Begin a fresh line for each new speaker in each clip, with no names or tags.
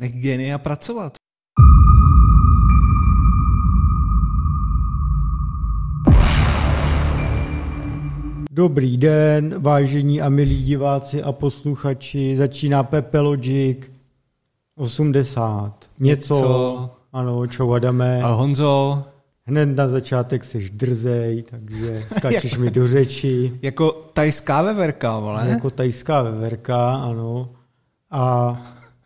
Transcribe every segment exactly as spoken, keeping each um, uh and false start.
Nech génia pracovat.
Dobrý den, vážení a milí diváci a posluchači. Začíná Pepe Logic osmdesát. Něco. Něco. Ano, čau Adame.
A Honzo.
Hned na začátek seš drzej, takže skáčeš mi do řeči.
Jako tajská veverka, vole.
Jako tajská veverka, ano. A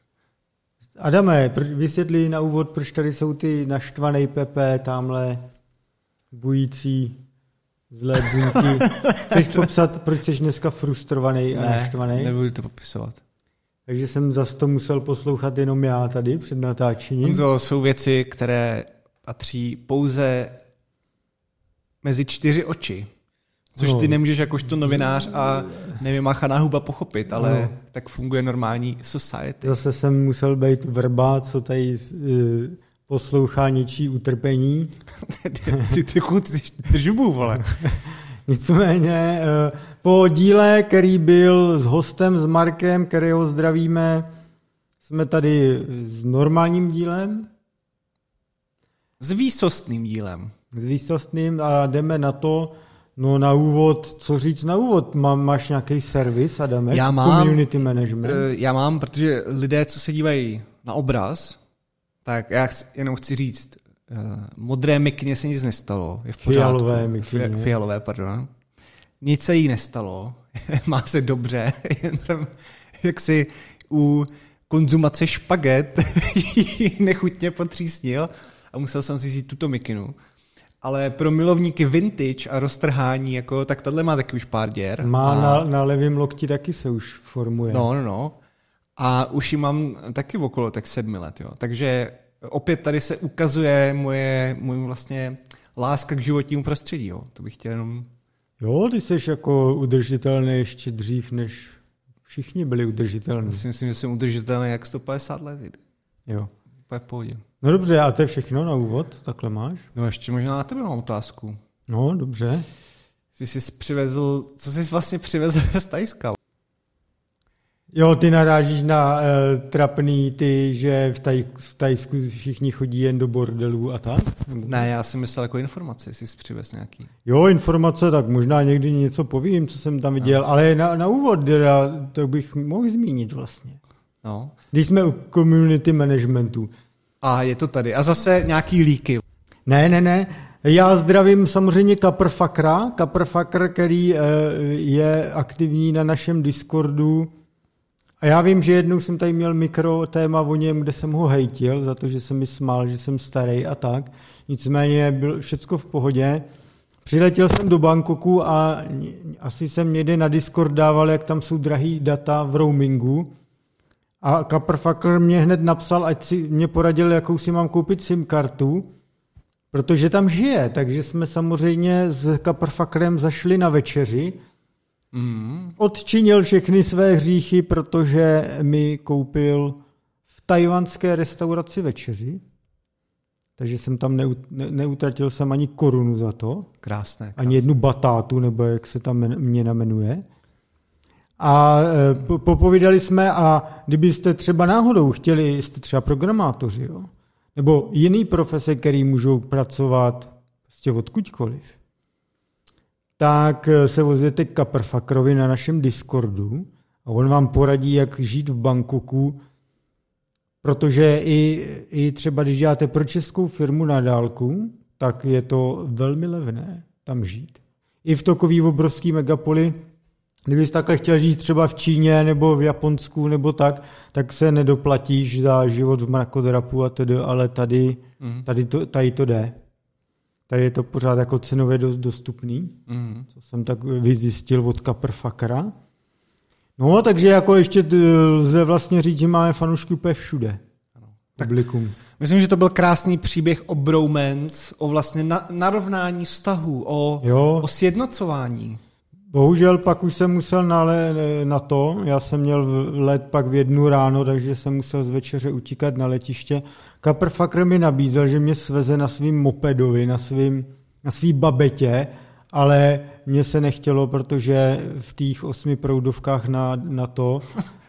Adame, vysvětli na úvod, proč tady jsou ty naštvaný Pepe, tamhle bující zlé buňky. Chceš popsat, proč jsi dneska frustrovaný a
ne,
naštvaný?
Nebudu to popisovat.
Takže jsem zas to musel poslouchat jenom já tady před natáčením.
Honzo, jsou věci, které patří pouze mezi čtyři oči. Což ty nemůžeš jakožto novinář a nevymachaná huba pochopit, ale no. Tak funguje normální society.
Zase jsem musel být vrba, co tady uh, poslouchá něčí utrpení.
Ty ty chudíš držbu, vole.
Nicméně uh, po díle, který byl s hostem, s Markem, kterého zdravíme, jsme tady s normálním dílem.
S výsostným dílem.
S výsostným a jdeme na to. No na úvod, co říct na úvod? Má, máš nějaký servis, Adame?
Já mám,
community management?
Já mám, protože lidé, co se dívají na obraz, tak já jenom chci říct, modré mikně se nic nestalo. Je v pořádku.
Fialové mikně.
Fialové, pardon. Nic se jí nestalo. Má se dobře. Jen jsem jaksi u konzumace špaget nechutně potřísnil a musel jsem si vzít tuto mikinu. Ale pro milovníky vintage a roztrhání, jako, tak tahle má taky už pár děr.
Má
a...
na, na levém lokti taky se už formuje.
No, no, no. A už ji mám taky okolo tak sedmi let, jo. Takže opět tady se ukazuje moje, moje vlastně láska k životnímu prostředí, jo. To bych chtěl jenom... Jo,
ty jsi jako udržitelný ještě dřív, než všichni byli udržitelní.
Já si myslím, že jsem udržitelný jak sto padesát let.
Jo.
Úplně v pohodě.
No dobře, a to je všechno na úvod, takhle máš?
No ještě možná na tebe mám otázku.
No, dobře.
Jsi jsi přivezl, co jsi vlastně přivezl z Tajska?
Jo, ty narážíš na uh, trapný ty, že v, taj, v Tajsku všichni chodí jen do bordelů a tak?
Nebo... Ne, já jsem myslel jako informace, jestli jsi přivez nějaký.
Jo, informace, tak možná někdy něco povím, co jsem tam viděl, no. Ale na, na úvod to bych mohl zmínit vlastně.
No.
Když jsme u community managementu.
A je to tady. A zase nějaký líky.
Ne, ne, ne. Já zdravím samozřejmě Kaprfakra, Kaprfakr, který je aktivní na našem Discordu. A já vím, že jednou jsem tady měl mikro téma o něm, kde jsem ho hejtil za to, že jsem mi smál, že jsem starý a tak. Nicméně bylo všecko v pohodě. Přiletěl jsem do Bangkoku a asi jsem někde na Discord dával, jak tam jsou drahý data v roamingu. A Kaprfakr mě hned napsal, ať si mě poradil, jakou si mám koupit SIM kartu, protože tam žije. Takže jsme samozřejmě s Kaprfakrem zašli na večeři. Mm. Odčinil všechny své hříchy, protože mi koupil v tajvanské restauraci večeři. Takže jsem tam neut, ne, neutratil jsem ani korunu za to.
Krásné, krásné.
Ani jednu batátu, nebo jak se tam mě namenuje. A e, popovídali jsme, a kdybyste třeba náhodou chtěli, jste třeba programátoři, jo? Nebo jiný profese, který můžou pracovat prostě odkudkoliv, tak se vozíte k Kaprfakrovi na našem Discordu a on vám poradí, jak žít v Bangkoku, protože i, i třeba, když děláte pro českou firmu na dálku, tak je to velmi levné tam žít. I v takový obrovský megapoli, kdybys takhle chtěl žít třeba v Číně nebo v Japonsku nebo tak, tak se nedoplatíš za život v mrakodrapu a tedy, ale tady, mm. tady, to, tady to jde. Tady je to pořád jako cenově dost dostupný, mm. co jsem tak vyzjistil od Kaprfakra. No, takže jako ještě lze vlastně říct, že máme fanoušky úplně všude. Ano. Publikum.
Myslím, že to byl krásný příběh o bromance, o vlastně na, narovnání vztahů, o, o sjednocování.
Bohužel pak už jsem musel na, na to, já jsem měl let pak v jednu ráno, takže jsem musel z večeře utíkat na letiště. Kaprfakr mi nabízel, že mě sveze na svým mopedovi, na svým, na svý babetě, ale mně se nechtělo, protože v těch osmi proudovkách na, na to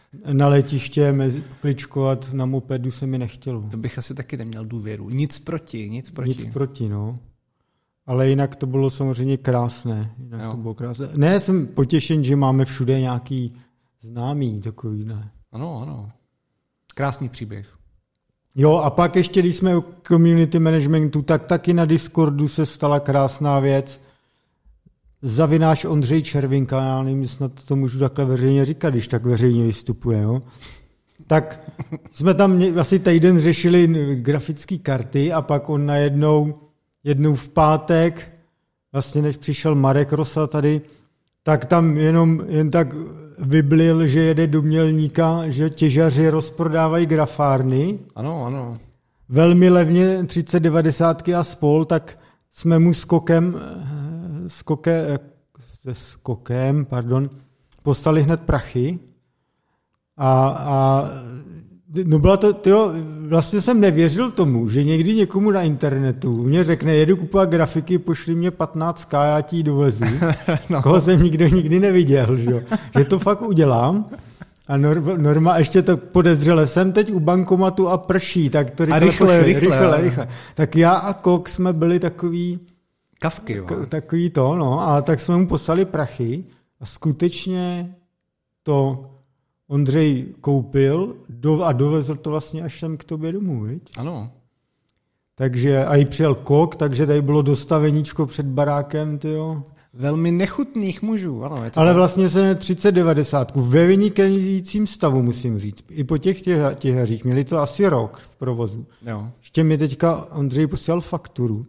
na letiště mezi, kličkovat na mopedu se mi nechtělo.
To bych asi taky neměl důvěru. Nic proti, nic proti.
Nic proti, no. Ale jinak to bylo samozřejmě krásné. Jinak to bylo krásné. Ne, jsem potěšen, že máme všude nějaký známý takový, ne.
Ano, ano. Krásný příběh.
Jo, a pak ještě, když jsme u community managementu, tak taky na Discordu se stala krásná věc. Zavináš Ondřej Červinka, já nevím, snad to můžu takhle veřejně říkat, když tak veřejně vystupuje, jo. Tak jsme tam asi týden řešili grafické karty a pak on najednou, jednou v pátek, vlastně než přišel Marek Rosa tady, tak tam jenom jen tak vyblil, že jede do Mělníka, že těžaři rozprodávají grafárny.
Ano, ano.
Velmi levně třicet devadesát a spol, tak jsme mu skokem, skoke, se skokem, pardon, poslali hned prachy. A, a no byla to, tyjo, vlastně jsem nevěřil tomu, že někdy někomu na internetu mě řekne, jedu kupovat grafiky, pošli mě patnáct ká, já ti ji dovezu. No. Koho jsem nikdo nikdy neviděl, že, že to fakt udělám. A Norma ještě to podezřele, jsem teď u bankomatu a prší, tak to rychle,
rychle,
pošli,
rychle,
rychle, rychle. Tak já a Kok jsme byli takový...
Kavky, jo.
K, takový to, no. A tak jsme mu poslali prachy a skutečně to Ondřej koupil do, a dovezl to vlastně až sem k tobě domů, viď?
Ano.
Takže a i přijel Kok, takže tady bylo dostaveníčko před barákem, tyjo.
Velmi nechutných mužů, ano. Je to
Ale
tak.
vlastně se třicet devadesát ve vynikajícím stavu, musím říct. I po těch těha, těhařích měli to asi rok v provozu.
Jo.
Ještě mi teďka Ondřej posílal fakturu.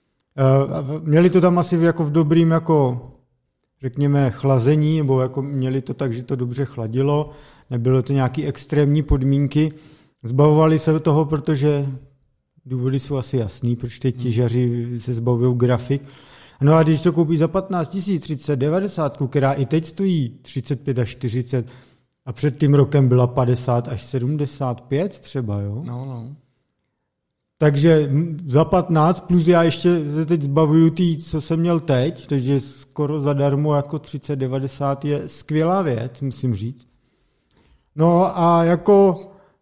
Měli to tam asi jako v dobrým, jako řekněme, chlazení, nebo jako měli to tak, že to dobře chladilo, nebylo to nějaký extrémní podmínky. Zbavovali se toho, protože důvody jsou asi jasný, proč ty těžaři se zbavují grafik. No a když to koupí za patnáct tisíc, třicet devadesát, která i teď stojí třicet pět až čtyřicet a před tím rokem byla padesát až sedmdesát pět třeba, jo?
No, no.
Takže za patnáct plus já ještě se teď zbavuju tý, co jsem měl teď, takže skoro zadarmo jako třicet devadesát je skvělá věc, musím říct. No a jako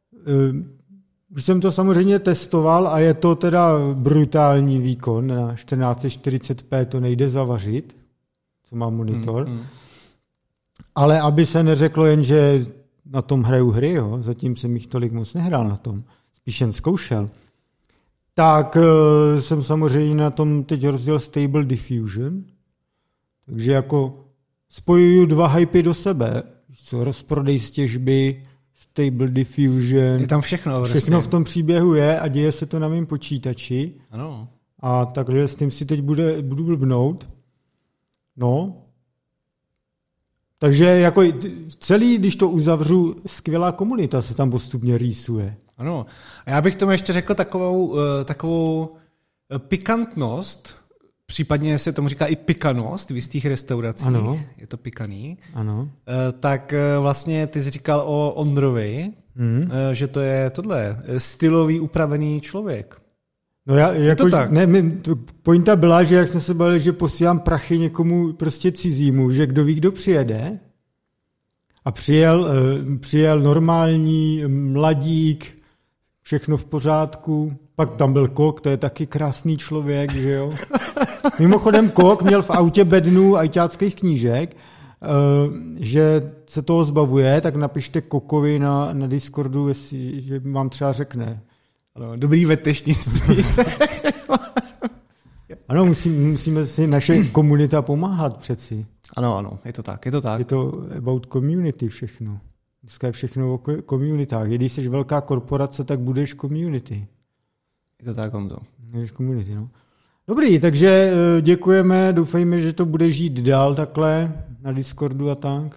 už jsem to samozřejmě testoval a je to teda brutální výkon, na čtrnáct set čtyřicet pé to nejde zavařit, co má monitor, mm, mm. Ale aby se neřeklo jen, že na tom hraju hry, jo, zatím jsem jich tolik moc nehrál na tom, spíš jen zkoušel, tak uh, jsem samozřejmě na tom teď rozdělil Stable Diffusion, takže jako spojuju dva hypy do sebe, co rozprodej stěžby, Stable Diffusion.
Je tam všechno.
Všechno v tom příběhu je a děje se to na mém počítači.
Ano.
A takže s tím si teď bude, budu blbnout. No. Takže jako celý, když to uzavřu, skvělá komunita se tam postupně rýsuje.
Ano. A já bych tomu ještě řekl takovou, takovou pikantnost, případně se tomu říká i pikanost v jistých restauracích.
Ano.
Je to pikaný.
Ano.
Tak vlastně ty jsi říkal o Ondrovi, hmm. že to je tohle, stylový, upravený člověk.
No já, jako, ne, my, pointa byla, že jak jsme se bavili, že posílám prachy někomu prostě cizímu, že kdo ví, kdo přijede. A přijel, přijel normální mladík, všechno v pořádku. Pak tam byl Kok, to je taky krásný člověk, že jo. Mimochodem Kok měl v autě bednu ajťáckých knížek, že se toho zbavuje, tak napište Kokovi na, na Discordu, jestli, že vám třeba řekne.
Ano, dobrý vetešnictví.
Ano, musí, musíme si naše komunita pomáhat přeci.
Ano, ano, je to tak, je to tak.
Je to about community všechno. Dneska je všechno o komunitách. Když jsi velká korporace, tak budeš community.
Je to tak, Honzo.
Budeš community, no. Dobrý, takže děkujeme, doufejme, že to bude žít dál takhle na Discordu a tak.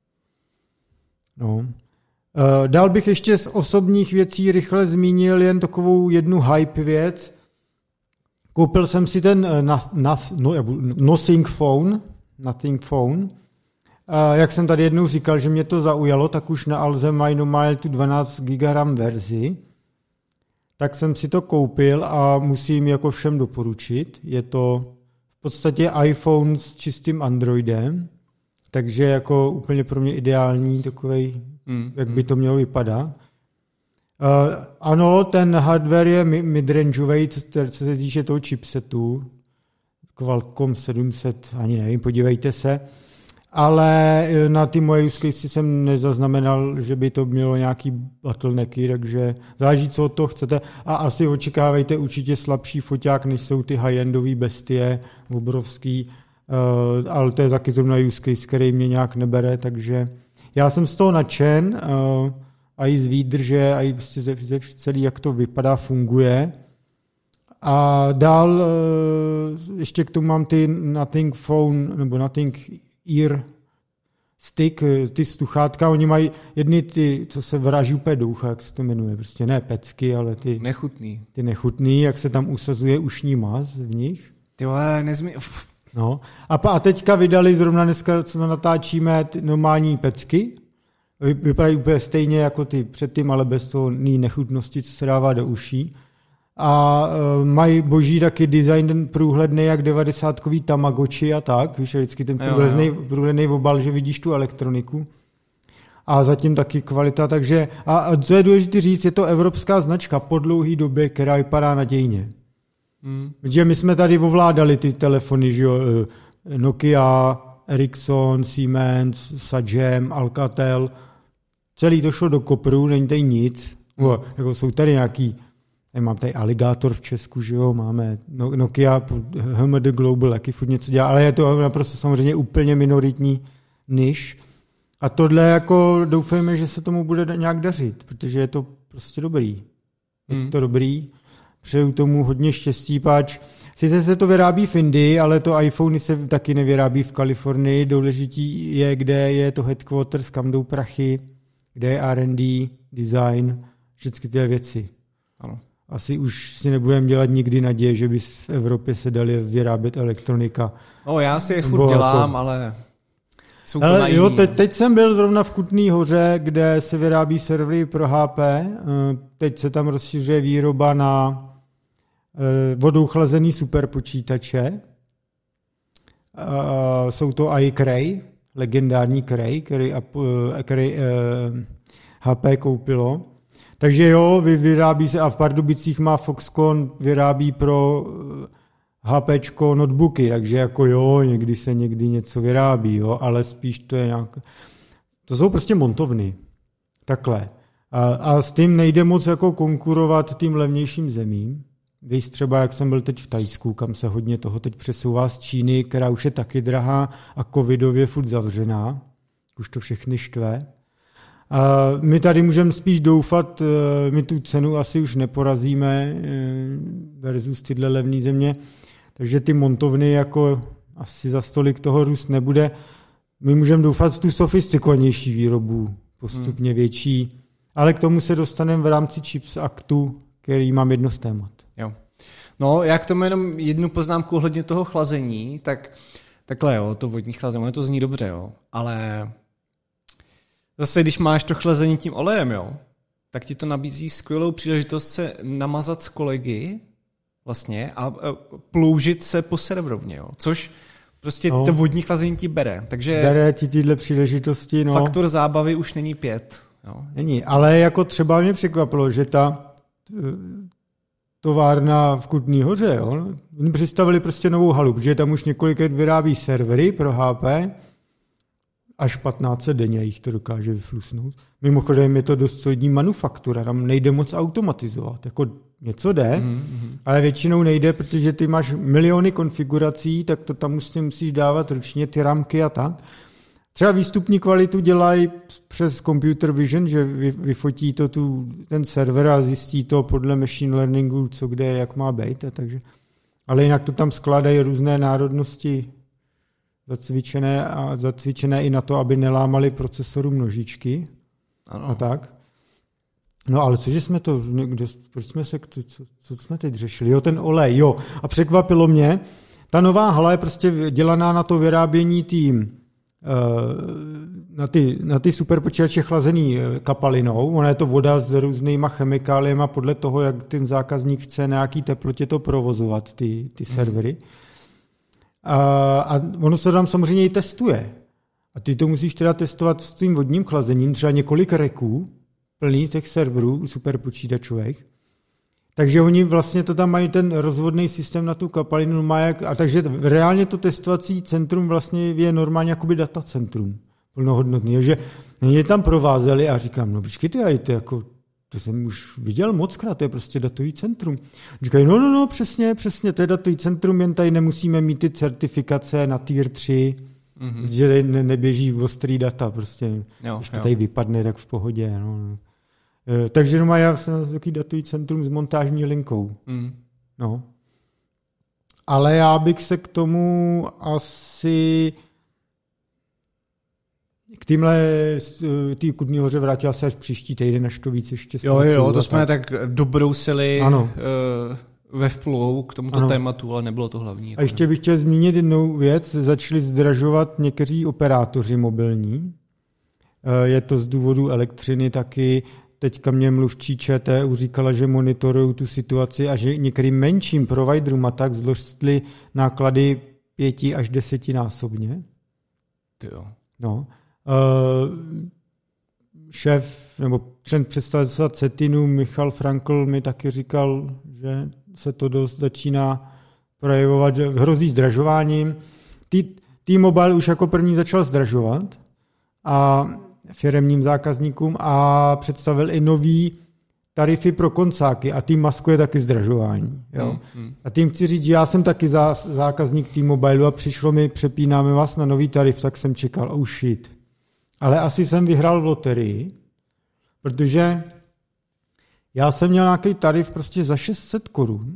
No. Dál bych ještě z osobních věcí rychle zmínil jen takovou jednu hype věc. Koupil jsem si ten Nothing Phone, Nothing Phone. Jak jsem tady jednou říkal, že mě to zaujalo, tak už na Alze mají normálně tu dvanáct giga RAM verzi. Tak jsem si to koupil a musím jako všem doporučit. Je to v podstatě iPhone s čistým Androidem. takže jako úplně pro mě ideální takovej, mm, jak by to mělo vypadat. Uh, ano, ten hardware je midrangeový, co, co se týče toho chipsetu, Qualcomm sedm set, ani nevím, podívejte se, ale na ty moje use case jsem nezaznamenal, že by to mělo nějaký bottlenecky, takže záleží, co od toho chcete a asi očekávejte určitě slabší foťák, než jsou ty high-endové bestie, obrovský, uh, ale to je taky zrovna use case, který mě nějak nebere, takže já jsem z toho nadšen, uh, a i z výdrže, a i prostě ze, ze celý, jak to vypadá, funguje. A dál ještě k tomu mám ty Nothing Phone, nebo Nothing Ear Stick, ty sluchátka, oni mají jedny ty, co se vráží úplně do ucha, jak se to jmenuje, prostě ne pecky, ale ty
nechutný. Ty
nechutný, jak se tam usazuje ušní maz v nich.
Ty vole, nezmi...
No. A, a teďka vydali zrovna dneska, co natáčíme, normální pecky. Vypadají úplně stejně jako ty předtím, ale bez toho nechutnosti, co se dává do uší. A uh, mají boží taky design průhledný, jak devadesátkový Tamagotchi a tak. Víš, vždycky ten průhledný obal, že vidíš tu elektroniku. A zatím taky kvalita, takže... A, a co je důležité říct, je to evropská značka po dlouhý době, která vypadá nadějně. Hmm. Protože my jsme tady ovládali ty telefony, že jo, Nokia, Ericsson, Siemens, Sagem, Alcatel, celý to šlo do kopru, není tady nic. Hmm. O, jako jsou tady nějaký, mám tady Alligator v Česku, že jo, máme Nokia, H M D Global, taky furt něco dělá, ale je to naprosto samozřejmě úplně minoritní niž. A tohle jako doufejme, že se tomu bude nějak dařit, protože je to prostě dobrý. Je hmm. to dobrý. Přeju tomu hodně štěstí, páč. Sice se to vyrábí v Indii, ale to iPhony se taky nevyrábí v Kalifornii. Důležitý je, kde je to headquarters, kam jdou prachy, kde je R and D, design, všechny ty věci. Ano. Asi už si nebudeme dělat nikdy naděje, že by v Evropě se dali vyrábět elektronika.
No, já si je furt dělám, jako... ale... Jsou to
ale jo, teď, teď jsem byl zrovna v Kutný Hoře, kde se vyrábí servery pro H P. Teď se tam rozšiřuje výroba na vodou chlazený superpočítače. Jsou to i Cray, legendární Cray, který, který H P koupilo. Takže jo, vyrábí se a v Pardubicích má Foxconn, vyrábí pro HPčko notebooky, takže jako jo, někdy se někdy něco vyrábí, jo, ale spíš to je nějak... To jsou prostě montovny. Takhle. A, a s tím nejde moc jako konkurovat tím levnějším zemím. Víš třeba, jak jsem byl teď v Thajsku, kam se hodně toho teď přesouvá z Číny, která už je taky drahá a covidově furt zavřená. Už to všechny štve. A my tady můžeme spíš doufat, my tu cenu asi už neporazíme versus tyhle levné země, takže ty montovny jako asi za stolik toho růst nebude. My můžeme doufat v tu sofistikovanější výrobu, postupně hmm. větší, ale k tomu se dostaneme v rámci Chips Actu, který mám jedno z témat.
Jo. No, já k tomu jenom jednu poznámku ohledně toho chlazení, tak takhle jo, to vodní chlazení, to zní dobře, jo, ale zase, když máš to chlazení tím olejem, jo, tak ti to nabízí skvělou příležitost se namazat s kolegy vlastně a ploužit se po serverovně, jo, což prostě no. to vodní chlazení ti bere. Takže
bere ti tyhle příležitosti, no.
Faktor zábavy už není pět. Jo.
Není, ale jako třeba mě překvapilo, že ta továrna v Kutný Hoře, jo, oni přistavili prostě novou halu, protože tam už několik let vyrábí servery pro H P, až patnáct set denně jich to dokáže vyflusnout. Mimochodem je to dost solidní manufaktura, tam nejde moc automatizovat. Jako něco jde, mm-hmm. ale většinou nejde, protože ty máš miliony konfigurací, tak to tam musíš, musíš dávat ručně ty ramky a tak. Třeba výstupní kvalitu dělají přes computer vision, že vyfotí to tu, ten server a zjistí to podle machine learningu, co kde, jak má být. A takže. Ale jinak to tam skládají různé národnosti zacvičené a zacvičené i na to, aby nelámali procesoru množičky. Ano. A tak. No ale cože jsme to, kde, proč jsme se, co, co jsme teď řešili? Jo, ten olej, jo. A překvapilo mě, ta nová hala je prostě dělaná na to vyrábění tým, na ty, na ty superpočítače chlazený kapalinou. Ona je to voda s různýma chemikáliemi podle toho, jak ten zákazník chce na jaký teplotě to provozovat, ty, ty servery. Mm. A, a ono se tam samozřejmě i testuje. A ty to musíš teda testovat s tím vodním chlazením, třeba několik reků, plný těch serverů, super počítačových. Takže oni vlastně to tam mají ten rozvodný systém na tu kapalinu, má jak, a takže reálně to testovací centrum vlastně je normálně jakoby datacentrum plnohodnotný. Takže mě tam provázeli a říkám, no počkejte, ale to, jako, to jsem už viděl mockrát, to je prostě datový centrum. Říkají, no, no, no, přesně, přesně, to je datový centrum, jen tady nemusíme mít ty certifikace na tier tři, mm-hmm. že ne, neběží ostrý data, prostě, jo, když to jo. tady vypadne, tak v pohodě, no. E, takže no, já jsem takový datový centrum s montážní linkou. Mm. No. Ale já bych se k tomu asi k týmhle tý Kudný hoře vrátil se až příští týden, až to víc ještě
Jo, jo, to jsme tak dobrousili uh, ve vplovu k tomuto ano. tématu, ale nebylo to hlavní.
A ještě bych chtěl zmínit jednou věc. Začali zdražovat někteří operátoři mobilní. Uh, je to z důvodu elektřiny taky. Teďka mě mluvčí ČTÚ říkala, že monitorují tu situaci a že některým menším providerům a tak zlostly náklady pěti až desetinásobně.
Ty jo.
No. Uh, šéf nebo člen představitel Cetinu Michal Frankl mi taky říkal, že se to dost začíná projevovat, že hrozí zdražováním. T-Mobile už jako první začal zdražovat a firemním zákazníkům a představil i nový tarify pro koncáky a tím maskuje taky zdražování. Jo? Hmm, hmm. A tím chci říct, že já jsem taky zá, zákazník T-Mobile a přišlo mi, přepínáme vás na nový tarif, tak jsem čekal, oh shit. Ale asi jsem vyhrál v loterii, protože já jsem měl nějaký tarif prostě za šest set korun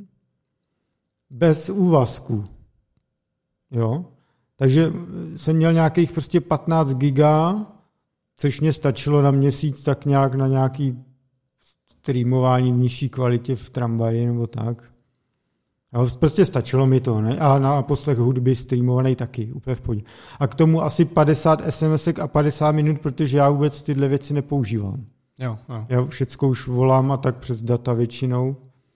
bez úvazku. Jo? Takže jsem měl nějakých prostě patnáct giga, což mě stačilo na měsíc tak nějak na nějaký streamování v nižší kvalitě v tramvaji nebo tak. A prostě stačilo mi to, ne? A na poslech hudby streamovaný taky, úplně v pohodě. A k tomu asi padesát SMSek a padesát minut, protože já vůbec tyhle věci nepoužívám.
Jo, jo.
Já všecko už volám a tak přes data většinou.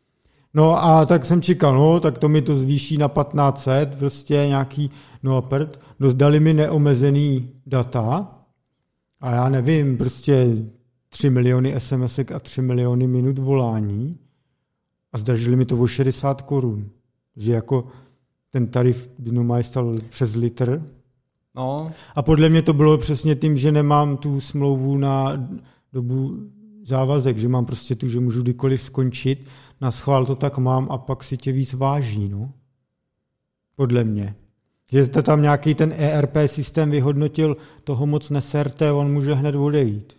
No a tak jsem čekal, no, tak to mi to zvýší na patnáct set, prostě nějaký, no a prd, dali mi neomezený data a já nevím, prostě tři miliony SMSek a tři miliony minut volání a zdražili mi to o šedesát korun. Že jako ten tarif by stal přes litr.
No.
A podle mě to bylo přesně tím, že nemám tu smlouvu na dobu závazek, že mám prostě tu, že můžu kdykoliv skončit, na schvál to tak mám a pak si tě víc váží, no. Podle mě. Že jste tam nějaký ten E R P systém vyhodnotil, toho moc neserte, on může hned odejít.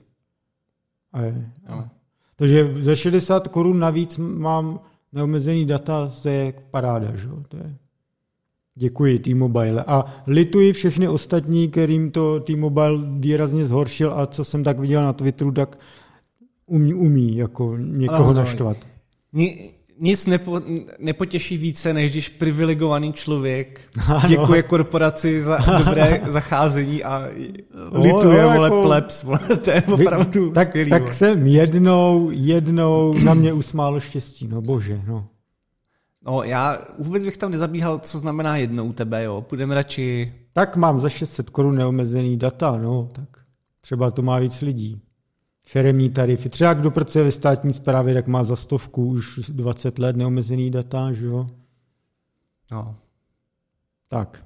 A je.
No.
Takže za šedesát korun navíc mám neomezený data, to je paráda, že? To je. Děkuji T-Mobile. A lituji všechny ostatní, kterým to T-Mobile výrazně zhoršil a co jsem tak viděl na Twitteru, tak umí, umí jako někoho
Ale
naštvat.
Ni, nic nepo, nepotěší více, než když privilegovaný člověk děkuje korporaci za dobré zacházení a lituje, no, vole, jako, plebs, vole, to je opravdu
tak,
skvělý.
Tak
vole.
jsem jednou, jednou na mě usmálo štěstí, no bože, no.
No, já vůbec bych tam nezabíhal, co znamená jednou u tebe, jo. Půjdeme radši...
Tak mám za šest set korun neomezený data, no, tak třeba to má víc lidí. Firemní tarify. Třeba kdo pracuje ve státní správě, tak má za stovku už dvacet let neomezený data, že jo.
No.
Tak.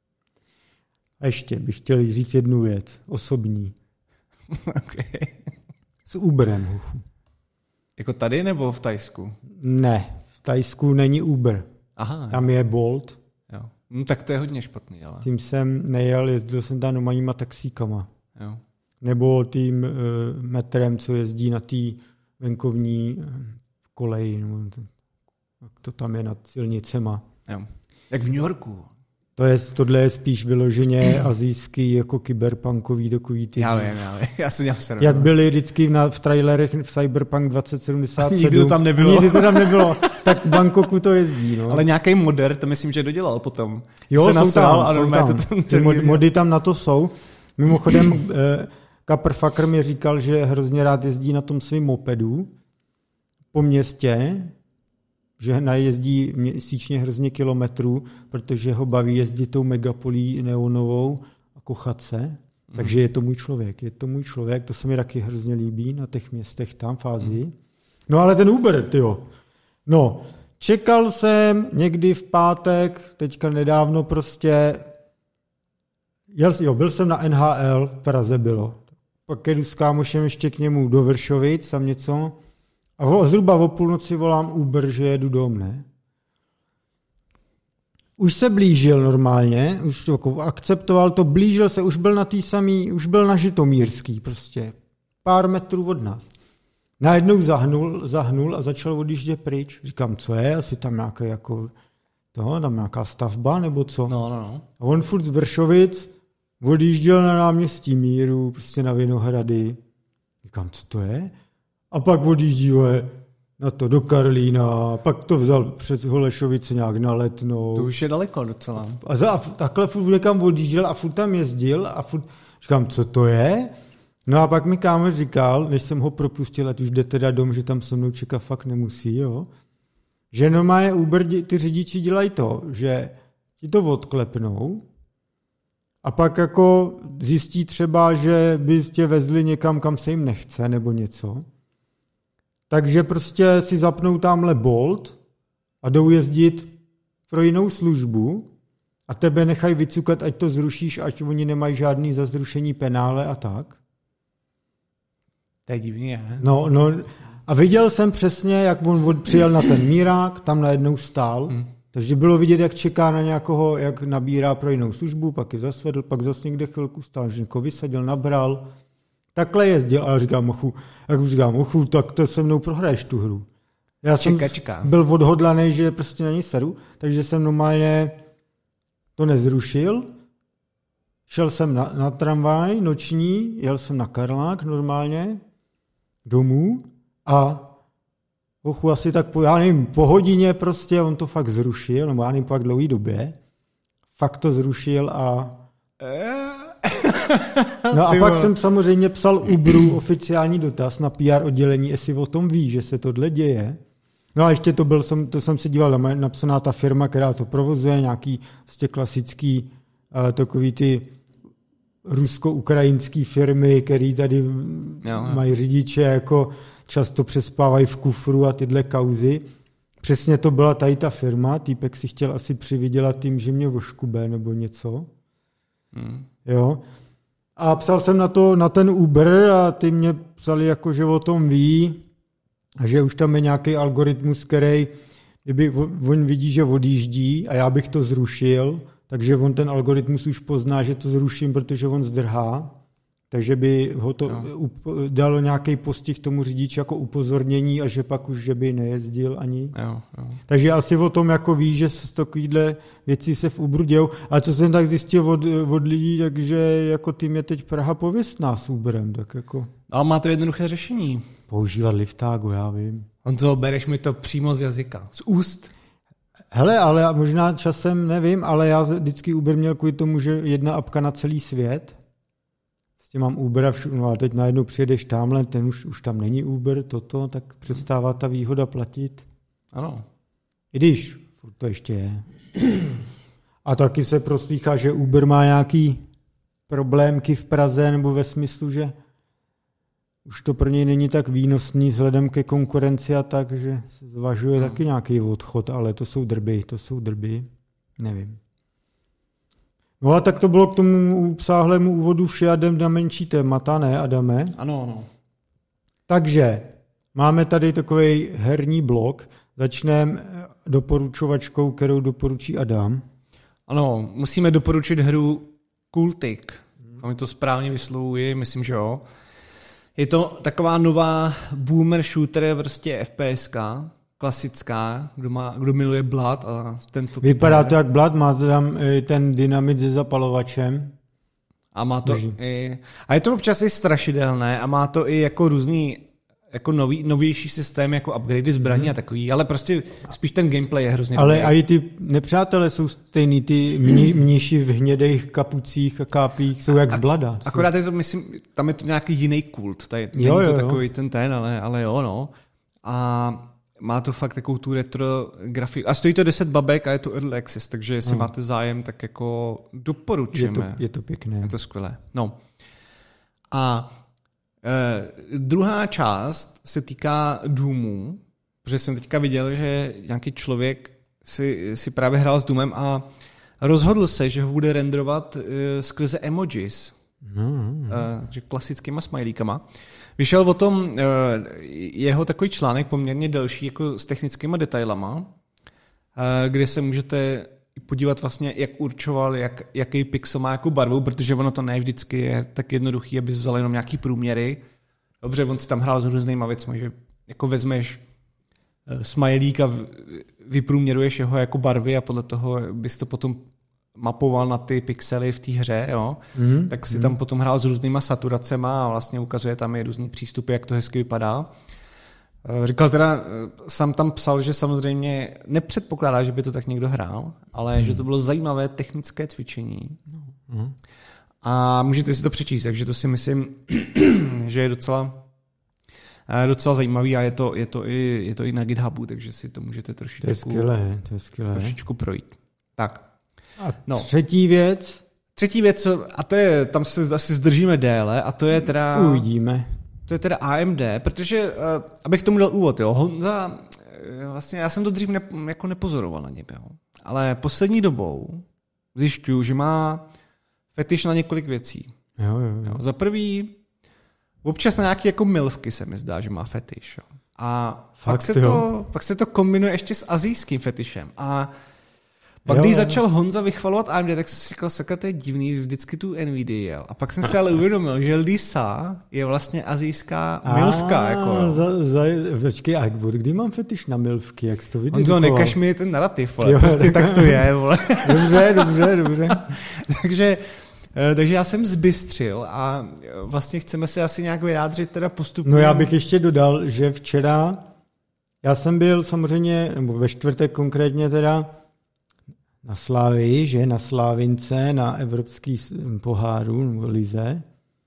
A ještě bych chtěl říct jednu věc, osobní.
Okay.
S Uberem.
Jako tady nebo v Thajsku?
Ne. V Thajsku není Uber.
Aha.
Tam je Bolt.
Jo. No, tak to je hodně špatný, ale.
Tím jsem nejel, jezdil jsem tam normálníma taxíkama.
Jo.
Nebo tím uh, metrem, co jezdí na té venkovní uh, koleji. No, to, to tam je nad silnicema.
Jo. Jak v New Yorku.
To je, tohle je spíš vyloženě asijský, jako kyberpunkový takový ty.
Já vím, já vím. Já si dělám srandu.
Jak byli vždycky v, v trailerech v Cyberpunk dvacet sedmdesát sedm.
Nikdy to tam nebylo.
Nikdy to tam nebylo. Tak v Bangkoku to jezdí. No.
Ale nějaký moder, to myslím, že dodělal potom.
Jo,
se
jsou
nasral,
tam. Jsou tam.
To,
ty mod, mody tam na to jsou. Mimochodem, eh, Kaprfakr mi říkal, že hrozně rád jezdí na tom svým mopedu po městě, že najezdí měsíčně hrozně kilometrů, protože ho baví jezdit tou megapolí neonovou a kochat se. Takže je to můj člověk, je to můj člověk, to se mi taky hrozně líbí na těch městech tam v Ázii. No ale ten Uber, tyjo. No, čekal jsem někdy v pátek, teďka nedávno prostě, jel, jo, byl jsem na N H L, v Praze bylo. Pak jedu s kámošem ještě k němu do Vršovic, tam něco. A vo, zhruba o půlnoci volám Uber, že jedu dom, ne? Už se blížil normálně, už to jako akceptoval to, blížil se, už byl na tý samý, už byl na Žitomírský prostě, pár metrů od nás. Najednou zahnul, zahnul a začal odjíždět pryč. Říkám, co je, asi tam nějaká jako, to, tam nějaká stavba nebo co?
No, no, no.
A on furt z Vršovic odjížděl na náměstí Míru, prostě na Vinohrady. Říkám, co to je? A pak odjíždí na to do Karlína, pak to vzal přes Holešovice nějak na Letnou.
To už je daleko docela.
A, za, a takhle furt někam odjížděl a furt tam jezdil a furt říkám, co to je? No a pak mi kámoš říkal, než jsem ho propustil, ať už jde teda dom, že tam se mnou čekat fakt nemusí, jo? Že normálně Uber, ty řidiči dělají to, že ti to odklepnou a pak jako zjistí třeba, že by tě vezli někam, kam se jim nechce nebo něco. Takže prostě si zapnou tamhle Bolt a jdou jezdit pro jinou službu a tebe nechají vycukat, ať to zrušíš, ať oni nemají žádný za zrušení penále a tak.
To je divný, ne?
No, no, a viděl jsem přesně, jak on přijel na ten Mírák, tam najednou stál, hmm. takže bylo vidět, jak čeká na nějakého, jak nabírá pro jinou službu, pak je zasvedl, pak zase někde chvilku stál, že někoho vysadil, nabral. Takhle jezdil a říkám, ochu, jak už říkám, ochu, tak to se mnou prohraješ tu hru. Já
čeká,
jsem
čeká.
byl odhodlaný, že prostě na ní sedu, takže jsem normálně to nezrušil. Šel jsem na, na tramvaj noční, jel jsem na Karlák normálně domů a ochu asi tak po, já nevím, po hodině prostě on to fakt zrušil, nebo já nevím, po jak dlouhý době, fakt to zrušil a no a pak jsem samozřejmě psal Uberu oficiální dotaz na P R oddělení, jestli o tom ví, že se tohle děje. No a ještě to byl, jsem, to jsem si díval, napsaná ta firma, která to provozuje, nějaký vlastně klasický uh, takový ty rusko-ukrajinský firmy, který tady jo, jo. mají řidiče, jako často přespávají v kufru a tyhle kauzy. Přesně to byla tady ta firma, týpek si chtěl asi přivydělat tím, že mě voškube nebo něco. Hmm. Jo. A psal jsem na to, na ten Uber a ty mě psali jako, že o tom ví a že už tam je nějaký algoritmus, který, kdyby on vidí, že odjíždí a já bych to zrušil, takže on ten algoritmus už pozná, že to zruším, protože on zdrhá, takže by ho to no. dalo nějaký postih tomu řidiči jako upozornění a že pak už, že by nejezdil ani.
Jo, jo.
Takže asi o tom jako ví, že takovýhle věci se v Uberu dějou. A co jsem tak zjistil od, od lidí, takže jako tím je teď Praha pověstná s Uberem. Tak jako...
Ale máte jednoduché řešení.
Používat Liftago, já vím.
On to bereš mi to přímo z jazyka, z úst.
Hele, ale možná časem nevím, ale já vždycky Uber měl kvůli tomu, že jedna apka na celý svět. Prostě mám Uber a všude, no a teď najednou přijedeš tamhle, ten už, už tam není Uber, toto, tak přestává ta výhoda platit.
Ano.
I když, furt to ještě je. A taky se proslýchá, že Uber má nějaký problémky v Praze, nebo ve smyslu, že už to pro něj není tak výnosný vzhledem ke konkurenci a tak, že se zvažuje hmm. taky nějaký odchod, ale to jsou drby, to jsou drby, nevím. No a tak to bylo k tomu obsáhlému úvodu vše a jdem na menší témata, ne Adame?
Ano, ano.
Takže máme tady takový herní blok, začneme doporučovačkou, kterou doporučí Adam.
Ano, musíme doporučit hru Cultic. A mi to správně vyslovuji, myslím, že jo. Je to taková nová boomer shooter, prostě F P S ka, klasická, kdo, má, kdo miluje Blood a tento
vypadá to jak Blood, má tam ten dynamit se zapalovačem.
A má to i, a je to občas i strašidelné a má to i jako různý jako nový, novější systém, jako upgradey zbraní hmm. a takový, ale prostě spíš ten gameplay je hrozně
ale
dobrý.
Ale i ty nepřátelé jsou stejný, ty mni, mniši v hnědých kapucích a kápích jsou jak z Blada.
Akorát je to, myslím, tam je to nějaký jiný kult, tady, není to takový ten ten, ale, ale jo, no. A má to fakt takovou tu retro grafiku. A stojí to deset babek a je to early access, takže jestli hmm. máte zájem, tak jako doporučujeme.
Je to, je to pěkné.
Je to skvělé. No. A eh, druhá část se týká Doomu, protože jsem teďka viděl, že nějaký člověk si, si právě hrál s Doomem a rozhodl se, že ho bude renderovat eh, skrze emojis. Hmm. Eh, že klasickýma smajlíkama. Vyšel o tom eh, jeho takový článek poměrně delší, jako s technickýma detailama, eh, kde se můžete podívat vlastně, jak určoval, jak, jaký pixel má jakou barvu, protože ono to ne vždycky je tak jednoduchý, aby vzal jenom nějaký průměry. Dobře, on si tam hrál s různýma věcmi, že jako vezmeš smajlík a vyprůměruješ jeho jako barvy a podle toho bys to potom mapoval na ty pixely v té hře, jo? Mm, tak si mm. tam potom hrál s různýma saturacema a vlastně ukazuje tam i různý přístupy, jak to hezky vypadá. Říkal teda, sám tam psal, že samozřejmě nepředpokládá, že by to tak někdo hrál, ale mm. že to bylo zajímavé technické cvičení. Mm. A můžete si to přečíst, takže to si myslím, že je docela, docela zajímavý a je to, je, to i, je to i na GitHubu, takže si to můžete trošičku,
to je skvělé, to je skvělé.
trošičku projít. Tak.
A no. třetí věc?
Třetí věc, a to je, tam se asi zdržíme déle, a to je teda...
Uvidíme.
To je teda A M D, protože, abych tomu dal úvod, jo, Honza, vlastně já jsem to dřív ne, jako nepozoroval na něm, jo, ale poslední dobou zjišťuju, že má fetiš na několik věcí.
Jo, jo, jo.
Jo, za prvý, občas na nějaké jako milvky se mi zdá, že má fetiš, jo. A Fakt, pak, se to, pak se to kombinuje ještě s asijským fetišem. A pak, jo, když začal Honza vychvalovat A M D, tak jsem si říkal, sakra, to je divný, vždycky tu Nvidia jel. A pak jsem si ale uvědomil, že Lisa je vlastně asijská milvka. Jako,
za, za, počkej, a kdy mám fetiš na milvky, jak jsi to viděl?
Honzo, nekaž mi ten narrativ, ale jo, prostě tak to je. Vole.
Dobře, dobře, dobře.
takže, takže já jsem zbystřil a vlastně chceme se asi nějak vyjádřit teda postupně.
No já bych ještě dodal, že včera, já jsem byl samozřejmě, nebo ve čtvrtek konkrétně teda, na Slávii, že? Na Slávince, na evropský poháru, nebo lize.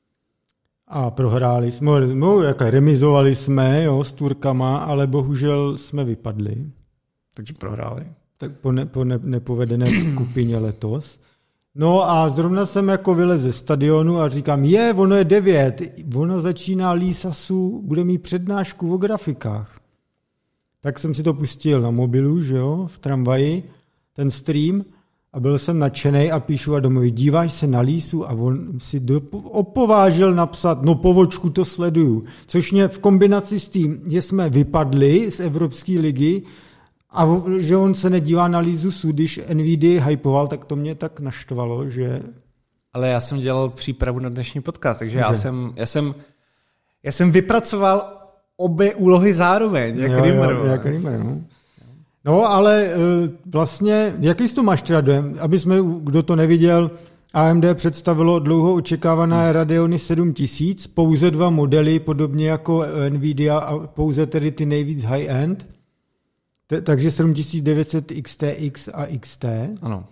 A prohráli jsme, no, jako remizovali jsme, jo, s Turkama, ale bohužel jsme vypadli.
Takže prohráli.
Tak po, ne, po ne, nepovedené skupině letos. No a zrovna jsem jako vylez ze stadionu a říkám, je, ono je devět, ono začíná Lisasu, bude mít přednášku o grafikách. Tak jsem si to pustil na mobilu, že jo, v tramvaji, ten stream, a byl jsem nadšenej a píšu a domovi, díváš se na Lísu, a on si do, opovážil napsat, no po vočku to sleduju. Což mě v kombinaci s tím, že jsme vypadli z Evropské ligy a že on se nedívá na Lísu, když Nvidia hypoval, tak to mě tak naštvalo, že...
Ale já jsem dělal přípravu na dnešní podcast, takže já jsem, já jsem, já jsem vypracoval obě úlohy zároveň, jak Rimmer.
Jak Rimmer, no. No, ale vlastně, jaký jsi to máš teda dojem? Aby jsme, kdo to neviděl, A M D představilo dlouho očekávané hmm. Radeony sedm tisíc, pouze dva modely, podobně jako Nvidia, a pouze tedy ty nejvíc high-end. T- takže sedm tisíc devět set X T X a X T.
Ano.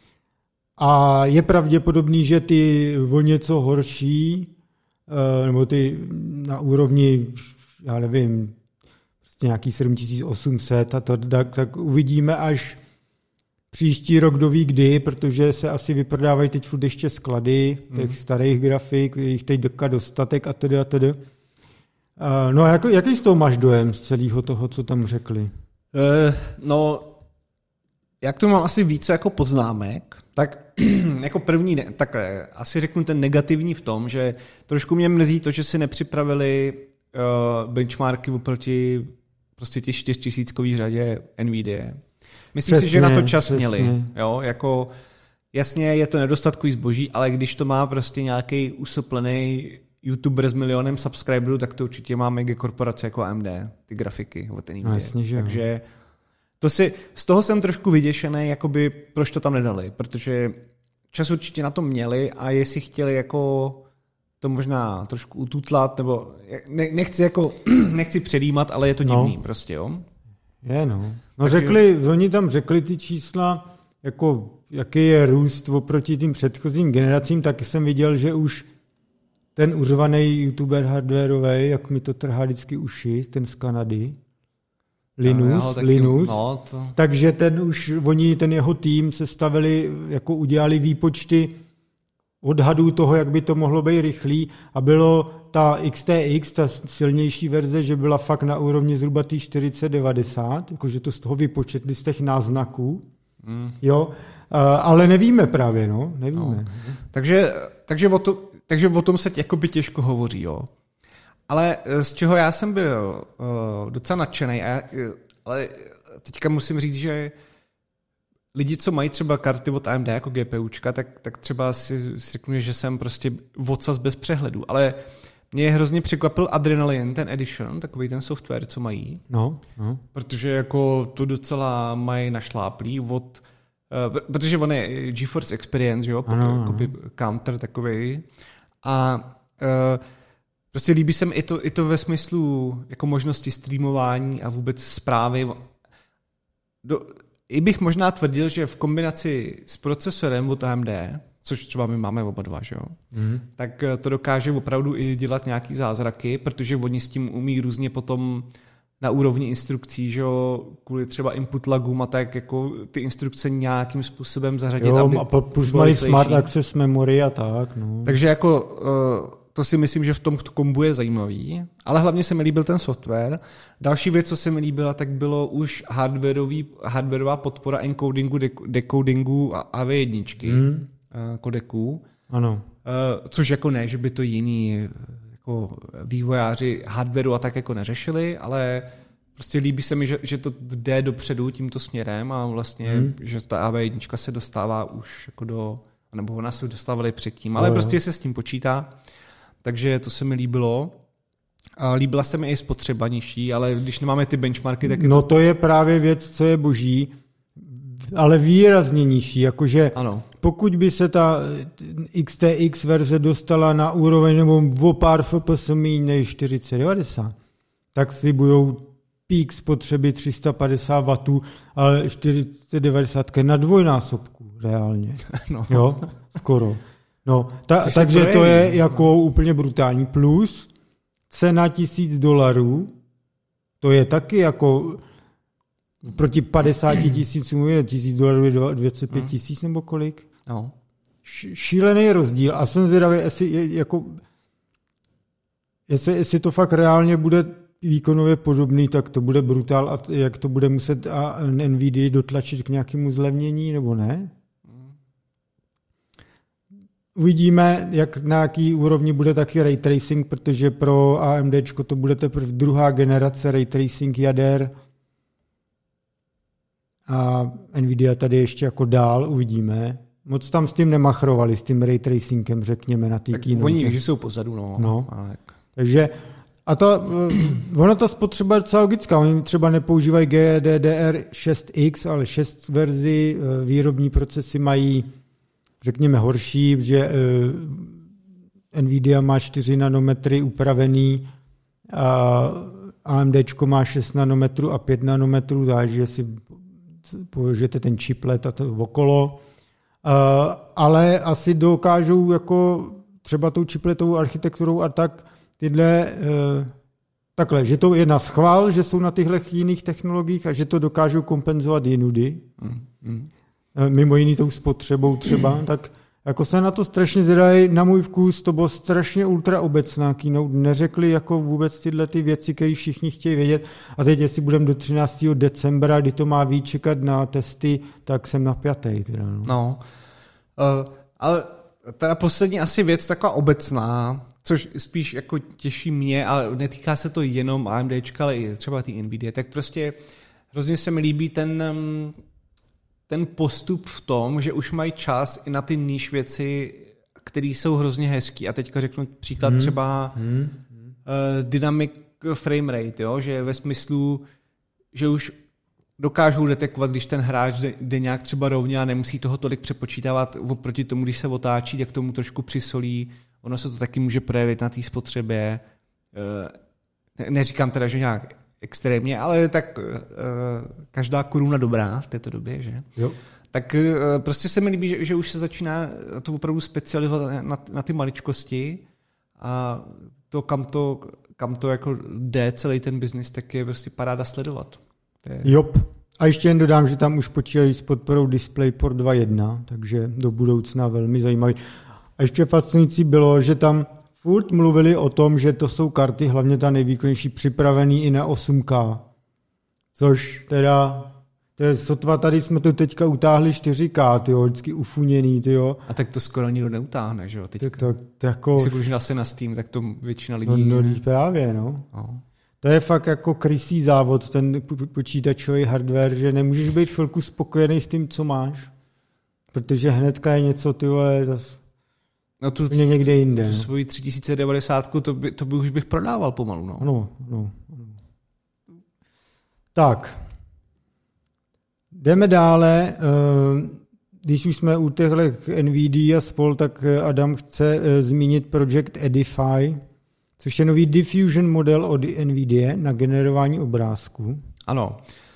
A je pravděpodobný, že ty o něco horší, nebo ty na úrovni, já nevím, nějaký sedm tisíc osm set a to, tak, tak uvidíme až příští rok, kdo ví kdy, protože se asi vyprodávají teď furt ještě sklady těch mm. starých grafik, jich teď dostatek a tedy a tedy. Uh, no a jako, jaký z toho máš dojem z celého toho, co tam řekli?
Uh, no, jak to mám asi více jako poznámek, tak jako první, takhle, asi řeknu ten negativní v tom, že trošku mě mrzí to, že si nepřipravili uh, benchmarky oproti prostě ty čtyřtisíckový řadě Nvidia. Myslím přesně, si, že na to čas přesně. měli. Jo? Jako, jasně je to nedostatkový zboží, ale když to má prostě nějaký usoplený YouTuber s milionem subscriberů, tak to určitě má mega korporace jako A M D, ty grafiky od Nvidia.
No, jasně, že
takže to si, z toho jsem trošku vyděšený, jakoby, proč to tam nedali, protože čas určitě na to měli a jestli chtěli jako to možná trošku ututlat, nebo ne, nechci jako, nechci předjímat, ale je to divný no. prostě, jo?
Je, no. No tak řekli, je... oni tam řekli ty čísla, jako jaký je růst oproti tím předchozím generacím, tak jsem viděl, že už ten uřvaný youtuber hardwareový, jak mi to trhá vždycky uši, ten z Kanady, Linus,
jo, taky,
Linus.
No, to...
takže ten už, oni, ten jeho tým sestavili, jako udělali výpočty odhadů toho, jak by to mohlo být rychlý a bylo ta X T X, ta silnější verze, že byla fakt na úrovni zhruba té čtyřicet devadesát, jakože to z toho vypočetli z těch náznaků, mm. jo, ale nevíme právě, no, nevíme. No.
Takže, takže, o to, takže o tom se jakoby těžko hovoří, jo. Ale z čeho já jsem byl uh, docela nadšenej, a, ale teďka musím říct, že lidi, co mají třeba karty od A M D jako GPUčka, tak, tak třeba si, si řeknu, že jsem prostě odsaz bez přehledu. Ale mě hrozně překvapil Adrenaline, ten Edition, takový ten software, co mají.
No, no.
Protože jako to docela mají našláplý od... Uh, protože on je GeForce Experience, jo, ano, ano. counter takovej. A uh, prostě líbí se mi i to, i to ve smyslu jako možnosti streamování a vůbec zprávy. Do, I bych možná tvrdil, že v kombinaci s procesorem od A M D, což třeba my máme oba dva, že jo, mm. tak to dokáže opravdu i dělat nějaký zázraky, protože oni s tím umí různě potom na úrovni instrukcí, že jo, kvůli třeba input lagům a tak jako ty instrukce nějakým způsobem zařadit.
Jo, aby a plus mají smart access memory a tak. No.
Takže jako to si myslím, že v tom kombu je zajímavý, ale hlavně se mi líbil ten software. Další věc, co se mi líbila, tak bylo už hardwareový, hardwareová podpora encodingu, decodingu a A V jedna hmm. kodeků.
Ano.
Což jako ne, že by to jiný jako vývojáři hardwareu a tak jako neřešili, ale prostě líbí se mi, že, že to jde dopředu tímto směrem a vlastně, hmm. že ta A V jedna se dostává už jako do, nebo ona se dostávaly předtím, ale no, prostě jo. se s tím počítá. Takže to se mi líbilo. A líbila se mi i spotřeba nižší, ale když nemáme ty benchmarky, tak je
no
to...
to je právě věc, co je boží, ale výrazně nižší, jakože ano. Pokud by se ta X T X verze dostala na úroveň nebo o pár F P S méně než čtyřicet devadesát, tak si budou pík spotřeby tři sta padesát wattů, ale čtyřicet devadesát na dvojnásobku reálně. No. Jo, skoro. No, ta, takže to je jako úplně brutální. Plus cena tisíc dolarů, to je taky jako proti padesáti tisícům, tisíc dolarů je dvacet pět tisíc nebo kolik?
No.
Šílený rozdíl. A jsem zvědavý, jestli, jako, jestli, jestli to fakt reálně bude výkonově podobný, tak to bude brutál a jak to bude muset a Nvidia dotlačit k nějakému zlevnění, nebo ne? Uvidíme, jak na jaký úrovni bude taky ray tracing, protože pro AMDčko to bude teprve druhá generace ray tracing jader a Nvidia tady ještě jako dál, uvidíme. Moc tam s tím nemachrovali, s tím ray tracingem, řekněme, na té keynote.
Oni, že jsou pozadu, no.
no. Takže a ta, ona ta spotřeba je docela logická. Oni třeba nepoužívají G D D R šest X, ale šest verzi, výrobní procesy mají řekněme horší, že uh, Nvidia má čtyři nanometry upravený, a AMDčko má šest nanometrů a pět nanometrů, záleží, jestli použijete ten chiplet a to okolo. Uh, ale asi dokážou jako třeba tou chipletovou architekturou a tak tyhle uh, takhle, že to je na schvál, že jsou na těchto jiných technologiích a že to dokážou kompenzovat jinudy. Mm, mm. Mimo jiný tou spotřebou třeba, tak jako se na to strašně zvědají, na můj vkus to bylo strašně ultra obecná keynote, neřekli jako vůbec tyhle ty věci, které všichni chtějí vědět a teď jestli budeme do třináctého decembra, kdy to má víc čekat na testy, tak jsem napjatej. Teda, no,
no uh, ale ta poslední asi věc taková obecná, což spíš jako těší mě, ale netýká se to jenom AMDčka, ale i třeba ty Nvidia, tak prostě hrozně se mi líbí ten ten postup v tom, že už mají čas i na ty níž věci, které jsou hrozně hezký. A teďka řeknu příklad hmm. třeba hmm. Uh, dynamic frame rate, jo? Že ve smyslu, že už dokážou detekovat, když ten hráč jde, jde nějak třeba rovně a nemusí toho tolik přepočítávat oproti tomu, když se otáčí, tak tomu trošku přisolí. Ono se to taky může projevit na té spotřebě. Uh, ne, neříkám teda, že nějak extrémně, ale tak uh, každá koruna dobrá v této době, že?
Jo.
Tak uh, prostě se mi líbí, že, že už se začíná to opravdu specializovat na, na ty maličkosti a to kam, to, kam to jako jde celý ten biznis, tak je prostě paráda sledovat. Je...
Jop. A ještě jen dodám, že tam už počítají s podporou DisplayPort dva tečka jedna, takže do budoucna velmi zajímavý. A ještě fascinující bylo, že tam furt mluvili o tom, že to jsou karty, hlavně ta nejvýkonnější, připravený i na osm ká. Což teda, to je sotva, tady jsme to teďka utáhli čtyři ká, tyjo, vždycky ufuněný, tyjo.
A tak to skoro nikdo neutáhne, že jo?
To, to, to jako...
Když se koukneš asi na Steam, tak to většina lidí...
No, no právě, no. no. To je fakt jako krysý závod, ten počítačový hardware, že nemůžeš být chvilku spokojený s tím, co máš. Protože hnedka je něco, ty vole, zase
no tu,
někde jinde.
Tu
no.
svoji tři tisíce devadesát, to by, to by už bych prodával pomalu, no.
No, no, no. Tak. Jdeme dále. Když už jsme u těchto NVIDIA a spol, tak Adam chce zmínit Project Edify, což je nový diffusion model od NVIDIA na generování obrázků.
Ano.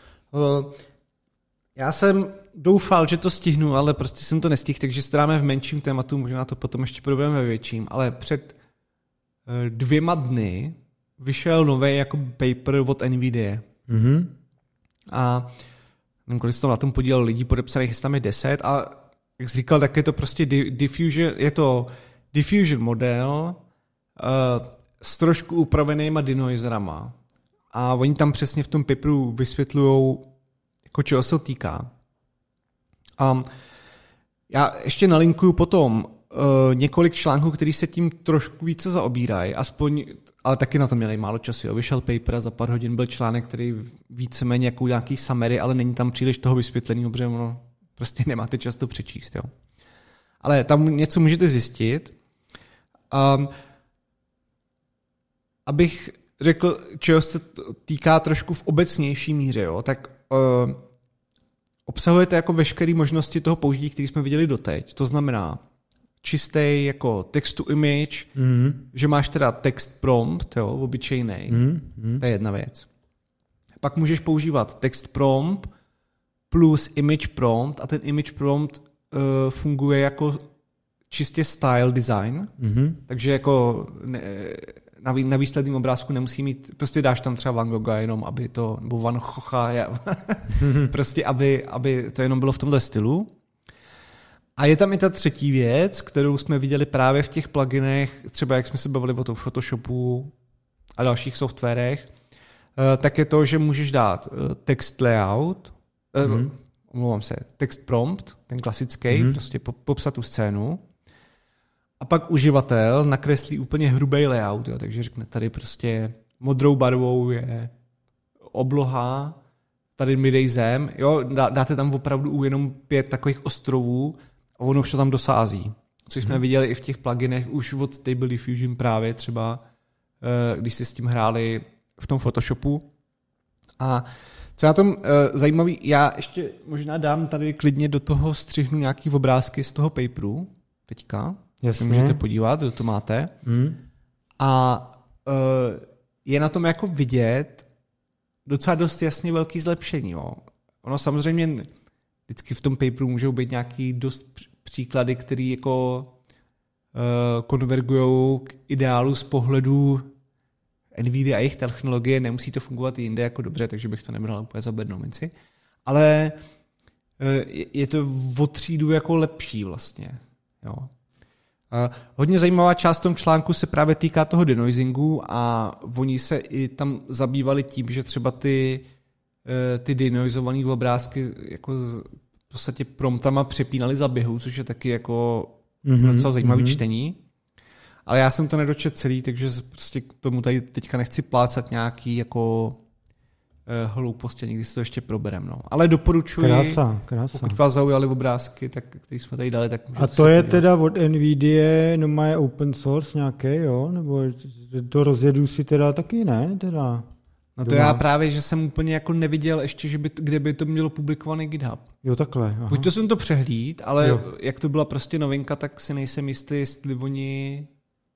Já jsem doufal, že to stihnu, ale prostě jsem to nestihl, takže se dáme v menším tématu, možná to potom ještě probereme ve větším, ale před dvěma dny vyšel nový jako paper od NVIDIA.
Mm-hmm.
A nevím, kolik se tam na tom podílel lidí, podepsaných jestli tam je deset, a jak jsi říkal, tak je to prostě diffusion, je to diffusion model uh, s trošku upravenýma denoiserama. A oni tam přesně v tom paperu vysvětlujou, jako čeho se to týká. Um, já ještě nalinkuju potom uh, několik článků, který se tím trošku více zaobírají, aspoň, ale taky na to měli málo času. Jo. Vyšel paper a za pár hodin byl článek, který víceméně jako nějaký summary, ale není tam příliš toho vysvětleného, protože ono prostě nemáte čas to přečíst. Jo. Ale tam něco můžete zjistit. Um, abych řekl, čeho se týká trošku v obecnější míře, jo, tak uh, obsahujete jako veškeré možnosti toho použití, které jsme viděli doteď. To znamená čistý jako text to image, mm-hmm. že máš teda text prompt, jo, obyčejnej. Mm-hmm. To je jedna věc. Pak můžeš používat text prompt plus image prompt a ten image prompt uh, funguje jako čistě style design, mm-hmm. takže jako ne, na, na výsledném obrázku nemusí mít, prostě dáš tam třeba Van Gogha jenom, aby to, nebo Van Gogha, prostě aby, aby to jenom bylo v tomhle stylu. A je tam i ta třetí věc, kterou jsme viděli právě v těch pluginech, třeba jak jsme se bavili o tom Photoshopu a dalších softwarech, tak je to, že můžeš dát text layout, mm. omlouvám se, text prompt, ten klasický, mm. prostě popsat tu scénu, a pak uživatel nakreslí úplně hrubý layout, jo, takže řekne tady prostě modrou barvou je obloha, tady mi dej zem, jo, dáte tam opravdu jenom pět takových ostrovů a ono už to tam dosází. Což jsme hmm. viděli i v těch pluginech už od Stable Diffusion právě třeba, když si s tím hráli v tom Photoshopu. A co na tom zajímavý, já ještě možná dám tady klidně do toho střihnu nějaký obrázky z toho paperu teďka.
Jasně.
Můžete podívat, kdo to máte. Hmm. A uh, je na tom jako vidět docela dost jasně velký zlepšení. Jo. Ono samozřejmě vždycky v tom paperu můžou být nějaký dost příklady, které jako uh, konvergují k ideálu z pohledu NVIDIA a jejich technologie. Nemusí to fungovat i jinde jako dobře, takže bych to nebral úplně za bednou minci. Ale uh, je to o třídu jako lepší vlastně. Jo. Uh, hodně zajímavá část v tom článku se právě týká toho denoisingu a oni se i tam zabývali tím, že třeba ty, uh, ty denoizované obrázky jako z, v podstatě promptama přepínali za běhu, což je taky jako mm-hmm, docela zajímavý mm-hmm. čtení. Ale já jsem to nedočet celý, takže prostě k tomu tady teďka nechci plácat nějaký jako uh, hlouposti, někdy si to ještě proberem. No. Ale doporučuji,
krása, krása.
Pokud vás zaujaly obrázky, tak, který jsme tady dali, tak můžete.
A to je podívat. Teda od NVIDIA, no má je open source nějaký, jo? Nebo to rozjedu si teda taky, ne? Teda
no to doma. Já právě, že jsem úplně jako neviděl ještě, že by, kde by to mělo publikovaný GitHub.
Jo, takhle. Aha.
Buď to jsem to přehlíd, ale
jo.
Jak to byla prostě novinka, tak si nejsem jistý, jestli oni...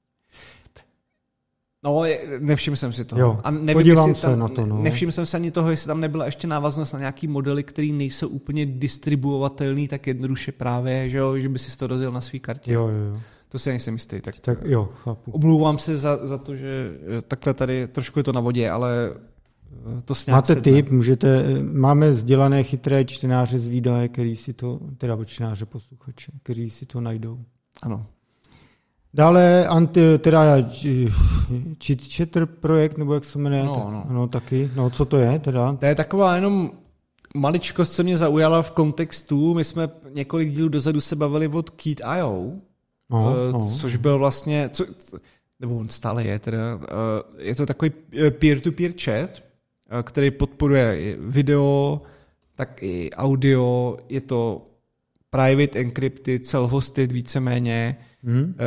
No, nevšiml jsem si toho.
Jo,
a nevím,
podívám
se
tam, na to. No.
Nevšiml jsem se ani toho, jestli tam nebyla ještě návaznost na nějaký modely, které nejsou úplně distribuovatelný tak jednoduše právě, že, jo, že by si to rozjel na svý kartě.
Jo, jo, jo.
To si nejsem jistý. Tak,
tak jo, chápu.
Omlouvám se za, za to, že takhle tady trošku je to na vodě, ale to s nějak
Máte
sedne.
tip, můžete, máme vzdělané chytré čtenáře z výdaje, který si to, teda čtenáře posluchače, kteří si to najdou.
Ano.
Dále anti, teda cheat chatter projekt, nebo jak se jmenuje?
No,
tak,
no.
no, taky. No, co to je teda?
To je taková jenom maličkost, co mě zaujala v kontextu. My jsme několik dílů dozadu se bavili od Keat tečka i o,
No,
uh,
no.
což byl vlastně, co, nebo on stále je teda, uh, je to takový peer-to-peer chat, uh, který podporuje video, tak i audio, je to private encrypted, self-hosted víceméně,
Hmm.
uh,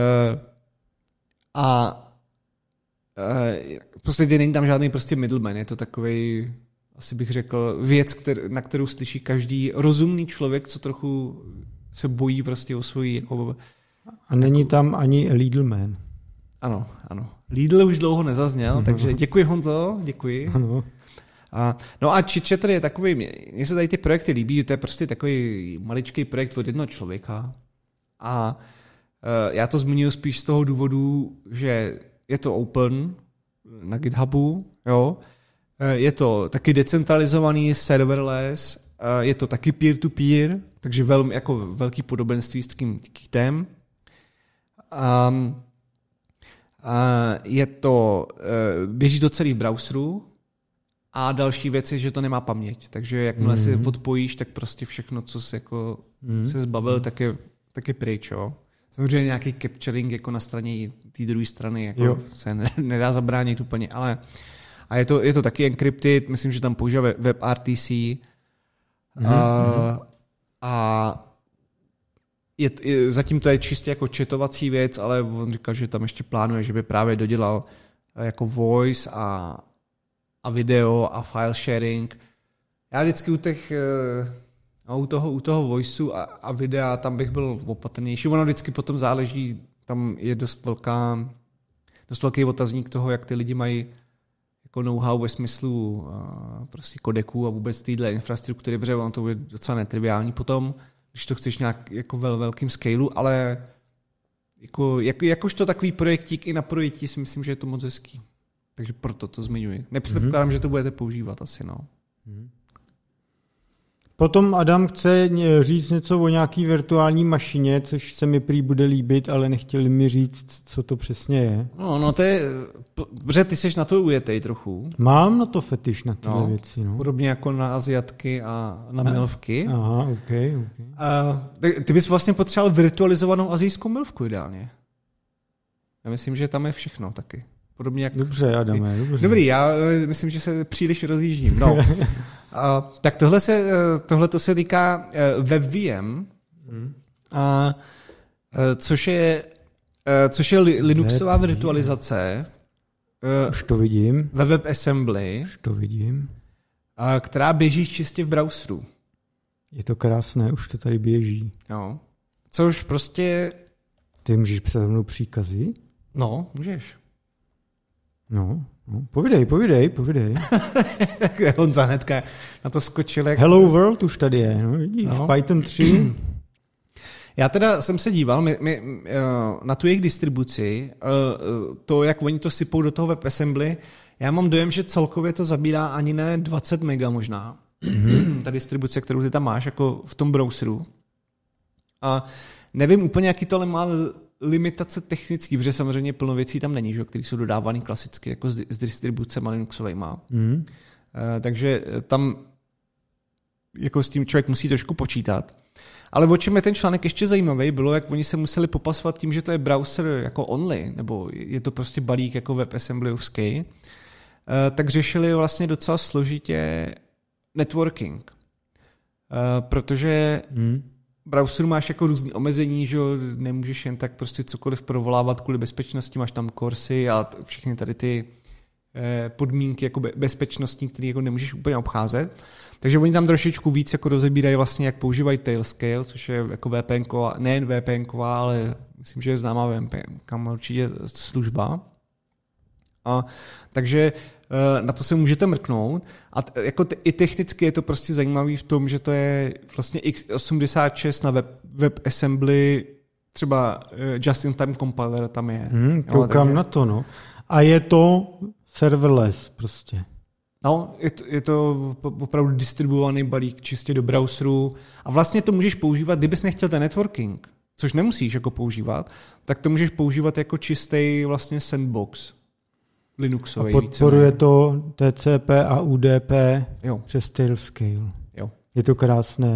a uh, prostě není tam žádný prostě middleman, je to takovej, asi bych řekl, věc, kter, na kterou slyší každý rozumný člověk, co trochu se bojí prostě o svoji jako...
A není tam ani Lidlman.
Ano, ano. Lidl už dlouho nezazněl, mm-hmm. takže děkuji, Honzo, děkuji.
Ano.
A, no a cheat chatter je takový, mně se tady ty projekty líbí, to je prostě takový maličký projekt od jednoho člověka. A uh, já to zmiňuji spíš z toho důvodu, že je to open na GitHubu, jo. Je to taky decentralizovaný, serverless, je to taky peer-to-peer, takže velmi, jako velký podobenství s takým Keatem. Um, je to, běží to celý v browseru a další věc je, že to nemá paměť, takže jakmile mm. si odpojíš, tak prostě všechno, co jsi jako mm. se zbavil, mm. tak je, tak je pryč. Jo. Samozřejmě nějaký capturing jako na straně té druhé strany jako jo. se nedá zabránit úplně, ale a je to, je to taky encrypted, myslím, že tam používá WebRTC. Mm-hmm. A, a je, je, zatím to je čistě jako chatovací věc, ale on říkal, že tam ještě plánuje, že by právě dodělal jako voice a, a video a file sharing. Já vždycky u těch a u toho, u toho voiceu a, a videa tam bych byl opatrnější. Ono vždycky potom záleží, tam je dost velká, dost velký otazník toho, jak ty lidi mají jako know-how ve smyslu uh, prostě kodeků a vůbec téhle infrastruktury, protože ono to bude docela netriviální potom, když to chceš nějak jako ve velkým scaleu, ale jako, jak, jakožto takový projektík i na projektí si myslím, že je to moc hezký. Takže proto to zmiňuji. Nepředpokládám, mm-hmm. že to budete používat asi, no. Mm-hmm.
Potom Adam chce říct něco o nějaký virtuální mašině, což se mi prý bude líbit, ale nechtěli mi říct, co to přesně je.
No, no to je, protože ty jsi na to ujetej trochu.
Mám na to fetiš na tyhle
no,
věci. No.
Podobně jako na Asiatky a na milvky.
Aha, ok, ok.
A, ty bys vlastně potřeboval virtualizovanou asijskou milvku ideálně. Já myslím, že tam je všechno taky. Podobně jak...
Dobře, Adame, dobře.
Dobrý, já myslím, že se příliš rozjíždím. No. A, tak tohle se, tohle to se týká WebVM, hmm. a, což je, což je Linuxová Web virtualizace.
Už to vidím.
Ve WebAssembly.
Už to vidím.
A, která běží čistě v browseru.
Je to krásné, už to tady běží.
Jo. Což prostě...
Ty můžeš psát mnou příkazy?
No, můžeš.
No, no, povídej, povídej, povídej.
Honza hnedka na to skočil. Jak...
Hello World už tady je, no vidíš, no. Python tři.
Já teda jsem se díval my, my, na tu jejich distribuci, to, jak oni to sypou do toho WebAssembly, já mám dojem, že celkově to zabírá ani ne dvacet mega možná, mm-hmm. ta distribuce, kterou ty tam máš, jako v tom browseru. A nevím úplně, jaký to ale má limitace technický, protože samozřejmě plno věcí tam není, že, které jsou dodávány klasicky jako s, s distribucemi Linuxovejma. Mm. Uh, takže tam jako s tím člověk musí trošku počítat. Ale o čem je ten článek ještě zajímavý, bylo, jak oni se museli popasovat tím, že to je browser jako only, nebo je to prostě balík jako WebAssemblyovský, uh, tak řešili vlastně docela složitě networking. Uh, protože mm. browseru máš jako různý omezení, že nemůžeš jen tak prostě cokoliv provolávat kvůli bezpečnosti, máš tam corsy a všechny tady ty podmínky jako bezpečnostní, které jako nemůžeš úplně obcházet. Takže oni tam trošičku víc jako rozebírají vlastně, jak používají Tailscale, což je jako VPNková, nejen VPNková, ale myslím, že je známá V P N, kam určitě služba. A, takže na to se můžete mrknout. A t, jako t, i technicky je to prostě zajímavý v tom, že to je vlastně x osmdesát šest na web, WebAssembly, třeba just-in-time compiler tam je.
Hmm, koukám jo, takže... na to, no. A je to serverless prostě.
No, je to, je to opravdu distribuovaný balík čistě do browseru a vlastně to můžeš používat, kdybys nechtěl ten networking, což nemusíš jako používat, tak to můžeš používat jako čistý vlastně sandbox Linuxový.
A podporuje to T C P a U D P
jo.
přes Tailscale.
Jo.
Je to krásné.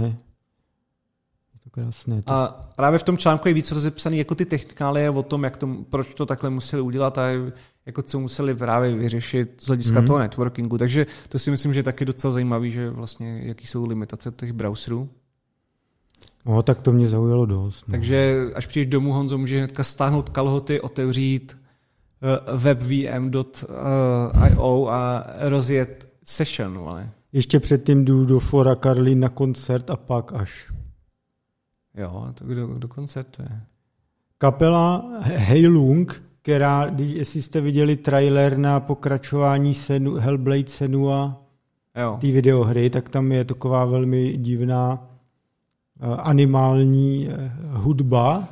Je to krásné. To...
A právě v tom článku je víc rozepsaný jako ty technikálie o tom, jak to, proč to takhle museli udělat a jako co museli právě vyřešit z hlediska mm. toho networkingu. Takže to si myslím, že je taky docela zajímavý, že vlastně jaký jsou limitace těch browserů.
No, tak to mě zaujalo dost. No.
Takže až přijdeš domů, Honzo, můžeš hnedka stáhnout kalhoty, otevřít uh, webvm tečka io a rozjet session. Ale.
Ještě předtím jdu do fora Karlín na koncert a pak až.
Jo, to kdo, kdo koncertuje?
Kapela Heilung, která, jestli jste viděli trailer na pokračování Senu, Hellblade Senua, té videohry, tak tam je taková velmi divná uh, animální uh, hudba.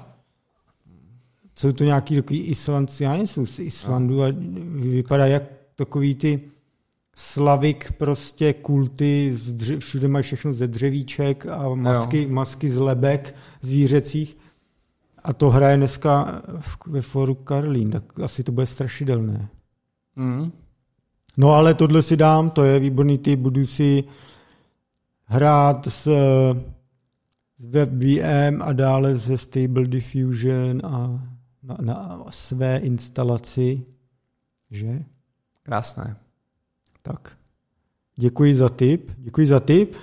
Jsou to nějaký takový Islandci, já nejsou z Islandu a vypadá jak takový ty Slavik prostě kulty, dře- všude mají všechno ze dřevíček a masky, masky z lebek zvířecích. A to hraje dneska ve foru Karlín, tak asi to bude strašidelné.
Mm.
No ale tohle si dám, to je výborný typ, budu si hrát s, s WebVM a dále se Stable Diffusion a na, na své instalaci, že?
Krásné.
Tak, děkuji za tip, děkuji za tip.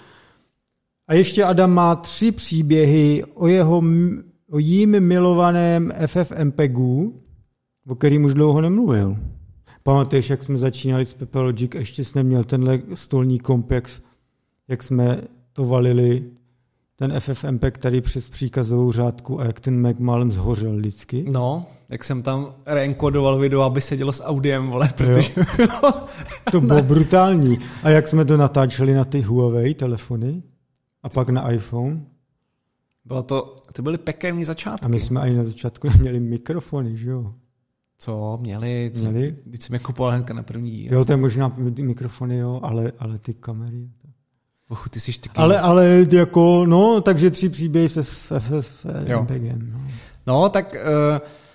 A ještě Adam má tři příběhy o jeho, o jím milovaném FFmpegu, o kterým už dlouho nemluvil. Pamatuješ, jak jsme začínali s Pepologic, ještě jsi neměl tenhle stolní komp, jak, jak jsme to valili, ten FFmpeg tady přes příkazovou řádku a jak ten Mac málem zhořel vždycky.
No, jak jsem tam reenkodoval video, aby sedělo s audiem, vole, protože bylo...
To bylo brutální. A jak jsme to natáčeli na ty Huawei telefony a pak na iPhone.
Bylo to, to byly pekelný začátky.
A my jsme ani na začátku neměli mikrofony, že jo?
Co? Měli?
Měli?
Když jsem je kupoval hnedka na první díl.
Jo, to je možná mikrofony, jo, ale, ale ty kamery...
Uch, ty jsi taky...
Ale, ale jako, no, takže tři příběhy se s FFmpegem. No.
no, tak uh,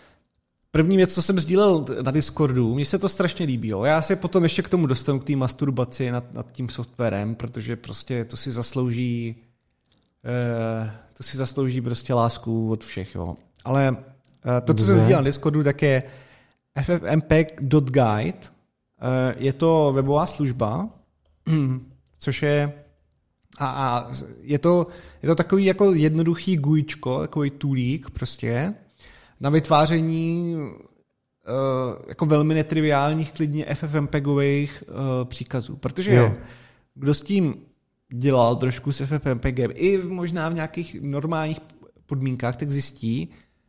první věc, co jsem sdílel na Discordu, mně se to strašně líbí. Jo. Já se potom ještě k tomu dostanu, k té masturbaci nad, nad tím softwarem, protože prostě to si zaslouží uh, to si zaslouží prostě lásku od všech. Jo. Ale uh, to, co jsem sdílel na Discordu, tak je ffmpeg tečka guide. Uh, je to webová služba, což je A, a je, to, je to takový jako jednoduchý gujíčko, takový toolík prostě na vytváření uh, jako velmi netriviálních, klidně FFmpegových uh, příkazů. Protože jo. Kdo s tím dělal trošku s FFmpegem, i možná v nějakých normálních podmínkách, tak zjistí,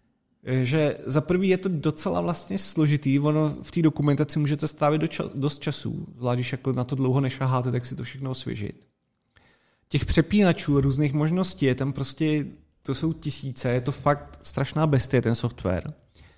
že za prvý je to docela vlastně složitý, ono v té dokumentaci můžete strávit do ča- dost času, zvlášť když jako na to dlouho nešaháte, tak si to všechno osvěžit. Těch přepínačů, různých možností je tam prostě, to jsou tisíce, je to fakt strašná bestie ten software.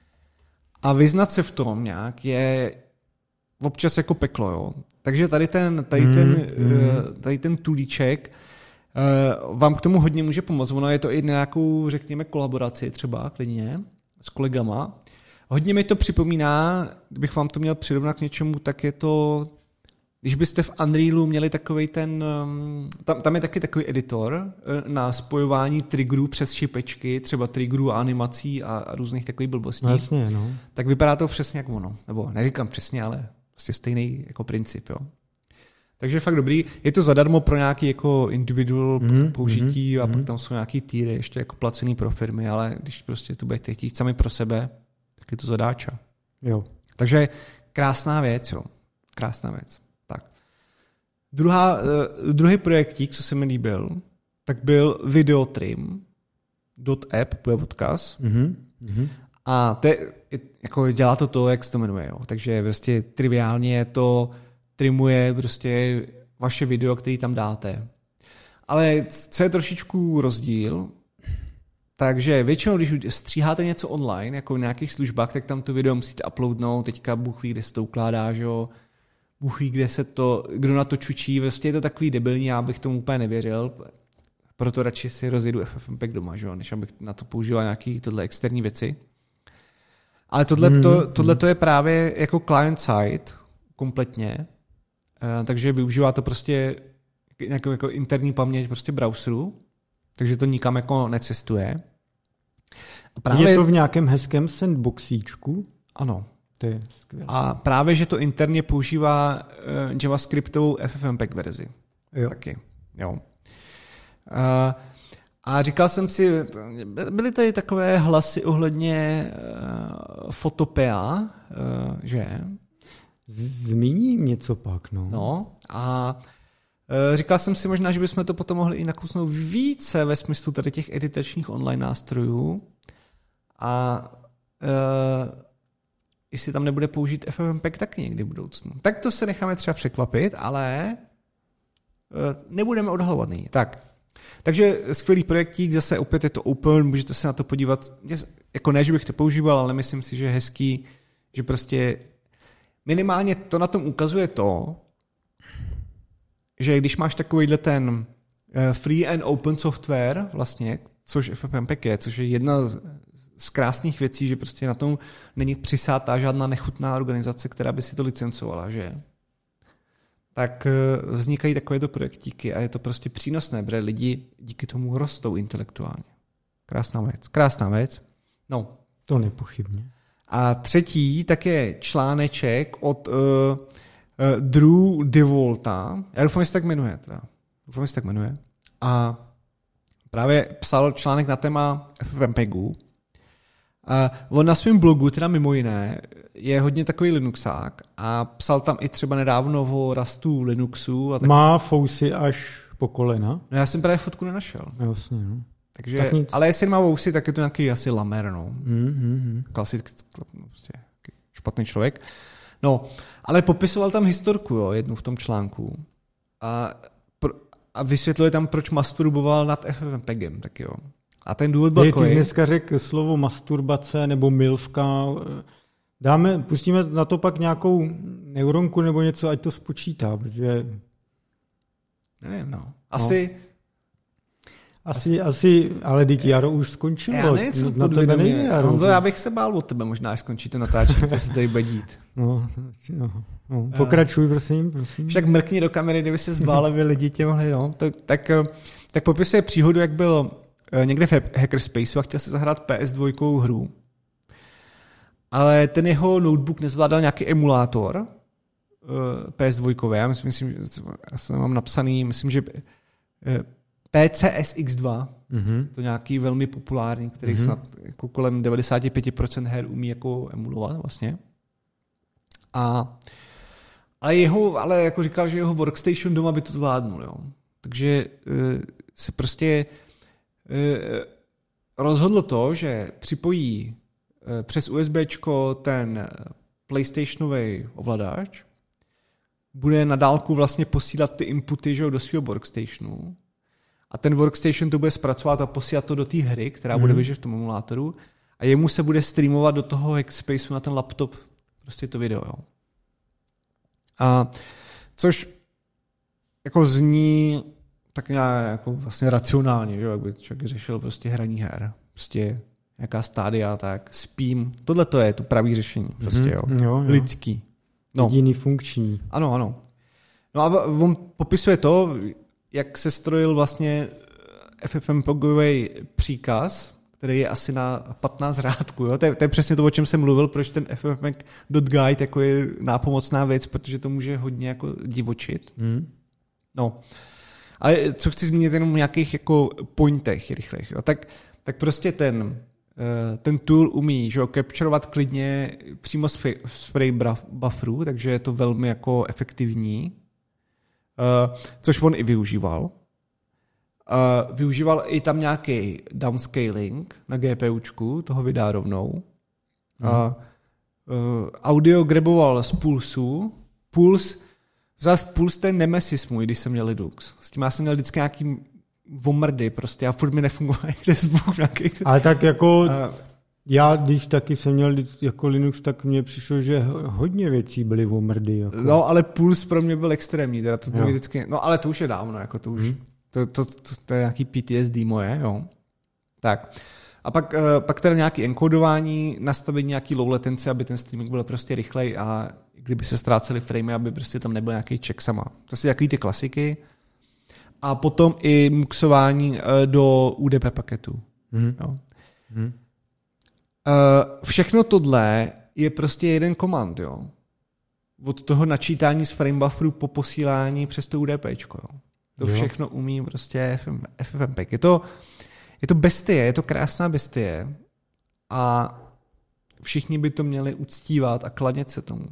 A vyznat se v tom nějak je občas jako peklo, jo. Takže tady ten, tady ten, mm, tady ten tulíček vám k tomu hodně může pomoct. Ono je to i nějakou, řekněme, kolaboraci třeba klidně s kolegama. Hodně mi to připomíná, kdybych vám to měl přirovnat k něčemu, tak je to, když byste v Unrealu měli takovej ten, tam, tam je taky takový editor na spojování triggerů přes šipečky, třeba triggerů a animací a, a různých takových blbostí.
Jasně, no.
Tak vypadá to přesně jak ono. Nebo neříkám přesně, ale prostě stejný jako princip, jo. Takže fakt dobrý. Je to zadarmo pro nějaký jako individual mm, použití mm, a mm. pak tam jsou nějaký týry ještě jako placený pro firmy, ale když prostě to budete chtít sami pro sebe, tak je to zadáča.
Jo.
Takže krásná věc, jo. Krásná věc. Tak. Druhá, uh, druhý projektík, co se mi líbil, tak byl Videotrim dot app, bude odkaz.
Mm, mm.
A te, jako dělá to to, jak se to jmenuje. Jo. Takže prostě triviálně to trimuje prostě vaše video, který tam dáte. Ale co je trošičku rozdíl, takže většinou, když stříháte něco online, jako v nějakých službách, tak tam to video musíte uploadnout, teďka Bůh ví, kde se to ukládá, že jo. Bůh ví, kde se to, kdo na to čučí, vlastně je to takový debilní, já bych tomu úplně nevěřil, proto radši si rozjedu FFmpeg doma, že? Než abych na to používal nějaké tohle externí věci. Ale tohle
hmm.
to je právě jako client side kompletně, takže využívá to prostě nějakou jako interní paměť prostě browseru, takže to nikam jako necestuje.
A právě... Je to v nějakém hezkém sandboxíčku?
Ano.
To je skvělé.
A právě, že to interně používá uh, javascriptovou FFmpeg verzi.
Jo.
Taky. Jo. Uh, a říkal jsem si, byly tady takové hlasy ohledně uh, Photopea, uh, že?
Zmíním něco pak, no.
No a uh, říkal jsem si možná, že bychom to potom mohli i nakousnout více ve smyslu tady těch editačních online nástrojů a uh, jestli tam nebude použít FFmpeg taky někdy v budoucnu. Tak to se necháme třeba překvapit, ale uh, nebudeme odhalovat nyní. Tak. Takže skvělý projektík, zase opět je to open, můžete se na to podívat, jako ne, že bych to používal, ale myslím si, že je hezký, že prostě minimálně to na tom ukazuje to, že když máš takovýhle ten free and open software, vlastně, což FFmpeg je, což je jedna z krásných věcí, že prostě na tom není přisátá žádná nechutná organizace, která by si to licencovala, že? Tak vznikají takovéto projektíky a je to prostě přínosné, protože lidi díky tomu rostou intelektuálně. Krásná věc. Krásná věc. No.
To nepochybně.
A třetí tak je článeček od uh, uh, Drew DeWolta. Já doufám, že se tak jmenuje. Teda. Doufám, že se tak jmenuje. A právě psal článek na téma FFmpegu. Uh, on na svém blogu, teda mimo jiné, je hodně takový Linuxák a psal tam i třeba nedávno o rastu Linuxu. A tak...
Má fousy až po kolena?
No já jsem právě fotku nenašel.
Jasně, no.
Takže, tak ale jestli má fousy, tak je to nějaký asi lamer, no.
Mm-hmm.
Klasický, prostě špatný člověk. No, ale popisoval tam historku, jo, jednu v tom článku. A, a vysvětluje tam, proč masturboval nad FFmpegem, tak jo. A ten důvod byl
takový. Ty jsi dneska řekl slovo masturbace nebo milvka. Dáme, pustíme na to pak nějakou neuronku nebo něco, ať to spočítá, protože...
Nevím, no. Asi...
No. Asi, asi, ale teď Jaro už skončilo.
Já nevím, co
na tebe nejde, Jaro.
Honzo, já bych se bál od tebe možná, až skončí to natáčení, co se tady bude dít.
No, no, no, pokračuj, prosím, prosím.
Však mrkni do kamery, kdyby se zbál, aby lidi tě mohli, no. Tak, tak, tak popisuje příhodu, jak byl někde v hackerspaceu a chtěl si zahrát P S dva hru. Ale ten jeho notebook nezvládal nějaký emulátor P S dva. Já myslím, že já jsem mám napsaný, myslím, že P C S X dva, mm-hmm. to nějaký velmi populární, který mm-hmm. snad jako kolem devadesát pět procent her umí jako emulovat vlastně. A ale jeho, ale jako říkal, že jeho workstation doma by to zvládnul, jo. Takže uh, se prostě uh, rozhodlo to, že připojí uh, přes USBčko ten PlayStationový ovladač, bude na dálku vlastně posílat ty inputy, že jo, do svého workstationu. A ten workstation to bude zpracovat a posílat to do té hry, která mm. bude běžet v tom emulátoru. A jemu se bude streamovat do toho hackspaceu na ten laptop prostě to video. Jo. A což jako zní tak nějak jako vlastně racionálně, že jo, jak by člověk řešil prostě hraní her. Prostě nějaká stádia, tak spím. Tohle to je to pravý řešení. Prostě, jo.
Mm, jo, jo.
Lidský. No.
Jediný funkční.
Ano, ano. No a on popisuje to, jak se strojil vlastně FFmpegový příkaz, který je asi na patnáct řádků. Jo? To, je, to je přesně to, o čem jsem mluvil, proč ten ffmpeg.guide jako je nápomocná věc, protože to může hodně jako divočit. Hmm. No. Ale co chci zmínit jenom v nějakých jako pointech rychlých. Jo? Tak, tak prostě ten, ten tool umí, že jo, capturovat klidně přímo z spray bufferu, takže je to velmi jako efektivní. Uh, což on i využíval. Uh, využíval i tam nějaký downscaling na GPUčku, toho vydá rovnou. Hmm. Uh, uh, audio graboval z Pulsu. Puls, zás Puls ten nemesis můj, když jsem měl Linux. S tím já jsem měl vždycky nějaký vomrdy prostě a furt mi nefungoval někde zvuk. Nějaký...
Ale tak jako... Uh, Já, když taky jsem měl jako Linux, tak mně přišlo, že hodně věcí byly o mrdy. Jako.
No, ale Puls pro mě byl extrémní, teda to, to vždycky, no ale to už je dávno, jako to už, hmm. to, to, to, to je nějaký P T S D moje, jo. Tak. A pak, pak teda nějaké enkodování, nastavení nějaký low latency, aby ten streaming byl prostě rychlej a kdyby se ztrácely framey, aby prostě tam nebyl nějaký check sama. To jsou takový ty klasiky. A potom i muxování do U D P paketů. Hmm. Jo. Hmm. Všechno tohle je prostě jeden komand, jo. Od toho načítání z framebufferu po posílání přes to UDPčko, jo. To jo. Všechno umí prostě F F M P E G. Je to, je to bestie, je to krásná bestie a všichni by to měli uctívat a klanět se tomu.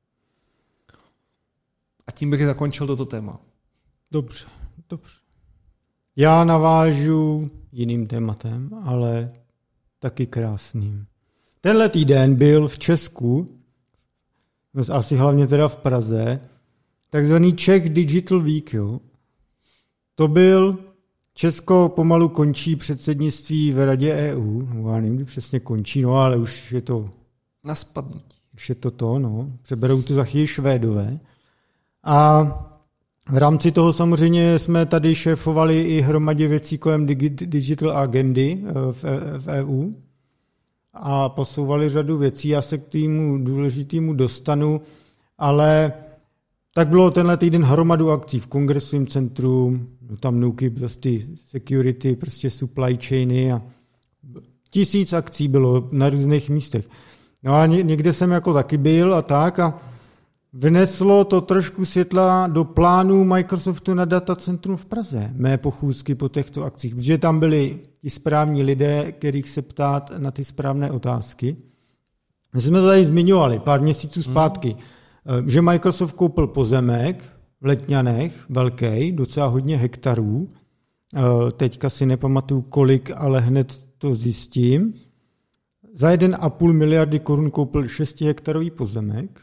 A tím bych zakončil toto téma.
Dobře, dobře. Já navážu jiným tématem, ale taky krásným. Tenhle týden byl v Česku, asi hlavně teda v Praze, takzvaný Czech Digital Week. Jo. To byl, Česko pomalu končí předsednictví v Radě E U, no, já nevím, kdy přesně končí, no ale už je to...
Na spadnutí.
Už je to to, no. Přeberou to za chvíli Švédové. A v rámci toho samozřejmě jsme tady šéfovali i hromadě věcí kolem digital agendy v, v E U a posouvali řadu věcí. Já se k tému důležitému dostanu, ale tak bylo tenhle týden hromadu akcí v Kongresovém centru, tam nuky, prostě security, prostě supply chainy a tisíc akcí bylo na různých místech. No a někde jsem jako taky byl a tak a vneslo to trošku světla do plánu Microsoftu na datacentrum v Praze, mé pochůzky po těchto akcích, protože tam byli ti správní lidé, kterých se ptát na ty správné otázky. My jsme to tady zmiňovali pár měsíců zpátky, hmm. že Microsoft koupil pozemek v Letňanech, velký, docela hodně hektarů. Teďka si nepamatuju kolik, ale hned to zjistím. Za jeden a půl miliardy korun koupil šestihektarový pozemek.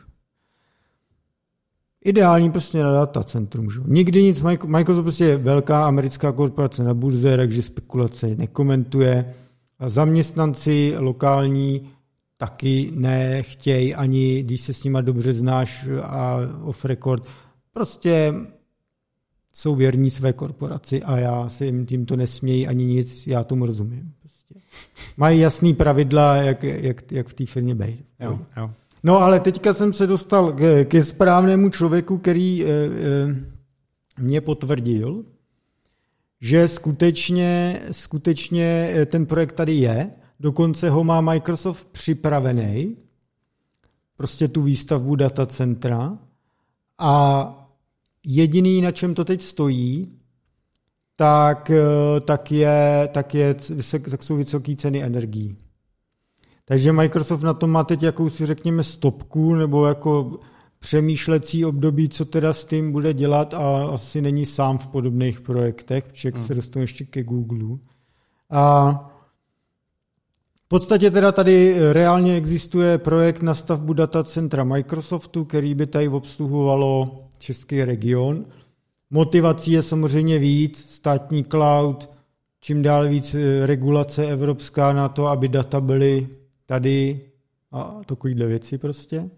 Ideální prostě na datacentrum. Že? Nikdy nic, Microsoft prostě je velká americká korporace na burze, takže spekulace nekomentuje. A zaměstnanci lokální taky nechtějí, ani když se s nima dobře znáš a off record. Prostě jsou věrní své korporaci a já se jim tímto nesmějí ani nic, já tomu rozumím. Prostě. Mají jasný pravidla, jak, jak, jak v té firmě být.
Jo, jo.
No ale teďka jsem se dostal ke, ke správnému člověku, který e, e, mě potvrdil, že skutečně, skutečně ten projekt tady je, dokonce ho má Microsoft připravený, prostě tu výstavbu datacentra a jediný, na čem to teď stojí, tak, tak, je, tak, je, tak jsou vysoké ceny energií. Takže Microsoft na tom má teď jakousi, řekněme, stopku nebo jako přemýšlecí období, co teda s tím bude dělat a asi není sám v podobných projektech, protože hmm. se dostanu ještě ke Google. A v podstatě teda tady reálně existuje projekt na stavbu datacentra Microsoftu, který by tady obsluhovalo český region. Motivací je samozřejmě víc, státní cloud, čím dál víc regulace evropská na to, aby data byly tady a takovýhle věci prostě.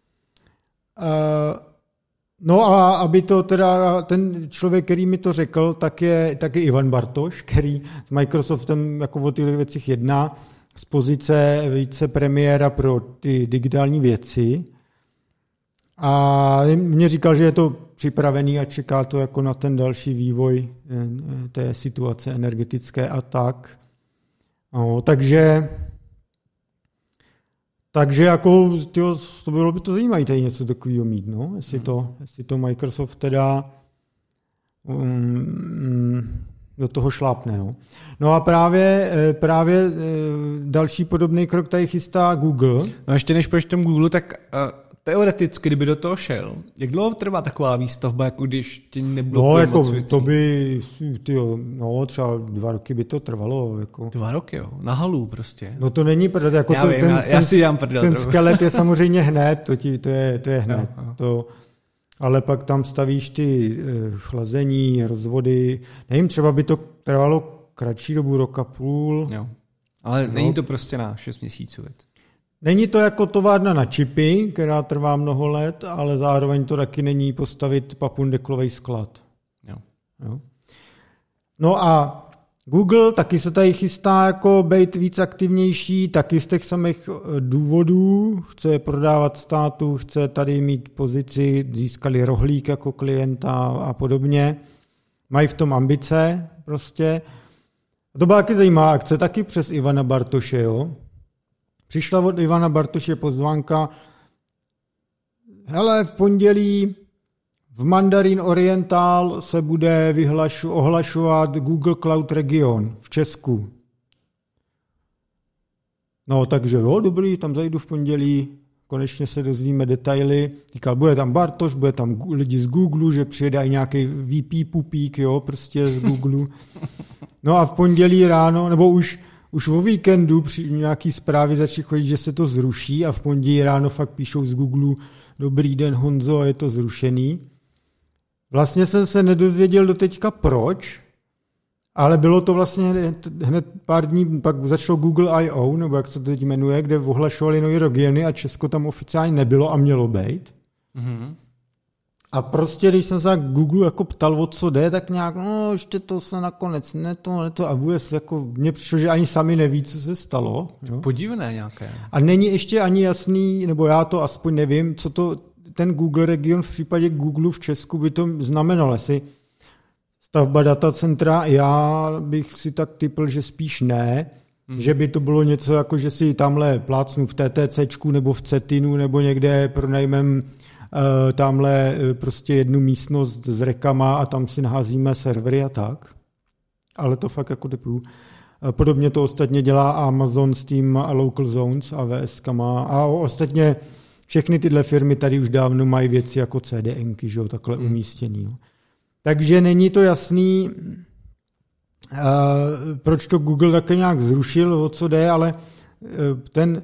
No a aby to teda, ten člověk, který mi to řekl, tak je, tak je Ivan Bartoš, který s Microsoftem jako o těchto věcích jedná z pozice vicepremiéra pro ty digitální věci. A mě říkal, že je to připravený a čeká to jako na ten další vývoj té situace energetické a tak. No, takže takže jako, tyjo, to bylo by to zajímavé tady něco takového mít, no? Jestli to, jestli to Microsoft teda um, do toho šlápne, no. No a právě, právě další podobný krok tady chystá Google.
No ještě než půjdeš tomu Google, tak uh, teoreticky, kdyby do toho šel, jak dlouho trvá taková výstavba, jako když ti neblokuje
no, jako
moc věcí?
To by, tyjo, no třeba dva roky by to trvalo. Jako.
Dva roky, jo? Na halu prostě.
No to není prdel, jako
já
to,
vím,
ten,
já,
ten,
já si dám prdel.
ten
trochu.
skelet je samozřejmě hned, to, ti, to, je, to je hned.
Jo, jo.
To, ale pak tam stavíš ty chlazení, rozvody, nevím, třeba by to trvalo kratší dobu, roka půl.
Jo. Ale no. Není to prostě na šest měsíců. Věc.
Není to jako továrna na čipy, která trvá mnoho let, ale zároveň to taky není postavit papundeklový sklad.
Jo.
Jo. No a Google taky se tady chystá jako být víc aktivnější, taky z těch samých důvodů, chce prodávat státu, chce tady mít pozici, získali rohlík jako klienta a podobně. Mají v tom ambice prostě. A to byla taky zajímavá akce, taky přes Ivana Bartoše, jo. Přišla od Ivana Bartoše pozvánka, hele, v pondělí v Mandarin Oriental se bude vyhlašu, ohlašovat Google Cloud Region v Česku. No, takže jo, dobrý, tam zajdu v pondělí, konečně se dozvíme detaily. Říkal, bude tam Bartoš, bude tam lidi z Google, že přijede i nějaký V P pupík, jo, prostě z Google. No a v pondělí ráno, nebo už, už o víkendu při nějaký zprávy začaly chodit, že se to zruší a v pondělí ráno fakt píšou z Google, dobrý den Honzo, je to zrušený. Vlastně jsem se nedozvěděl doteďka proč, ale bylo to vlastně hned, hned pár dní, pak začalo Google I O, nebo jak se to teď jmenuje, kde ohlašovali nové regiony a Česko tam oficiálně nebylo a mělo být. Mm-hmm. A prostě, když jsem se na Google jako ptal, o co jde, tak nějak, no ještě to se nakonec, ne to, ne to, a vůbec jako, mně přišlo, že ani sami neví, co se stalo. Jo?
Podivné nějaké.
A není ještě ani jasný, nebo já to aspoň nevím, co to ten Google region v případě Google v Česku by to znamenalo. Jestli stavba datacentra, já bych si tak typl, že spíš ne, hmm. že by to bylo něco jako, že si tamhle plácnu v TTCčku nebo v Cetinu nebo někde pronajmem uh, tamhle uh, prostě jednu místnost s rekama a tam si naházíme servery a tak. Ale to fakt jako typu. Uh, podobně to ostatně dělá Amazon s tím Local Zones A W S kama a ostatně všechny tyhle firmy tady už dávno mají věci jako C D N ky, že jo, takhle hmm. umístěný. No. Takže není to jasný, uh, proč to Google také nějak zrušil, o co jde, ale uh, ten,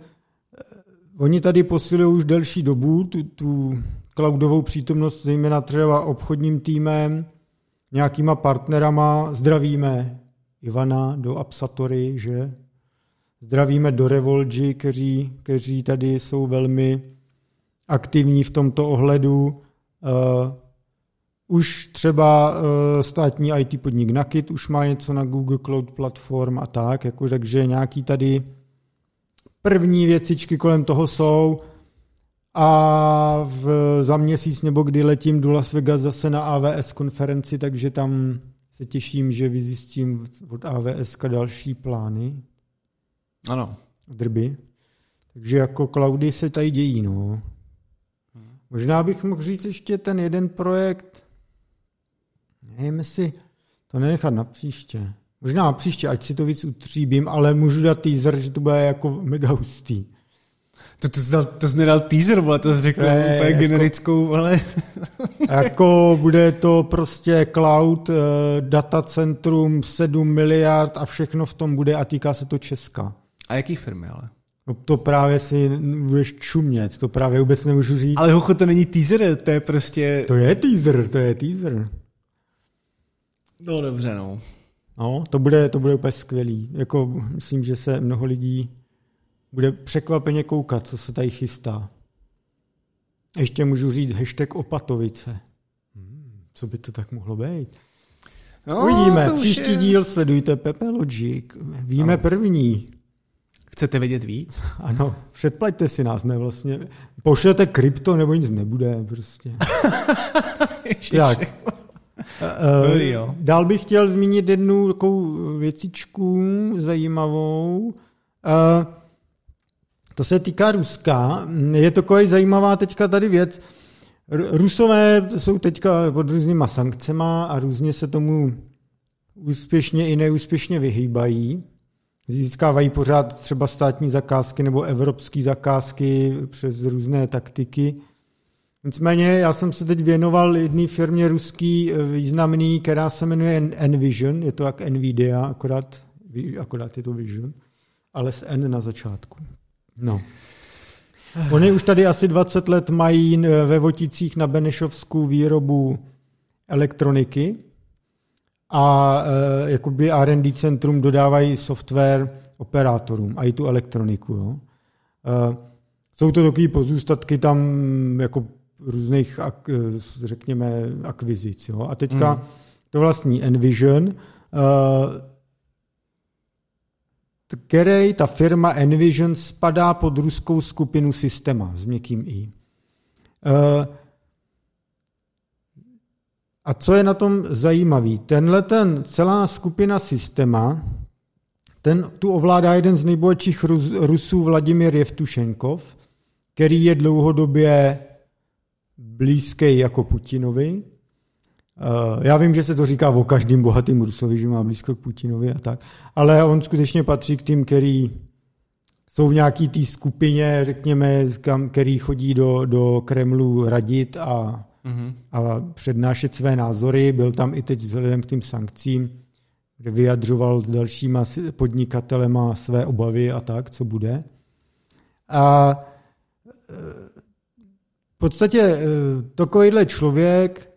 uh, oni tady posilují už delší dobu tu, tu cloudovou přítomnost, zejména třeba obchodním týmem, nějakýma partnerama. Zdravíme Ivana do Appsatory, že? Zdravíme do Revolgy, kteří, kteří tady jsou velmi aktivní v tomto ohledu. Uh, už třeba uh, státní I T podnik Nakit už má něco na Google Cloud Platform a tak, jako, takže nějaký tady první věcičky kolem toho jsou a v, za měsíc nebo kdy letím do Las Vegas zase na A W S konferenci, takže tam se těším, že vyzjistím od A W S další plány.
Ano.
Drby. Takže jako cloudy se tady dějí, no. Možná bych mohl říct ještě ten jeden projekt, nevím, jestli to nenechat na příště. Možná na příště, ať si to víc utříbím, ale můžu dát teaser, že to bude jako mega hustý.
To, to, to, to jsi nedal teaser, vole, to jsi řekl úplně jako, generickou, ale...
Jako bude to prostě cloud, datacentrum, sedm miliard a všechno v tom bude a týká se to Česka.
A jaký firmy, ale?
No to právě si budeš čumět, to právě vůbec nemůžu říct.
Ale hocho, to není teaser, to je prostě...
To je teaser, to je teaser.
No dobře, no.
No, to bude, to bude úplně skvělý. Jako, myslím, že se mnoho lidí bude překvapeně koukat, co se tady chystá. Ještě můžu říct hashtag Opatovice. Hmm, co by to tak mohlo být? No, uvidíme, příští je... díl sledujte Pepe Logic. Víme ano. První.
Chcete vědět víc?
Ano, předplaťte si nás, ne vlastně. Pošlete krypto, nebo nic nebude, prostě. Tak.
Dobrý, jo.
Dál bych chtěl zmínit jednu takovou věcičku zajímavou. To se týká Ruska. Je to takový zajímavá teďka tady věc. Rusové jsou teďka pod různýma sankcema a různě se tomu úspěšně i neúspěšně vyhýbají. Získávají pořád třeba státní zakázky nebo evropské zakázky přes různé taktiky. Nicméně já jsem se teď věnoval jedné firmě ruský významný, která se jmenuje Envision, je to jak Nvidia, akorát, akorát je to Vision, ale s N na začátku. No. Oni už tady asi dvacet let mají ve Voticích na Benešovsku výrobu elektroniky a e, jakoby R and D centrum dodávají software operátorům a i tu elektroniku. Jo. E, jsou to takové pozůstatky tam jako různých, ak, řekněme, akvizic. Jo. A teďka mm. to vlastní Envision, e, který ta firma Envision spadá pod ruskou skupinu Systema s měkkým i. E, A co je na tom zajímavý? Tenhle ten celá skupina Systema, ten tu ovládá jeden z nejbohatších Rus, Rusů Vladimír Jevtušenkov, který je dlouhodobě blízký jako Putinovi. Já vím, že se to říká o každém bohatým Rusovi, že má blízko k Putinovi a tak, ale on skutečně patří k tým, který jsou v nějaký té skupině, řekněme, který chodí do, do Kremlu radit a a přednášet své názory. Byl tam i teď vzhledem k tím sankcím, kde vyjadřoval s dalšíma podnikatelema své obavy a tak, co bude. A v podstatě takovýhle člověk,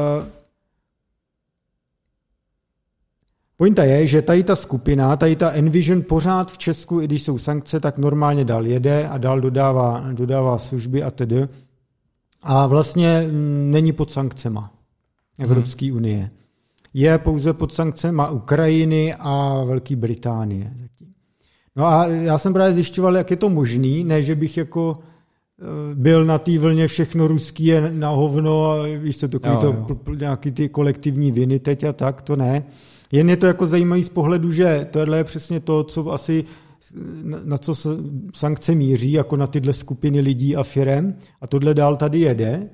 pointa je, že tady ta skupina, tady ta Envision pořád v Česku, i když jsou sankce, tak normálně dál jede a dál dodává, dodává služby a tedy. A vlastně není pod sankcema Evropské hmm. unie. Je pouze pod sankcema Ukrajiny a Velké Británie. No a já jsem právě zjišťoval, jak je to možný, ne, že bych jako byl na té vlně všechno ruský je na hovno a víš co, takový jo, to, jo. nějaký ty kolektivní viny teď a tak, to ne. Jen je to jako zajímavý z pohledu, že tohle je přesně to, co asi na co se sankce míří, jako na tyhle skupiny lidí a firem, a tohle dál tady jede.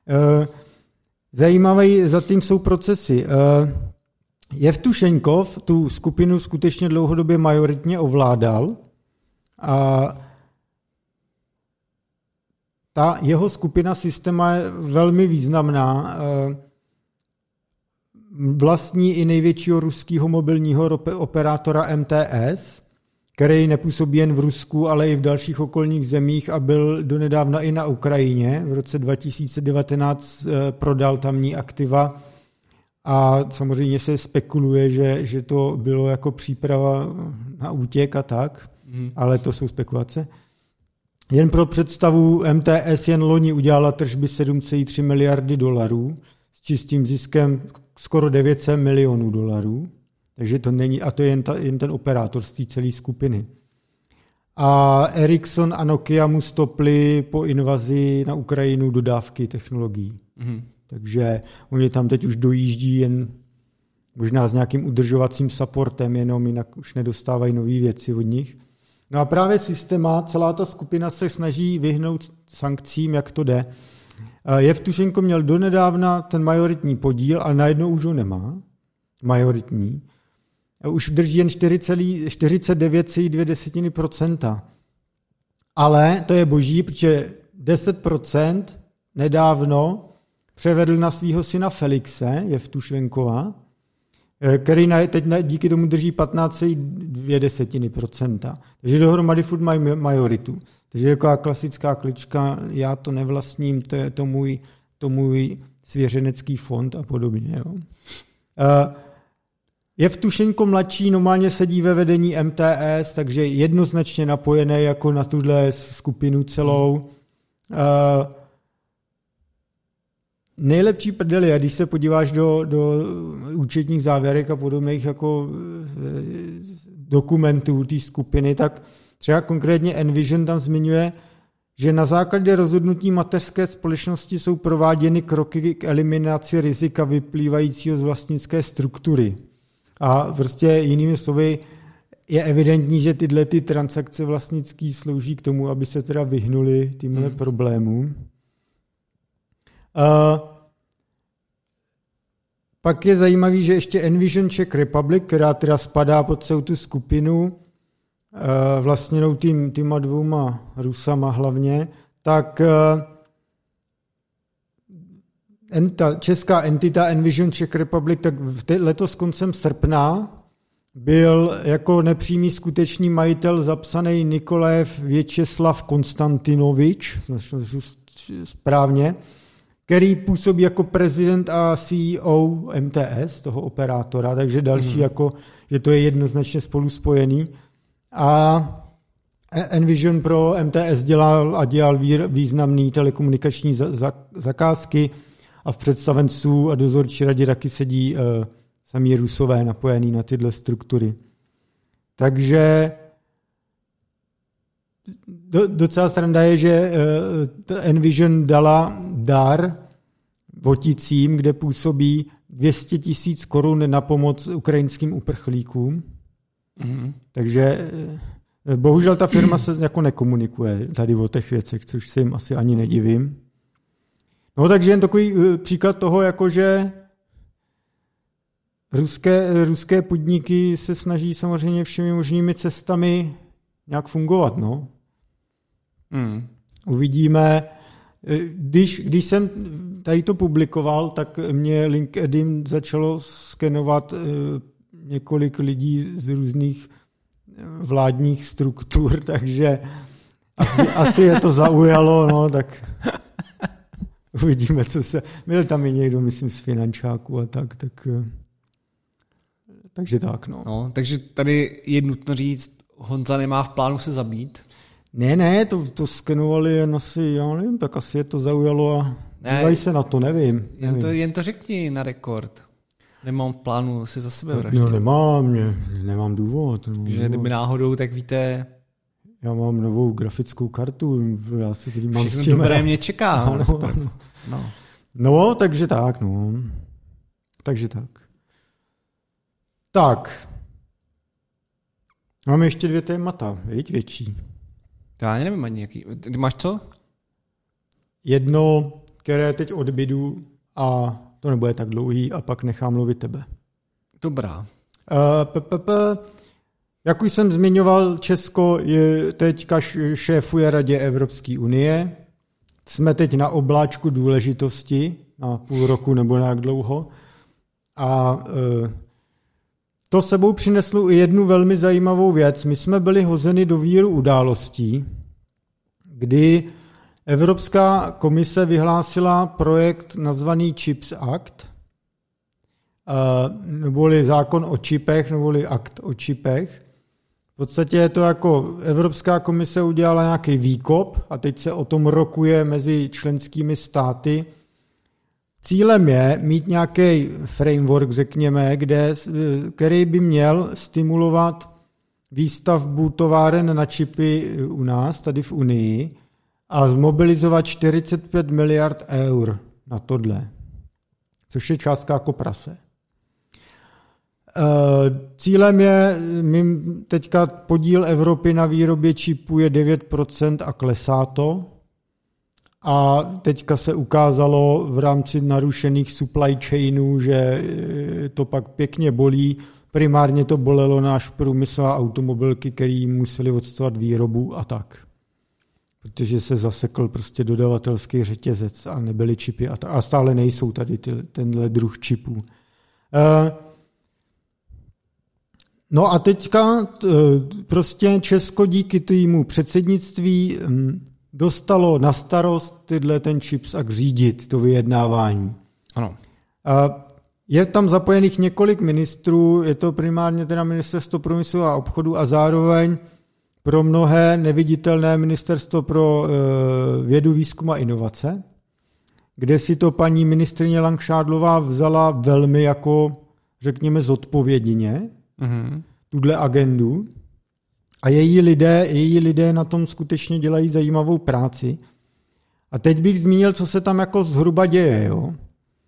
Zajímavé za tím jsou procesy. Jevtušenkov tu skupinu skutečně dlouhodobě majoritně ovládal a ta jeho skupina Systema je velmi významná. Vlastní i největšího ruského mobilního operátora M T S, který nepůsobí jen v Rusku, ale i v dalších okolních zemích a byl donedávna i na Ukrajině. V roce dva tisíce devatenáct prodal tamní aktiva a samozřejmě se spekuluje, že, že to bylo jako příprava na útěk a tak, hmm. ale to jsou spekulace. Jen pro představu, M T S jen loni udělala tržby sedm celá tři miliardy dolarů s čistým ziskem skoro devět set milionů dolarů. Takže to není, a to je jen, ta, jen ten operátor z té celé skupiny. A Ericsson a Nokia mu stopli po invazi na Ukrajinu dodávky technologií. Mm-hmm. Takže oni tam teď už dojíždí jen možná s nějakým udržovacím supportem, jenom jinak už nedostávají nové věci od nich. No a právě Systema, celá ta skupina se snaží vyhnout sankcím, jak to jde. Jevtušenko měl donedávna ten majoritní podíl, ale najednou už ho nemá. Majoritní. Už drží jen čtyřicet devět celá dvě procenta. Ale to je boží, protože deset procent nedávno převedl na svého syna Felixe, Jevtušenkova, který teď díky tomu drží patnáct celá dvě procenta. Takže dohromady furt mají majoritu. Takže jako klasická klička, já to nevlastním, to je to můj, to můj svěřenecký fond a podobně. Jo. Uh, Jevtušenko mladší normálně sedí ve vedení M T S, takže jednoznačně napojené jako na tuhle skupinu celou. Uh, nejlepší prdel je, když se podíváš do, do účetních závěrek a podobných jako dokumentů té skupiny, tak třeba konkrétně Envision tam zmiňuje, že na základě rozhodnutí mateřské společnosti jsou prováděny kroky k eliminaci rizika vyplývajícího z vlastnické struktury. A prostě jinými slovy je evidentní, že tyhle ty transakce vlastnické slouží k tomu, aby se teda vyhnuli tímhle hmm. problémům. Uh, pak je zajímavý, že ještě Envision Czech Republic, která teda spadá pod celou tu skupinu, uh, vlastněnou tým, týma dvouma Rusama hlavně, tak uh, ta česká entita Envision Czech Republic, tak letos koncem srpna byl jako nepřímý skutečný majitel zapsaný Nikolajev Věčeslav Konstantinovič, správně, který působí jako prezident a C E O M T S, toho operátora, takže další mm. jako, že to je jednoznačně spolu spojený. A Envision pro M T S dělal a dělal významný telekomunikační zakázky a v představenstvu a dozorčí radě taky sedí uh, samí Rusové napojený na tyhle struktury. Takže do, docela sranda je, že uh, Envision dala dar Voticím, kde působí dvě stě tisíc korun na pomoc ukrajinským uprchlíkům. Mm-hmm. Takže bohužel ta firma se jako nekomunikuje tady o těch věcech, což si jim asi ani nedivím. No takže jen takový příklad toho, jako že ruské, ruské podniky se snaží samozřejmě všemi možnými cestami nějak fungovat. No. Mm. Uvidíme. Když, když jsem tady to publikoval, tak mě LinkedIn začalo skenovat několik lidí z různých vládních struktur, takže asi, asi je to zaujalo, no, tak uvidíme, co se... Byl tam i někdo, myslím, z finančáků a tak, tak... Takže tak, no.
no. Takže tady je nutno říct, Honza nemá v plánu se zabít?
Ne, ne, to, to skenovali jen asi, já nevím, tak asi je to zaujalo a dívají se na to, nevím. nevím.
Jen, to, jen to řekni na rekord. Nemám v plánu si za sebe vraždit.
No nemám, ne, nemám důvod. Nemám
že
důvod.
Kdyby náhodou, tak víte...
Já mám novou grafickou kartu, já si teď mám
všechno dobré mě čeká.
Ano, ano. No. no, takže tak, no. Takže tak. Tak. Máme ještě dvě témata, viď, větší.
Já nevím ani jaký. Ty máš co?
Jedno, které teď odbydu a to nebude tak dlouhý a pak nechám mluvit tebe.
Dobrá.
Uh, Jak už jsem zmiňoval, Česko je teďka šéfuje Radě Evropské unie. Jsme teď na obláčku důležitosti na půl roku nebo nějak dlouho. A uh, to sebou přineslo i jednu velmi zajímavou věc. My jsme byli hozeni do víru událostí, kdy Evropská komise vyhlásila projekt nazvaný Chips Act, neboli zákon o čipech, neboli akt o čipech. V podstatě je to jako Evropská komise udělala nějaký výkop a teď se o tom rokuje mezi členskými státy. Cílem je mít nějaký framework, řekněme, kde, který by měl stimulovat výstavbu továren na čipy u nás, tady v Unii, a zmobilizovat čtyřicet pět miliard eur na tohle, což je částka jako prase. Cílem je, mým teďka podíl Evropy na výrobě čipů je devět procent a klesá to. A teďka se ukázalo v rámci narušených supply chainů, že to pak pěkně bolí. Primárně to bolelo náš průmysl a automobilky, který museli odstovat výrobu a tak. Protože se zasekl prostě dodavatelský řetězec a nebyly čipy a, a stále nejsou tady ty, tenhle druh čipů. Uh, no a teďka t, prostě Česko díky týmu předsednictví um, dostalo na starost tyhle ten Chips Act řídit, to vyjednávání.
Ano.
Uh, je tam zapojených několik ministrů, je to primárně teda ministerstvo průmyslu a obchodu a zároveň pro mnohé neviditelné ministerstvo pro uh, vědu, výzkum a inovace, kde si to paní ministryně Langšádlová vzala velmi jako, řekněme, zodpovědně, mm-hmm. tuhle agendu. A její lidé, její lidé na tom skutečně dělají zajímavou práci. A teď bych zmínil, co se tam jako zhruba děje. Jo? Uh,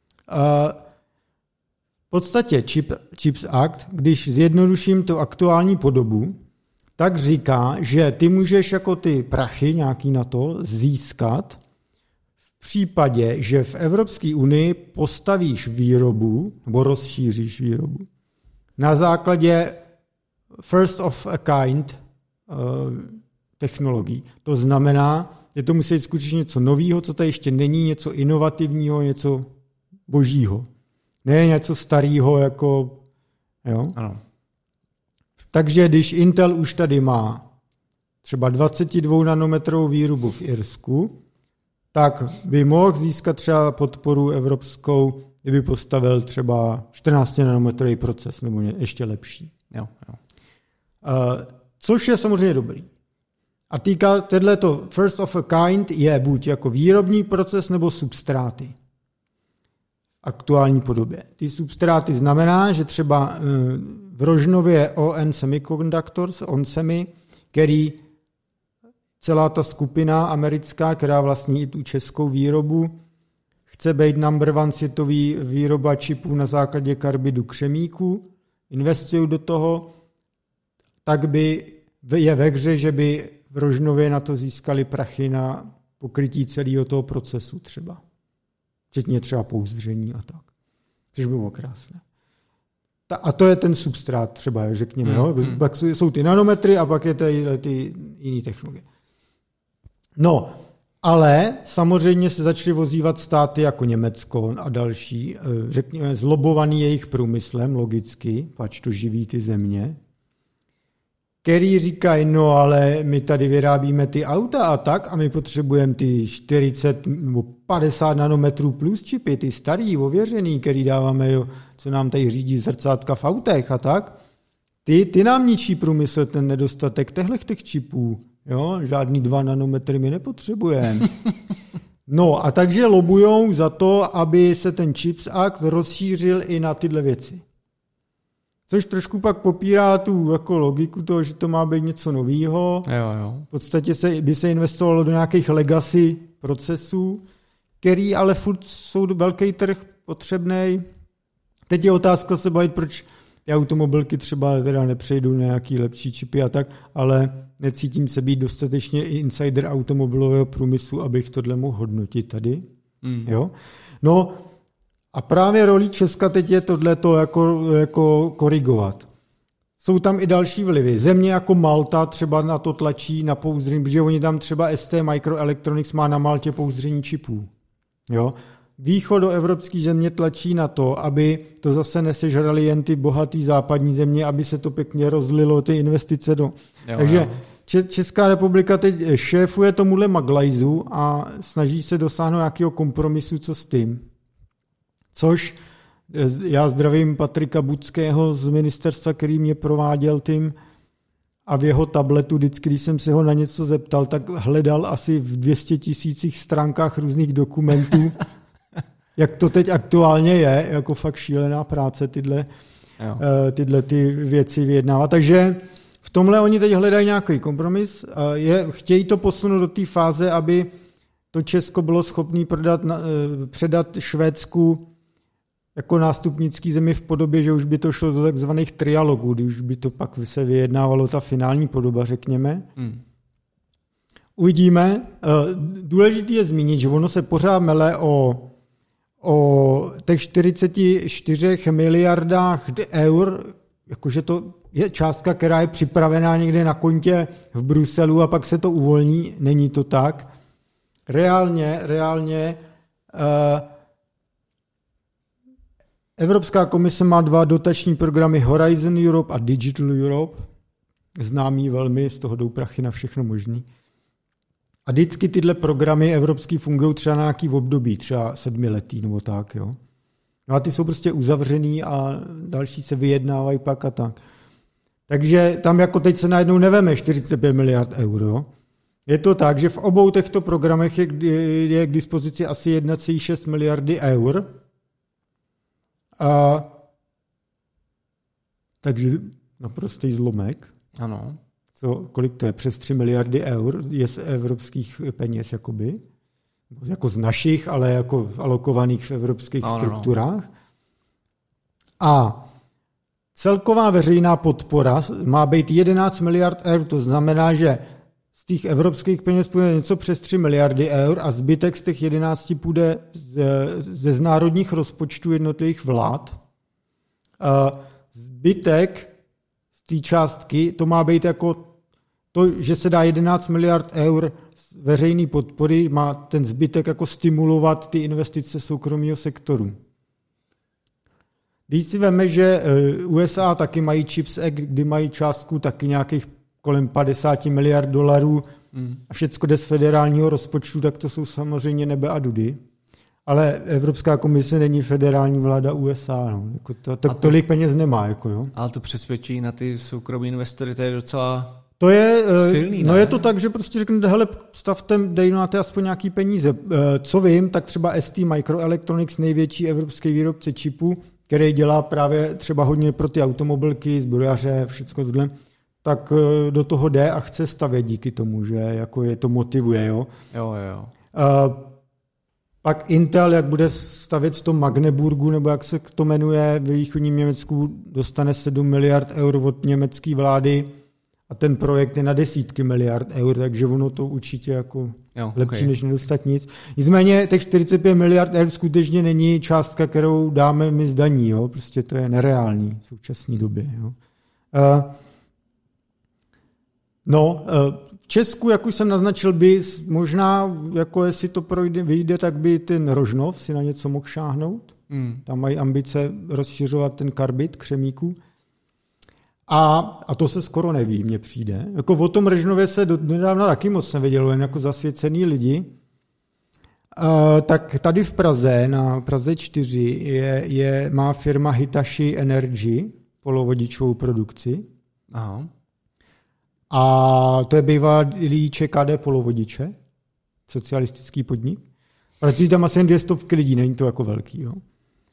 v podstatě Chip, Chips Act, když zjednoduším tu aktuální podobu, tak říká, že ty můžeš jako ty prachy nějaký na to získat v případě, že v Evropské unii postavíš výrobu nebo rozšíříš výrobu na základě first of a kind uh, technologií. To znamená, že to musí být skutečně něco nového, co tady ještě není, něco inovativního, něco božího. Ne něco starého, jako... Jo?
Ano.
Takže když Intel už tady má třeba dvacet dva nanometrovou výrobu v Irsku, tak by mohl získat třeba podporu evropskou, kdyby postavil třeba čtrnáctinanometrový proces, nebo ještě lepší.
Jo, jo.
Uh, což je samozřejmě dobrý. A týká tohleto first of a kind je buď jako výrobní proces nebo substráty. V aktuální podobě. Ty substráty znamená, že třeba v Rožnově O N Semiconductors, OnSemi, který celá ta skupina americká, která vlastní i tu českou výrobu, chce být number one světový výroba čipů na základě karbidu křemíku, investují do toho, tak by je ve hře, že by v Rožnově na to získali prachy na pokrytí celého toho procesu třeba. Včetně třeba pouzdření a tak. Což by bylo krásné. Ta, a to je ten substrát třeba, řekněme. Mm, jo? Mm. Pak jsou ty nanometry a pak je ty, ty jiné technologie. No, ale samozřejmě se začaly ozývat státy jako Německo a další, řekněme, zlobovaný jejich průmyslem, logicky, pač to živí ty země, který říkají, no ale my tady vyrábíme ty auta a tak a my potřebujeme ty čtyřicet nebo padesát nanometrů plus čipy, ty starý, ověřený, který dáváme, jo, co nám tady řídí zrcátka v autech a tak. Ty, ty nám ničí průmysl, ten nedostatek těch čipů. Jo, žádný dva nanometry my nepotřebujeme. No a takže lobujou za to, aby se ten Chips Act rozšířil i na tyhle věci. Což trošku pak popírá tu jako logiku toho, že to má být něco novýho.
Jo, jo.
V podstatě se, by se investovalo do nějakých legacy procesů, který ale furt jsou velký trh potřebnej. Teď je otázka se bavit, proč ty automobilky třeba teda nepřejdou na nějaký lepší čipy a tak, ale necítím se být dostatečně insider automobilového průmyslu, abych tohle mohl hodnotit tady. Mm. Jo? No a právě roli Česka teď je tohleto jako, jako korigovat. Jsou tam i další vlivy. Země jako Malta třeba na to tlačí na pouzdření, protože oni tam třeba S T Microelectronics má na Maltě pouzdření čipů. Jo? Východoevropský země tlačí na to, aby to zase nesežrali jen ty bohatý západní země, aby se to pěkně rozlilo, ty investice do... Jo, Takže jo. Česká republika teď šéfuje tomuhle maglajzu a snaží se dosáhnout nějakého kompromisu, co s tím. Což já zdravím Patrika Budského z ministerstva, který mě prováděl tím a v jeho tabletu, vždycky, když jsem se ho na něco zeptal, tak hledal asi v dvě stě tisících stránkách různých dokumentů, jak to teď aktuálně je, jako fakt šílená práce tyhle, tyhle ty věci vyjednávat. Takže v tomhle oni teď hledají nějaký kompromis. Je, chtějí to posunout do té fáze, aby to Česko bylo schopné prodat, předat Švédsku jako nástupnický zemi v podobě, že už by to šlo do takzvaných trialogů, kdy už by to pak se vyjednávalo ta finální podoba, řekněme. Hmm. Uvidíme. Důležité je zmínit, že ono se pořád mele o, o těch čtyřicet čtyři miliardách eur, jakože to je částka, která je připravená někde na kontě v Bruselu a pak se to uvolní. Není to tak. Reálně, reálně uh, Evropská komise má dva dotační programy Horizon Europe a Digital Europe. Známý velmi, z toho jdou prachy na všechno možný. A vždycky tyhle programy evropský fungují třeba na nějaký období, třeba sedmiletý nebo tak. Jo. No a ty jsou prostě uzavřený a další se vyjednávají pak a tak. Takže tam jako teď se najednou neveme čtyřicet pět miliard euro. Je to tak, že v obou těchto programech je, je k dispozici asi jedna celá šest miliardy eur. A takže naprostý zlomek.
Ano.
Co, kolik to je? Přes tři miliardy eur je z evropských peněz, jakoby. Jako z našich, ale jako alokovaných v evropských ano, strukturách. No. A celková veřejná podpora má být jedenáct miliard eur. To znamená, že z těch evropských peněz půjde něco přes tři miliardy eur a zbytek z těch jedenácti půjde ze, ze z národních rozpočtů jednotlivých vlád. A zbytek z té částky, to má být jako to, že se dá jedenáct miliard eur veřejné podpory, má ten zbytek jako stimulovat ty investice soukromého sektoru. Když si veme, že U S A taky mají Chips Act, kdy mají částku taky nějakých kolem padesát miliard dolarů
hmm.
a všecko jde z federálního rozpočtu, tak to jsou samozřejmě nebe a dudy. Ale Evropská komise není federální vláda U S A. No. Jako to, to, to, tolik peněz nemá. Jako, jo.
Ale to přesvědčí na ty soukromí investory, to je docela
to je,
silný.
No
ne?
je to tak, že prostě řeknete, hele, stavte, dej na to aspoň nějaký peníze. Co vím, tak třeba S T Microelectronics, největší evropský výrobce čipů, který dělá právě třeba hodně pro ty automobilky, zbrojaře, všechno tohle, tak do toho jde a chce stavět díky tomu, že jako je to motivuje. Jo,
jo. jo.
Uh, Pak Intel, jak bude stavět v tom Magdeburgu, nebo jak se to jmenuje, ve východním Německu, dostane sedm miliard eur od německé vlády a ten projekt je na desítky miliard eur, takže ono to určitě jako jo, lepší, okay. než nedostat nic. Nicméně těch čtyřicet pět miliard eur skutečně není částka, kterou dáme my z daní, jo? Prostě to je nereální v současné době. Jo? Uh, no, uh, v Česku, jak už jsem naznačil, by možná, jako jestli to projde, vyjde, tak by ten Rožnov si na něco mohl šáhnout. Hmm. Tam mají ambice rozšiřovat ten karbid křemíků. A, a to se skoro neví, mně přijde. Jako o tom Rožnově se do, nedávno taky moc nevědělo, jen jako zasvěcený lidi. Uh, tak tady v Praze, na Praze čtyři, je, je, má firma Hitachi Energy polovodičovou produkci.
Aha.
A to je bývalý Č K D polovodiče, socialistický podnik. Pracují tam asi jen dvě stovky lidí, není to jako velký. Jo.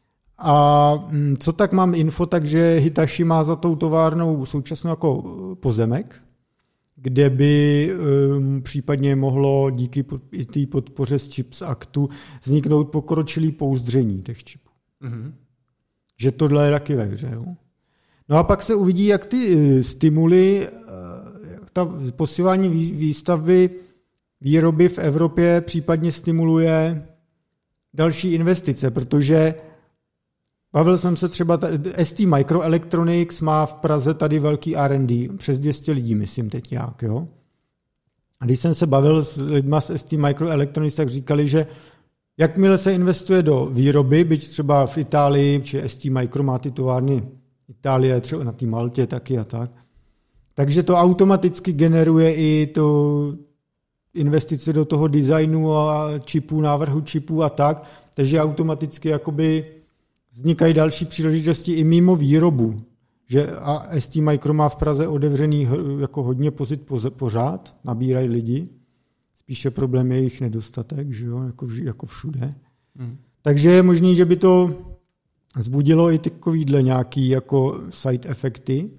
A co tak mám info, takže Hitachi má za tou továrnou současnou jako pozemek, kde by um, případně mohlo díky té podpoře z Chips Actu vzniknout pokročilý pouzdření těch čipů. Mm-hmm. Že tohle je taky ve hře. Jo. No a pak se uvidí, jak ty stimuly, ta posílání výstavby výroby v Evropě případně stimuluje další investice, protože bavil jsem se třeba, S T Microelectronics má v Praze tady velký R and D, přes dvě stě lidí, myslím teď nějak, jo. A když jsem se bavil s lidma z S T Microelectronics, tak říkali, že jakmile se investuje do výroby, byť třeba v Itálii, či S T Micro má ty továrny Itálie, třeba na té Maltě taky a tak, takže to automaticky generuje i to investice do toho designu a čipů, návrhu čipů a tak, takže automaticky jakoby vznikají další příležitosti i mimo výrobu. Že a S T Micro má v Praze otevřený jako hodně pozit pořád, nabírají lidi, spíše problém je jejich nedostatek, že jo, jako, jako všude. Hmm. Takže je možný, že by to vzbudilo i takovýhle nějaký jako side efekty.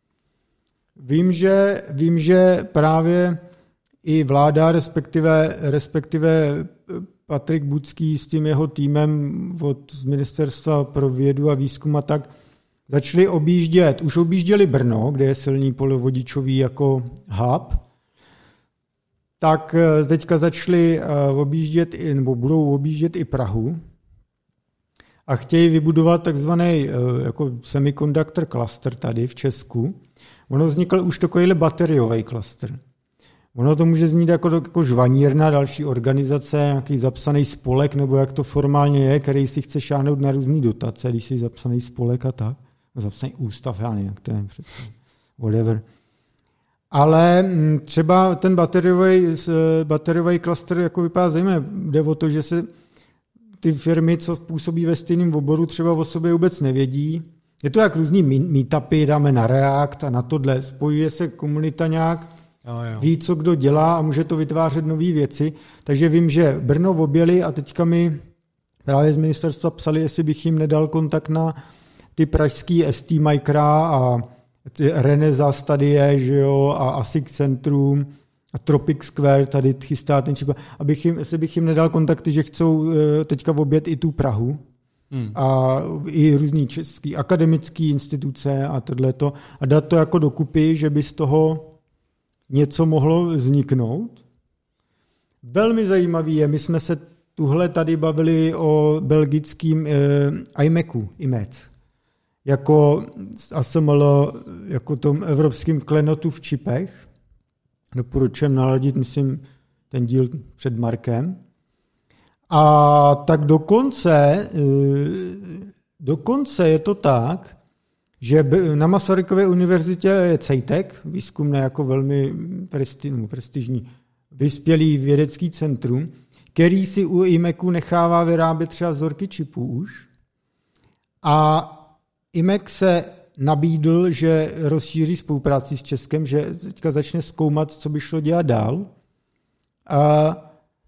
Vím, že, vím, že právě i vláda, respektive, respektive Patrik Budský s tím jeho týmem od Ministerstva pro vědu a výzkum a tak začali objíždět, už objížděli Brno, kde je silný polovodičový jako hub, tak teďka začali objíždět, nebo budou objíždět i Prahu a chtějí vybudovat takzvaný jako semiconductor cluster tady v Česku. Ono vznikl už takovýhle bateriový cluster. Ono to může znít jako, jako žvanírna, další organizace, nějaký zapsaný spolek, nebo jak to formálně je, který si chce šáhnout na různý dotace, když si zapsaný spolek a tak. Zapsaný ústav, já nevím, jak to je, přesně. Whatever. Ale třeba ten bateriový, bateriový cluster jako vypadá zajímavé. Jde o to, že se ty firmy, co působí ve stejném oboru, třeba o sobě vůbec nevědí. Je to jak různý meetupy, dáme na React a na tohle. Spojuje se komunita nějak, jo, jo. Ví, co kdo dělá a může to vytvářet nové věci. Takže vím, že Brno objeli a teďka mi právě z ministerstva psali, jestli bych jim nedal kontakt na ty pražský S T Micra a Renesas tady je, že jo, a ASIC Centrum a Tropic Square tady chystá ten čip. Abych jim, jestli bych jim nedal kontakty, že chcou teďka objet i tu Prahu. Hmm. A i různý český akademický instituce a tohleto a dát to jako dokupy, že by z toho něco mohlo vzniknout. Velmi zajímavý je, my jsme se tuhle tady bavili o belgickým eh, iMacu, iMac, jako A S M L, jako tom evropským klenotu v čipech. Doporučujem naladit, myslím, ten díl před Markem. A tak dokonce, dokonce je to tak, že na Masarykově univerzitě je CEITEC, výzkumné jako velmi presti, no, prestižní, vyspělý vědecký centrum, který si u I M E C u nechává vyrábět třeba vzorky čipů už. A I M E C se nabídl, že rozšíří spolupráci s Českem, že teďka začne zkoumat, co by šlo dělat dál. A,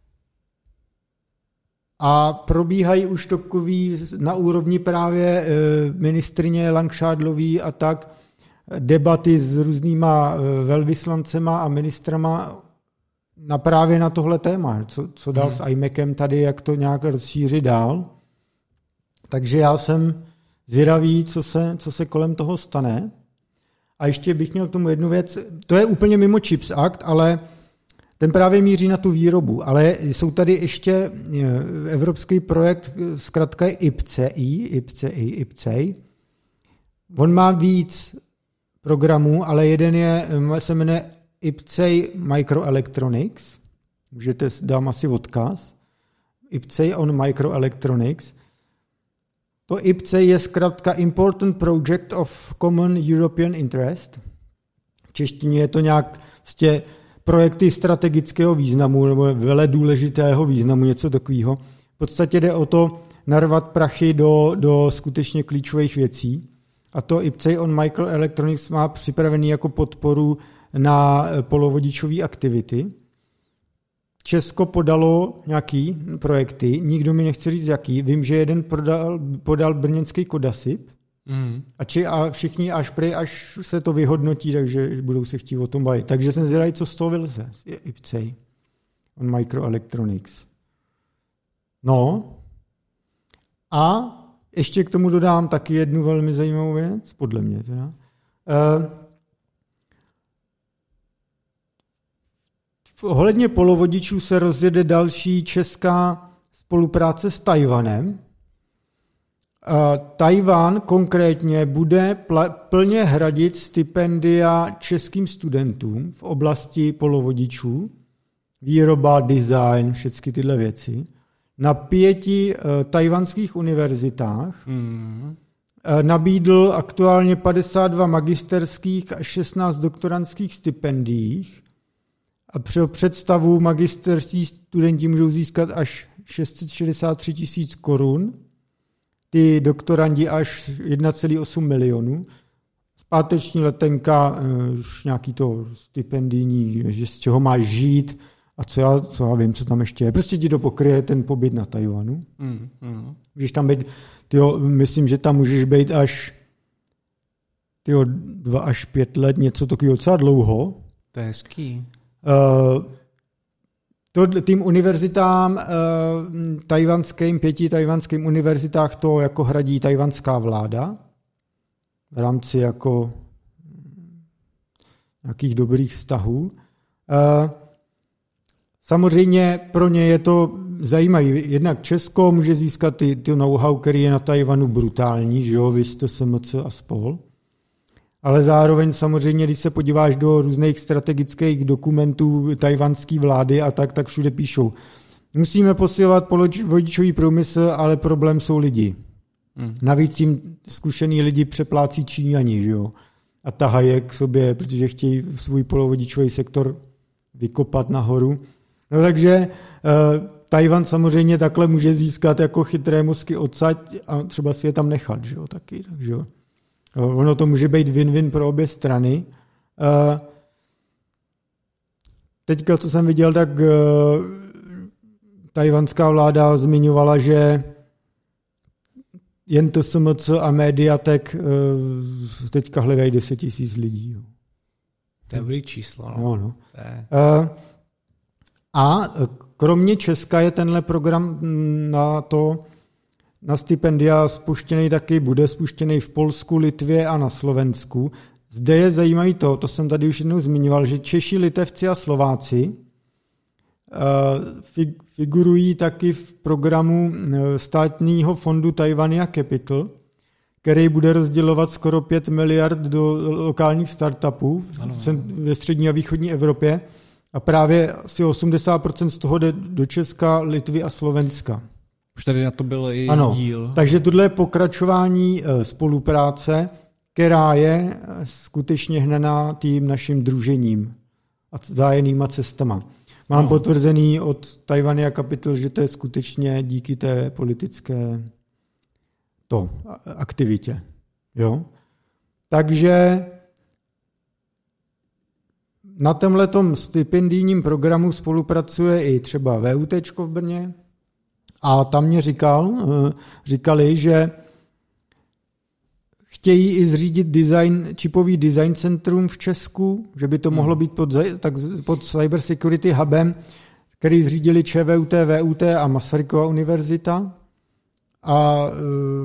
a probíhají už takový na úrovni právě ministryně Langšádlový a tak debaty s různýma velvyslancema a ministrama na právě na tohle téma, co, co dál hmm. s iMacem tady, jak to nějak rozšířit dál. Takže já jsem zvědavý, co se, co se kolem toho stane. A ještě bych měl k tomu jednu věc, to je úplně mimo CHIPS Act, ale ten právě míří na tu výrobu, ale jsou tady ještě evropský projekt, zkrátka je I P C I, I P C I, I P C I. On má víc programů, ale jeden je, se jmenuje I P C I Microelectronics, můžete dám asi odkaz, I P C I on Microelectronics. To I P C I je zkrátka Important Project of Common European Interest. V češtině je to nějak vlastně projekty strategického významu nebo vele důležitého významu, něco takového. V podstatě jde o to narvat prachy do, do skutečně klíčových věcí. A to I P C I on Microelectronics má připravený jako podporu na polovodičové aktivity. Česko podalo nějaký projekty, nikdo mi nechce říct jaký. Vím, že jeden podal, podal brněnský Kodasyp mm. a, či, a všichni až prý, až se to vyhodnotí, takže budou se chtít o tom bavit. Takže jsem zvědavý, co z toho vyleze. I P C I on Microelectronics. No a ještě k tomu dodám taky jednu velmi zajímavou věc, podle mě teda. Uh, Ohledně polovodičů se rozjede další česká spolupráce s Tajvanem. Tajvan konkrétně bude pl- plně hradit stipendia českým studentům v oblasti polovodičů, výroba, design, všechny tyhle věci, na pěti uh, tajvanských univerzitách. Mm. Nabídl aktuálně padesát dva magisterských a šestnáct doktorandských stipendiích. A pro představu magisterští studenti můžou získat až šest set šedesát tři tisíc korun, ty doktorandi až jedna celá osm milionů. Zpáteční letenka, už nějaký to stipendijní, že z čeho máš žít a co já, co já vím, co tam ještě je. Prostě ti to pokryje ten pobyt na Tajvanu. Mm, mm. Můžeš tam být, tyjo, myslím, že tam můžeš být až tyjo, dva až pět let, něco takového docela dlouho.
To je hezký.
Uh, to, tým univerzitám, uh, tajvanským, pěti tajvanským univerzitách to jako hradí tajvanská vláda v rámci jako nějakých dobrých vztahů. Uh, samozřejmě pro ně je to zajímavé. Jednak Česko může získat ty, ty know-how, který je na Tajvanu brutální, že jo, vy to S M C a spol. Ale zároveň samozřejmě, když se podíváš do různých strategických dokumentů tajvanské vlády a tak, tak všude píšou. Musíme posilovat polovodičový průmysl, ale problém jsou lidi. Hmm. Navíc jim zkušený lidi přeplácí Číňani, že jo? A tahají je k sobě, protože chtějí svůj polovodičový sektor vykopat nahoru. No takže eh, Tajvan samozřejmě takhle může získat jako chytré mozky odsaď a třeba si je tam nechat, že jo, taky, takže jo. Ono to může být win-win pro obě strany. Teďka, co jsem viděl, tak tajvanská vláda zmiňovala, že jen to S M C a Mediatek teďka hledají deset tisíc lidí.
To je dobrý číslo. No.
No, no. A kromě Česka je tenhle program na to, na stipendia spuštěný taky, bude spuštěný v Polsku, Litvě a na Slovensku. Zde je zajímavý to, to jsem tady už jednou zmiňoval, že Češi, Litevci a Slováci uh, figurují taky v programu státního fondu Taiwania Capital, který bude rozdělovat skoro pět miliard do lokálních startupů ano, ano. ve střední a východní Evropě a právě asi osmdesát procent z toho jde do Česka, Litvy a Slovenska.
Už tady na to byl i
ano,
díl.
Takže tohle je pokračování spolupráce, která je skutečně hnaná tím naším družením a vzájemnýma cestama. Mám no. potvrzený od Taiwania Capital, že to je skutečně díky té politické to, aktivitě. Jo? Takže na tomhletom stipendijním programu spolupracuje i třeba VUTčko v Brně a tam mě říkal, říkali, že chtějí i zřídit design, čipový design centrum v Česku, že by to mohlo být pod, tak, pod Cyber Security Hubem, který zřídili ČVUT, VUT a Masarykova univerzita. A e,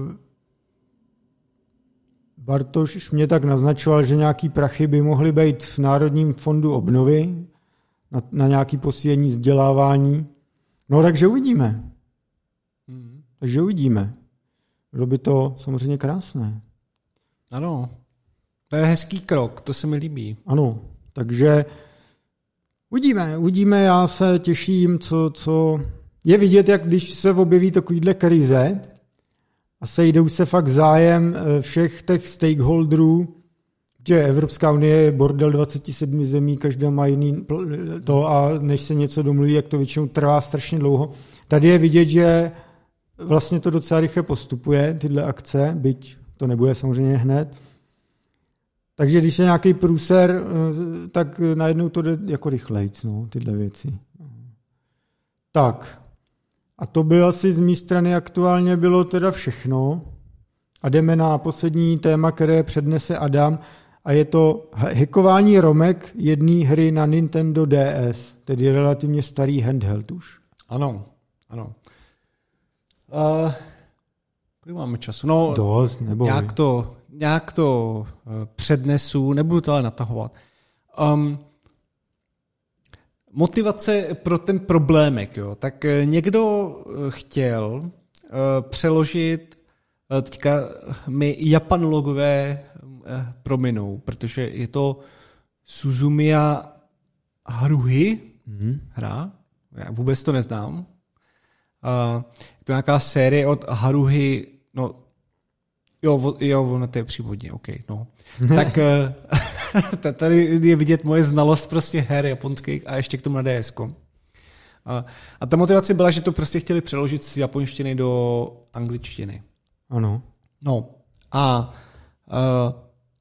Bartoš mě tak naznačoval, že nějaký prachy by mohly být v Národním fondu obnovy na, na nějaké posílení vzdělávání. No takže uvidíme. Hmm. Takže uvidíme. Bylo by to samozřejmě krásné.
Ano, to je hezký krok, to se mi líbí.
Ano, takže uvidíme, uvidíme, já se těším, co, co je vidět, jak když se objeví takovýhle krize a sejdou se fakt zájem všech těch stakeholderů, že Evropská unie je bordel dvacet sedm zemí, každá má jiný to a než se něco domluví, jak to většinou trvá strašně dlouho. Tady je vidět, že vlastně to docela rychle postupuje, tyhle akce, byť to nebude samozřejmě hned. Takže když je nějaký průser, tak najednou to jde jako rychlejc, no, tyhle věci. Tak. A to by asi z mé strany aktuálně bylo teda všechno. A jdeme na poslední téma, které přednese Adam. A je to hackování romek jedné hry na Nintendo D S, tedy relativně starý handheld už.
Ano, ano. Uh... Kolik máme času? No,
Dost, neboj.
Nějak to, nějak to uh, přednesu, nebudu to ale natahovat. Um, motivace pro ten problémek, jo. Tak uh, někdo uh, chtěl uh, přeložit, uh, teďka mi japanologové uh, prominou, protože je to Suzumiya Haruhi mm-hmm. hra, já vůbec to neznám. Uh, je to nějaká série od Haruhi, no, jo, jo, ono to je přívodně, ok, no. Tak uh, tady je vidět moje znalost prostě her japonských a ještě k tomu na D S ko. Uh, a ta motivace byla, že to prostě chtěli přeložit z japonštiny do angličtiny.
Ano.
No, a uh,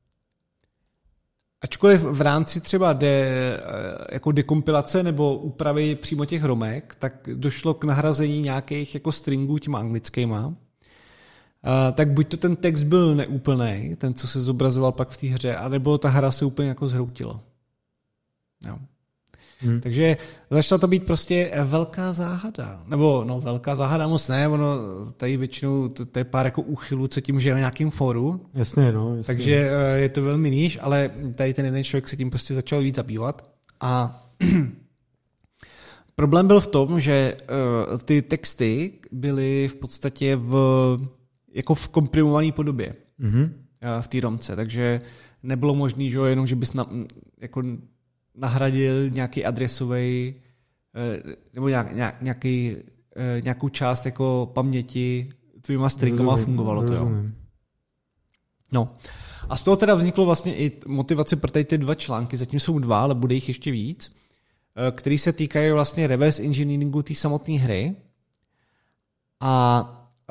ačkoliv v rámci třeba de, jako dekompilace nebo úpravy přímo těch romek, tak došlo k nahrazení nějakých jako stringů těma anglickýma. Uh, tak buď to ten text byl neúplný, ten, co se zobrazoval pak v té hře, anebo ta hra se úplně jako zhroutila. Jo. Hmm. Takže začala to být prostě velká záhada. Nebo no, velká záhada moc ne, ono tady většinou to, to je pár jako úchylů, co tím žije na nějakém fóru.
Jasně, no. Jasně.
Takže je to velmi níž, ale tady ten jeden člověk se tím prostě začal víc zabývat. A problém byl v tom, že uh, ty texty byly v podstatě v, jako v komprimované podobě mm-hmm. uh, v té romce, takže nebylo možné, že jenom, že bys na, jako nahradil nějaký adresový nebo nějak, nějak, nějaký, nějakou část jako paměti tvýma stringama, fungovalo to. Jo. No. A z toho teda vzniklo vlastně i motivace pro tady ty dva články, zatím jsou dva, ale bude jich ještě víc, který se týkají vlastně reverse engineeringu té samotné hry a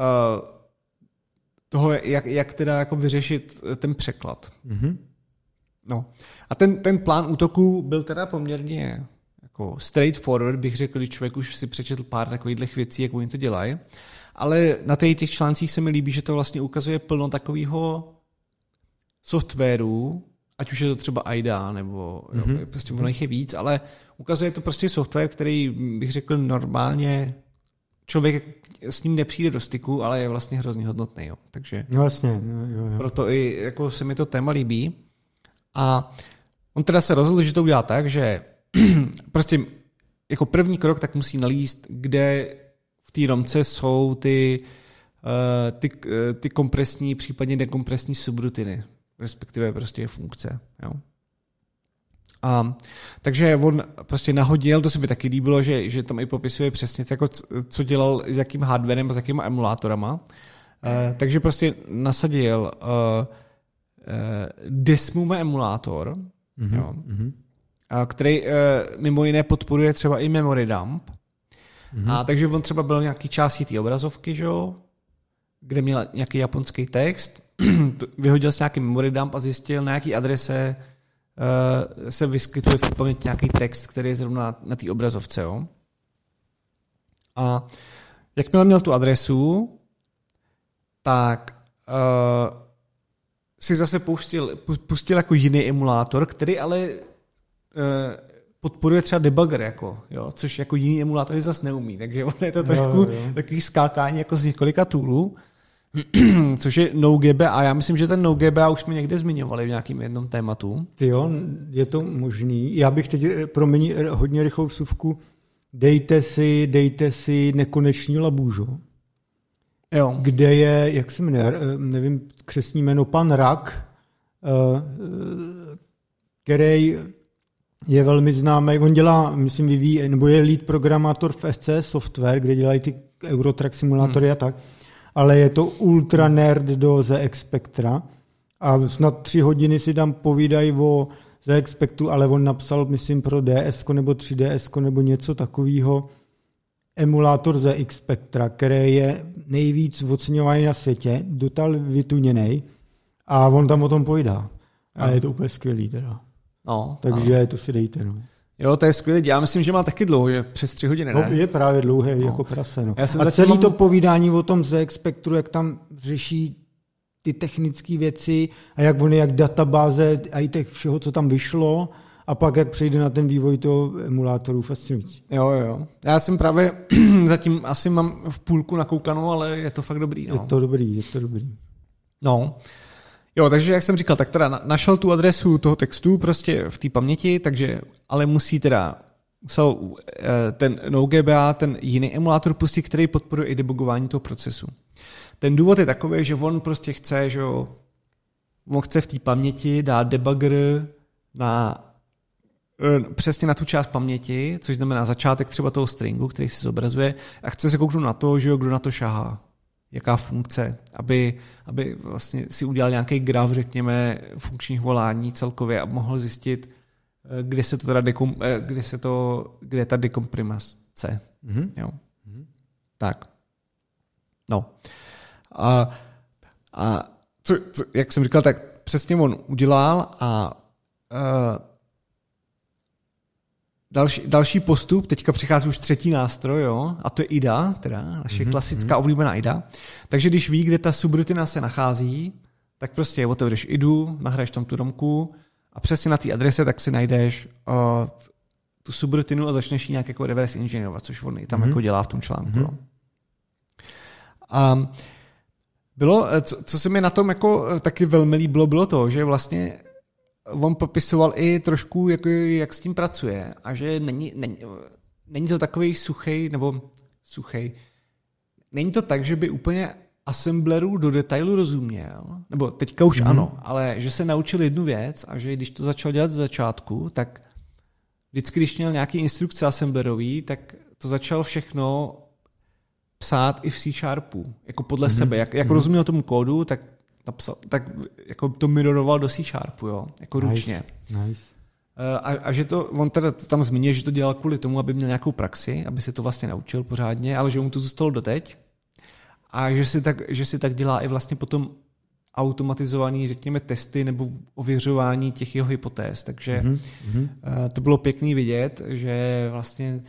toho, jak, jak teda jako vyřešit ten překlad. Mm-hmm. No. A ten, ten plán útoku byl teda poměrně jako straightforward, bych řekl, když člověk už si přečetl pár takových věcí, jak oni to dělají. Ale na těch článcích se mi líbí, že to vlastně ukazuje plno takového softwaru, ať už je to třeba A I D A, nebo mm-hmm. jo, prostě ono jich je víc, ale ukazuje to prostě software, který bych řekl normálně člověk s ním nepřijde do styku, ale je vlastně hrozně hodnotný. Jo. Takže
no vlastně, jo, jo.
Proto i jako se mi to téma líbí. A on teda se rozhodl, že to udělá tak, že prostě jako první krok tak musí nalíst, kde v té romce jsou ty, uh, ty, ty kompresní, případně dekompresní subrutiny, respektive prostě funkce. Jo. A, takže on prostě nahodil, to se mi taky líbilo, že, že tam i popisuje přesně jako co dělal, s jakým hardwarem a s jakýma emulátorama. Uh, takže prostě nasadil uh, Desmuma emulátor,
mm-hmm.
jo,
mm-hmm.
který mimo jiné podporuje třeba i memory dump. Mm-hmm. A takže on třeba byl nějaký částí té obrazovky, že jo, kde měl nějaký japonský text, vyhodil si nějaký memory dump a zjistil, na jaký adrese uh, se vyskytuje v té paměti nějaký text, který je zrovna na, na té obrazovce. Jo. A jakmile měl tu adresu, tak uh, si zase pustil, pustil jako jiný emulátor, který ale uh, podporuje třeba debugger, jako, jo, což jako jiný emulátory zase neumí. Takže on je to trošku jo, jo. takový skákání jako z několika toolů, což je NoGB a já myslím, že ten NoGB už jsme někde zmiňovali v nějakém jednom tématu.
Ty jo, je to možný. Já bych teď, promiň, hodně rychlou vsuvku, dejte si, dejte si nekoneční labůžo,
jo.
kde je, jak se jmenuje, nevím, křestní jméno, pan Rak, který je velmi známý. On dělá, myslím, vyvíjí, nebo je lead programátor v S C S Software, kde dělají ty Eurotrack simulátory hmm. a tak, ale je to ultra nerd do Z X Spectra a snad tři hodiny si tam povídají o Z X Spectru, ale on napsal, myslím, pro D S nebo tři D S nebo něco takového emulátor Z X Spectra, který je nejvíc oceňovaný na světě, total vytuněnej a on tam o tom povídá. A je to úplně skvělý teda.
No,
takže
ano.
to si dejte. No.
Jo, to je skvělé. Já myslím, že má taky dlouho, je přes tři hodiny, ne?
No, je právě dlouhé, no. jako prase. No.
A
celý
mám...
to povídání o tom Z X Spectru, jak tam řeší ty technické věci a jak on je, jak databáze a i těch všeho, co tam vyšlo a pak jak přejde na ten vývoj toho emulátoru, fascinující.
Jo, jo. Já jsem právě zatím asi mám v půlku nakoukanou, ale je to fakt dobrý. No.
Je to dobrý, je to dobrý.
No. Jo, takže jak jsem říkal, tak teda našel tu adresu toho textu prostě v té paměti, takže ale musí teda musel ten NoGBA, ten jiný emulátor pustit, který podporuje i debugování toho procesu. Ten důvod je takový, že on prostě chce, že jo, on chce v té paměti dát debugger na přesně na tu část paměti, což znamená začátek třeba toho stringu, který si zobrazuje a chce se kouknout na to, že jo, kdo na to šahá. Jaká funkce, aby, aby vlastně si udělal nějaký graf, řekněme, funkčních volání celkově a mohl zjistit, kde se to teda dekom, kde se to, kde je ta dekomprimace. Mm-hmm. Jo. Mm-hmm. Tak. No. A, a co, co, jak jsem říkal, tak přesně on udělal a uh, Další, další postup, teďka přichází už třetí nástroj, jo, a to je I D A, teda naše mm-hmm. klasická oblíbená I D A. Takže když ví, kde ta subrutina se nachází, tak prostě otevřeš I D U, nahraješ tam tu romku a přesně na té adrese tak si najdeš uh, tu subrutinu a začneš ji nějak jako reverse engineerovat, což on i tam mm-hmm. jako dělá v tom článku. Mm-hmm. A bylo, co, co se mi na tom jako taky velmi líbilo, bylo to, že vlastně on popisoval i trošku, jako, jak s tím pracuje a že není, není, není to takový suchej, nebo suchej, není to tak, že by úplně assemblerů do detailu rozuměl, nebo teďka už mm. ano, ale že se naučil jednu věc a že když to začal dělat z začátku, tak vždycky, když měl nějaký instrukce assemblerový, tak to začal všechno psát i v C Sharpu, jako podle mm. sebe. Jak, jak mm. rozuměl tomu kódu, tak napsal, tak jako to miroroval do C Sharpu, jo, jako
nice,
ručně.
Nice.
A, a že to, on teda tam zmínil, že to dělal kvůli tomu, aby měl nějakou praxi, aby se to vlastně naučil pořádně, ale že mu to zůstalo doteď. A že si tak, že si tak dělá i vlastně potom automatizovaný, řekněme, testy nebo ověřování těch jeho hypotéz. Takže mm-hmm. to bylo pěkný vidět, že vlastně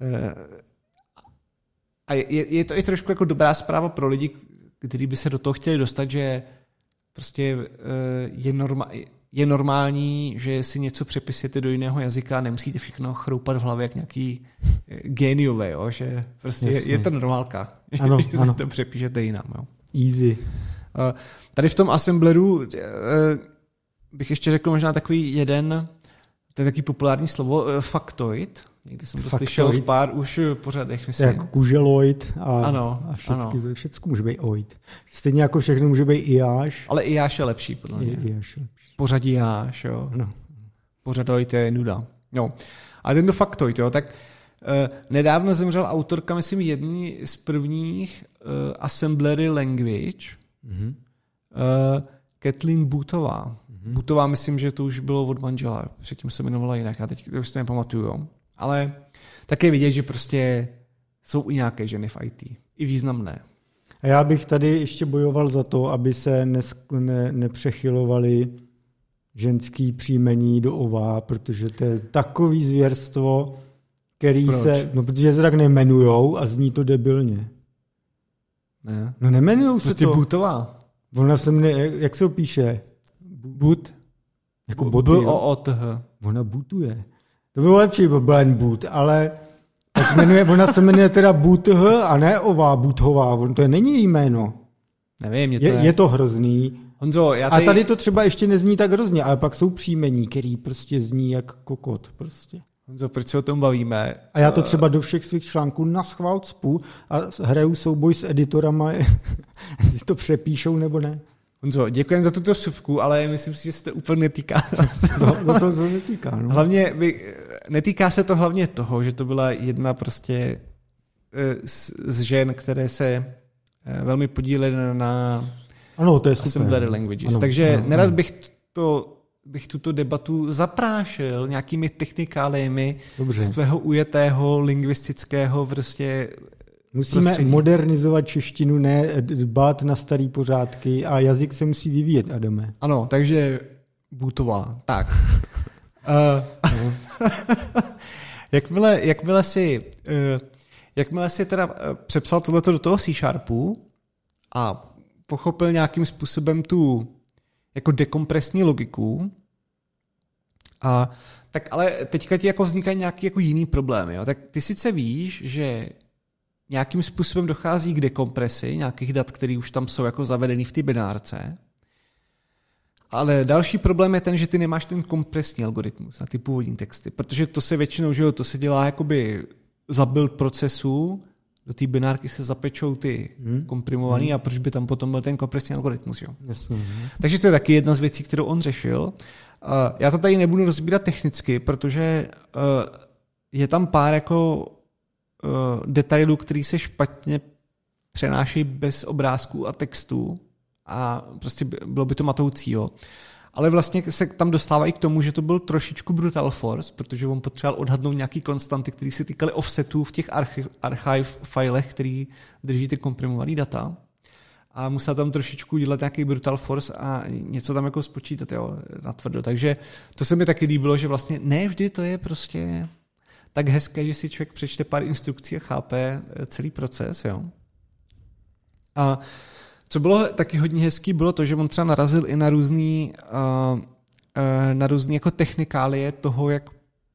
a je, je to i trošku jako dobrá zpráva pro lidi, kteří by se do toho chtěli dostat, že prostě je, norma, je normální, že si něco přepisujete do jiného jazyka a nemusíte všechno chroupat v hlavě jak nějaký géniové, jo? Že prostě je, je to normálka,
ano,
že
ano.
si to přepíšete jinam. Jo?
Easy.
Tady v tom assembleru bych ještě řekl možná takový jeden, to je taky populární slovo, faktoid. Někdy jsem to faktoid. Slyšel v pár už pořadech. Myslím.
Jako kuželoid a,
ano,
a všechno, všechno může být oid. Stejně jako všechno může být iáš.
Ale iáš je lepší, podle mě.
Iáš je lepší.
Pořadí iáš, jo.
No.
Pořadoid je nuda. Jo. A tento faktoid, jo, tak uh, nedávno zemřel autorka, myslím, jedný z prvních uh, assemblery language. Mm-hmm. Uh, Kathleen Bootová. Mm-hmm. Bootová, myslím, že to už bylo od manžela. Předtím se jmenovala jinak, já teď už to nepamatuju. Ale také vidět, že prostě jsou i nějaké ženy v í té. I významné.
A já bych tady ještě bojoval za to, aby se nesk- ne- nepřechylovali ženský příjmení do ová, protože to je takový zvěrstvo, který Proč? se, no protože se tak nemenujou a zní to debilně.
Ne.
No nemenujou se
prostě
to.
Bootová.
Ona se mne, jak se ho píše?
Boot.
Jako boty,
B O O T H.
Ona bootuje. To bylo lepší, bo Ben Boot, ale tak jmenuje, ona se jmenuje teda Booth a ne ová, Boothová. On to je není její jméno.
Nevím, je to
je, je to hrozný.
Honzo, já tady...
A tady to třeba ještě nezní tak hrozně, ale pak jsou příjmení, který prostě zní jak kokot. Prostě.
Honzo, proč se o tom bavíme?
A já to třeba do všech svých článků na schvál cpu a hraju souboj s editorama, jestli to přepíšou nebo ne.
Honzo, děkujem za tuto vsuvku, ale myslím si, že se to úplně netýká.
No, no to, to netýká. No.
Hlavně, by, netýká se to hlavně toho, že to byla jedna prostě z, z žen, které se velmi podílely na
ano, to je
assembly languages. Ano, Takže ano, nerad ano. bych to bych tuto debatu zaprášil nějakými technikáliemi z tvého ujetého lingvistického prostě
musíme
prostředí.
Modernizovat češtinu, ne dbát na starý pořádky a jazyk se musí vyvíjet, Adame.
Ano, takže Bootová. Tak. uh, no. jakmile, jakmile si uh, jakmile si teda uh, přepsal tohleto do toho C Sharpu a pochopil nějakým způsobem tu jako dekompresní logiku, a, tak ale teďka ti jako vznikají nějaký jako jiný problémy. Jo? Tak ty sice víš, že nějakým způsobem dochází k dekompresi nějakých dat, které už tam jsou jako zavedený v té binárce, ale další problém je ten, že ty nemáš ten kompresní algoritmus na ty původní texty, protože to se většinou, že jo, to se dělá jakoby za build procesu, do té binárky se zapečou ty hmm. komprimovaný hmm. a proč by tam potom byl ten kompresní algoritmus. Jo?
Jasně. Hmm.
Takže to je taky jedna z věcí, kterou on řešil. Uh, já to tady nebudu rozbírat technicky, protože uh, je tam pár jako uh, detailů, který se špatně přenáší bez obrázků a textů a prostě bylo by to matoucí. Jo? Ale vlastně se tam dostávají k tomu, že to byl trošičku brutal force, protože on potřeboval odhadnout nějaký konstanty, které se týkaly offsetů v těch archiv, archive filech, který drží ty komprimované data. A musel tam trošičku dělat nějaký brutal force a něco tam jako spočítat, jo, natvrdo. Takže to se mi taky líbilo, že vlastně ne vždy to je prostě tak hezké, že si člověk přečte pár instrukcí a chápe celý proces. Jo. A co bylo taky hodně hezký, bylo to, že on třeba narazil i na různý, uh, uh, na různý jako technikálie toho, jak, uh,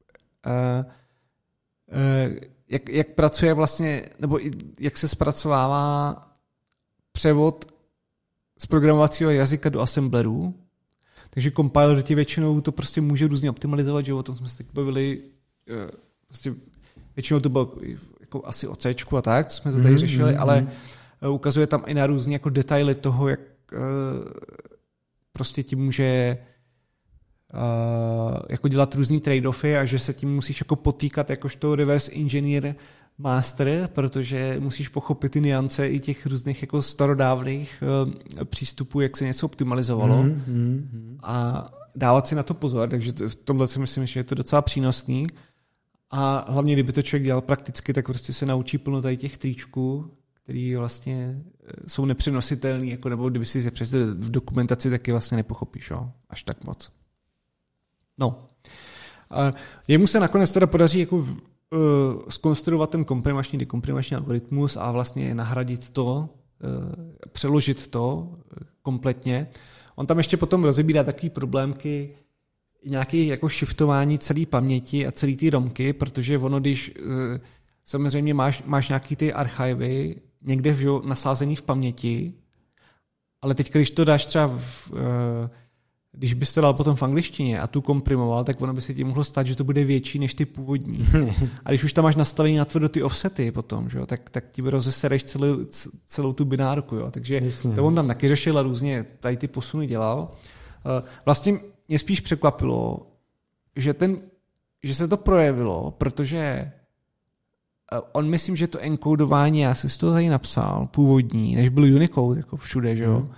uh, jak, jak pracuje vlastně, nebo jak se zpracovává převod z programovacího jazyka do assemblerů. Takže compiler ti většinou to prostě může různě optimalizovat, že o tom jsme se teď bavili, uh, prostě většinou to bylo jako asi o Cčku a tak, co jsme to tady mm, řešili, mm, ale ukazuje tam i na různé jako detaily toho, jak uh, prostě ti může uh, jako dělat různý trade-offy a že se tím musíš jako potýkat jakožto reverse engineer master, protože musíš pochopit ty nuance i těch různých jako starodávných uh, přístupů, jak se něco optimalizovalo mm, mm, a dávat si na to pozor, takže to, v tomhle si myslím, že je to docela přínosný a hlavně, kdyby to člověk dělal prakticky, tak prostě se naučí plno tady těch tričků, který vlastně jsou nepřenositelný, jako nebo kdyby si je přes v dokumentaci, taky vlastně nepochopíš, jo? Až tak moc. No. A jemu se nakonec teda podaří jako uh, zkonstruovat ten komprimační, dekomprimační algoritmus a vlastně nahradit to, uh, přeložit to kompletně. On tam ještě potom rozebírá takový problémky, nějaké jako shiftování celé paměti a celé ty romky, protože ono, když uh, samozřejmě máš, máš nějaký ty archivy někde v, nasázený v paměti, ale teď, když to dáš třeba, v, uh, když bys to dal potom v angličtině a tu komprimoval, tak ono by se ti mohlo stát, že to bude větší než ty původní. A když už tam máš nastavený natvrdo ty offsety potom, že jo, tak, tak ti rozesereš celou, celou tu binárku. Jo. Takže Jasně. to on tam taky řešil a různě tady ty posuny dělal. Uh, vlastně mě spíš překvapilo, že, ten, že se to projevilo, protože on myslím, že to enkodování, já jsem si to tady napsal, původní, než byl Unicode jako všude, že jo, mm.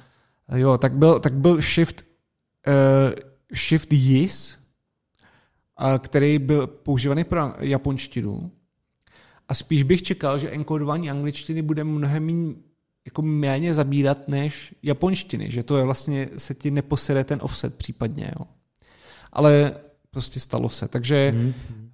Jo, tak byl, tak byl Shift, uh, Shift Yis, uh, který byl používaný pro japonštinu. A spíš bych čekal, že enkodování angličtiny bude mnohem méně, jako méně zabírat než japonštiny, že to je vlastně, se ti neposede ten offset případně. Jo. Ale prostě stalo se. Takže mm. uh,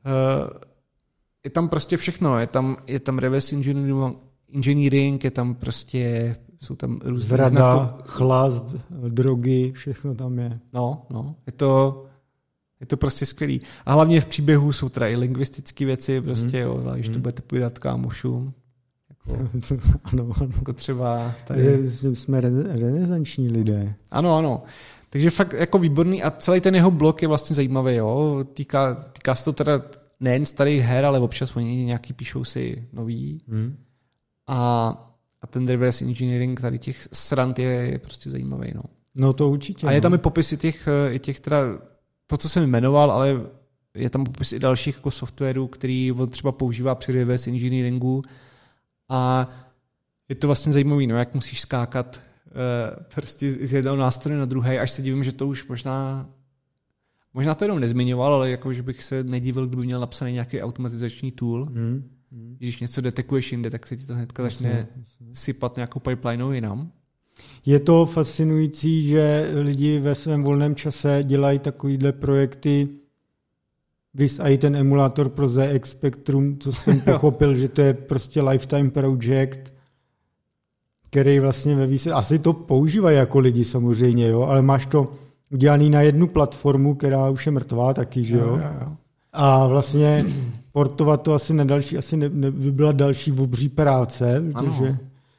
je tam prostě všechno. Je tam, je tam reverse engineering, je tam prostě, jsou tam různé
zrada,
znako...
chlast, drogy, všechno tam je.
No, no, je to, je to prostě skvělý. A hlavně v příběhu jsou teda i lingvistické věci, prostě, mm. jo, když mm. to budete povídat kámošům. Jako,
ano, ano.
Jako třeba tady.
Jsme renesanční lidé.
Ano, ano. Takže fakt jako výborný a celý ten jeho blok je vlastně zajímavý, jo. Týká, týká se to teda nejen starých her, ale občas oni nějaký píšou si nový. Hmm. A, a ten reverse engineering tady těch srand je, je prostě zajímavý, no.
No to určitě.
A je
no.
tam i popisy těch, i těch teda, to, co jsem jmenoval, ale je tam popis i dalších jako softwarů, který on třeba používá při reverse engineeringu a je to vlastně zajímavý, no, jak musíš skákat prostě z jednoho nástroje na druhý, až se divím, že to už možná možná to jenom nezmiňoval, ale jako, že bych se nedivil, kdyby měl napsaný nějaký automatizační tool. Hmm. Hmm. Když něco detekuješ jinde, tak se ti to hnedka začne jasně, jasně. sypat nějakou pipelineou jinam.
Je to fascinující, že lidi ve svém volném čase dělají takovýhle projekty, vys a i ten emulátor pro Z X Spectrum, co jsem pochopil, že to je prostě lifetime project, který vlastně ve výsledku, asi to používají jako lidi samozřejmě, jo, ale máš to udělaný na jednu platformu, která už je mrtvá taky, že jo. jo, jo, jo. A vlastně portovat to asi na další, asi ne, ne, by byla další obří práce, protože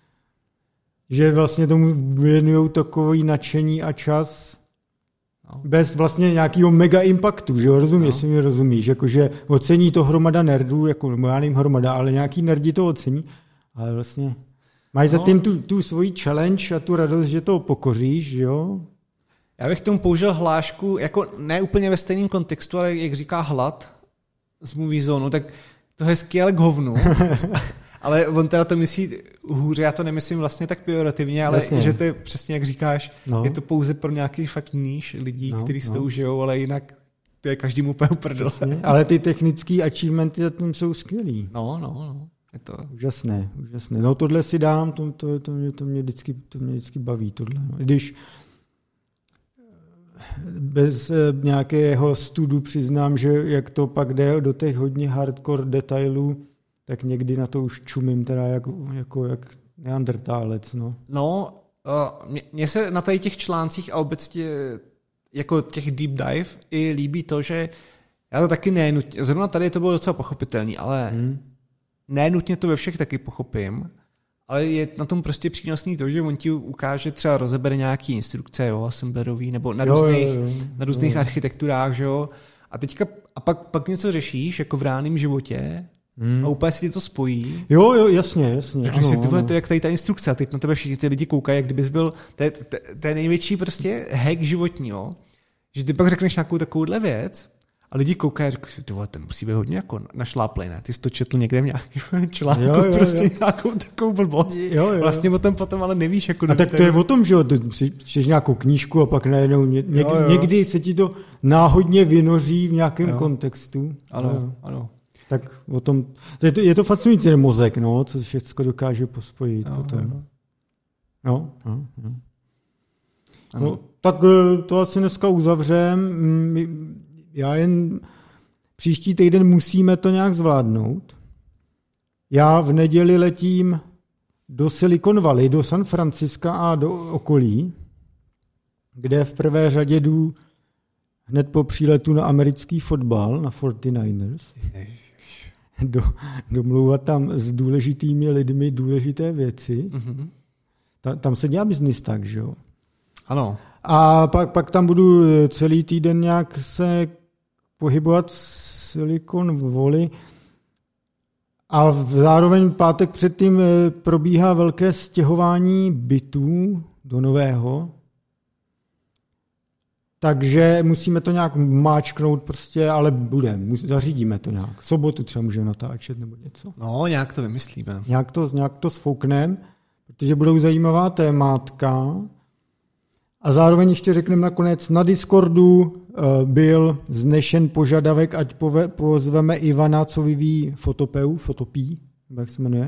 že vlastně tomu věnují takový nadšení a čas no. bez vlastně nějakého mega impactu, že jo, rozumíš, jestli mi rozumíš, jakože ocení to hromada nerdů, jako já nevím hromada, ale nějaký nerdi to ocení, ale vlastně máš no. za tím tu, tu svoji challenge a tu radost, že to pokoříš, jo?
Já bych tomu použil hlášku, jako ne úplně ve stejném kontextu, ale jak říká Hlad z Movie Zone, tak to hezky, ale k hovnu. Ale on teda to myslí hůře, já to nemyslím vlastně tak pejorativně, ale jasně. že to je přesně jak říkáš, no. je to pouze pro nějaký fakt níž lidí, no, kteří si no. to užijou, ale jinak to je každému úplně uprdele.
Ale ty technické achievementy za tím jsou skvělý.
No, no, no. Je to...
Úžasné, úžasné. No tohle si dám, to, to, to, mě, to, mě, vždycky, to mě vždycky baví. Tohle. No. Když bez nějakého studu přiznám, že jak to pak jde do těch hodně hardcore detailů, tak někdy na to už čumím teda jako, jako jak neandertálec. No,
no uh, mně se na tady těch článcích a obecně jako těch deep dive i líbí to, že já to taky nenutně, zrovna tady to bylo docela pochopitelný, ale hmm. nenutně to ve všech taky pochopím, ale je na tom prostě přínosný to, že on ti ukáže, třeba rozebere nějaký instrukce, jo, assemblerový, nebo na
jo,
různých,
jo, jo.
Na různých
jo.
architekturách, že jo, a teďka, a pak, pak něco řešíš, jako v reálném životě, hmm. a úplně si ti to spojí.
Jo, jo, jasně, jasně.
Takže si tyhle, to jak tady ta instrukce, a teď na tebe všichni ty lidi koukají, jak kdybys byl, to je, to, to je největší prostě hack životní, jo, že ty pak řekneš nějakou takovouhle věc, a lidi koukají a říkají, tohle to musí být hodně jako našláplej, ne? Ty jsi to četl někde v nějakém článku, jo, jo, prostě jo. nějakou takovou blbost. Jo, jo. Vlastně o tom potom ale nevíš. Jako
a tak to je o tom, že jo, ty si čteš nějakou knížku a pak najednou ně, někdy, jo, jo. někdy se ti to náhodně vynoří v nějakém jo. kontextu.
Ano,
jo.
ano.
Tak o tom, je to, je to fascinující ten mozek, no, co všechno dokáže pospojit jo, potom. Jo. No, no, no. no, tak to asi dneska uzavřem. Já jen příští týden musíme to nějak zvládnout. Já v neděli letím do Silicon Valley, do San Franciska a do okolí, kde v prvé řadě jdu hned po příletu na americký fotbal, na forty-niners. Do, domlouvat tam s důležitými lidmi důležité věci. Mm-hmm. Ta, tam se dělá biznis tak, že jo?
Ano.
A pak, pak tam budu celý týden nějak se pohybovat v Silicon Valley a zároveň pátek předtím probíhá velké stěhování bytů do nového. Takže musíme to nějak máčknout prostě, ale budeme, zařídíme to nějak. V sobotu třeba můžeme natáčet nebo něco.
No, nějak to vymyslíme.
Nějak to, nějak to sfoukneme, protože budou zajímavá témátka. A zároveň ještě řekneme nakonec, na Discordu byl znešen požadavek, ať pozveme Ivana, co vyvíjí Fotopeu, Fotopí, jak se jmenuje,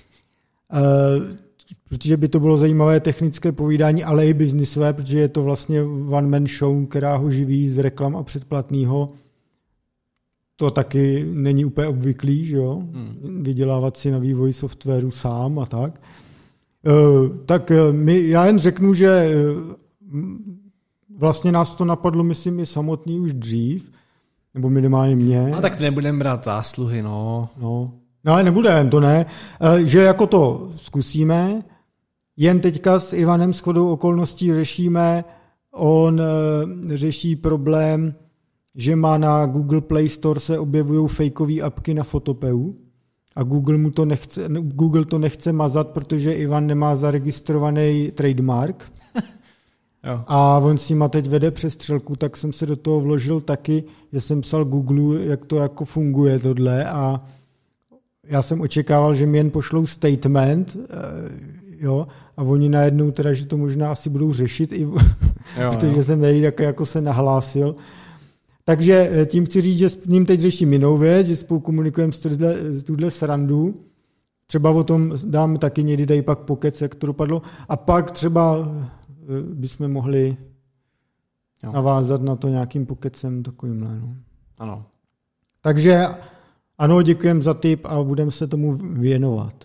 protože by to bylo zajímavé technické povídání, ale i biznisové, protože je to vlastně one-man show, která ho živí z reklam a předplatného. To taky není úplně obvyklý, že jo? Hmm. Vydělávat si na vývoji softwaru sám a tak. Tak my, já jen řeknu, že vlastně nás to napadlo, myslím, i samotný už dřív, nebo minimálně mě.
A tak nebudeme brát zásluhy, no.
No, no ale nebudeme, to ne. Že jako to zkusíme, jen teďka s Ivanem shodou okolností řešíme, on řeší problém, že má na Google Play Store se objevují fejkové apky na Fotopeu a Google mu to nechce, Google to nechce mazat, protože Ivan nemá zaregistrovaný trademark. Jo. A on s nima teď vede přestřelku, tak jsem se do toho vložil taky, že jsem psal Google, jak to jako funguje tohle a já jsem očekával, že mi jen pošlou statement, jo, a oni najednou teda, že to možná asi budou řešit, i, jo, protože jo. jsem tady jako, jako se nahlásil. Takže tím chci říct, že s ním teď řeším jinou věc, že spolu komunikujeme s tuhle srandu. Třeba o tom dám taky někdy tady pak pokec, jak to dopadlo. A pak třeba bychom mohli jo. navázat na to nějakým pokecem takovýmhle. No.
Ano.
Takže ano, děkujeme za tip a budeme se tomu věnovat.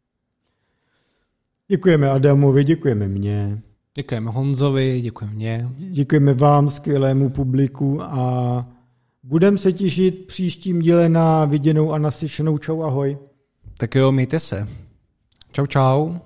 Děkujeme Adamovi, děkujeme mně.
Děkujeme Honzovi, děkujeme mě.
Děkujeme vám, skvělému publiku a budeme se těšit příštím díle na viděnou a naslyšenou. Čau, ahoj.
Tak jo, mějte se. Čau, čau.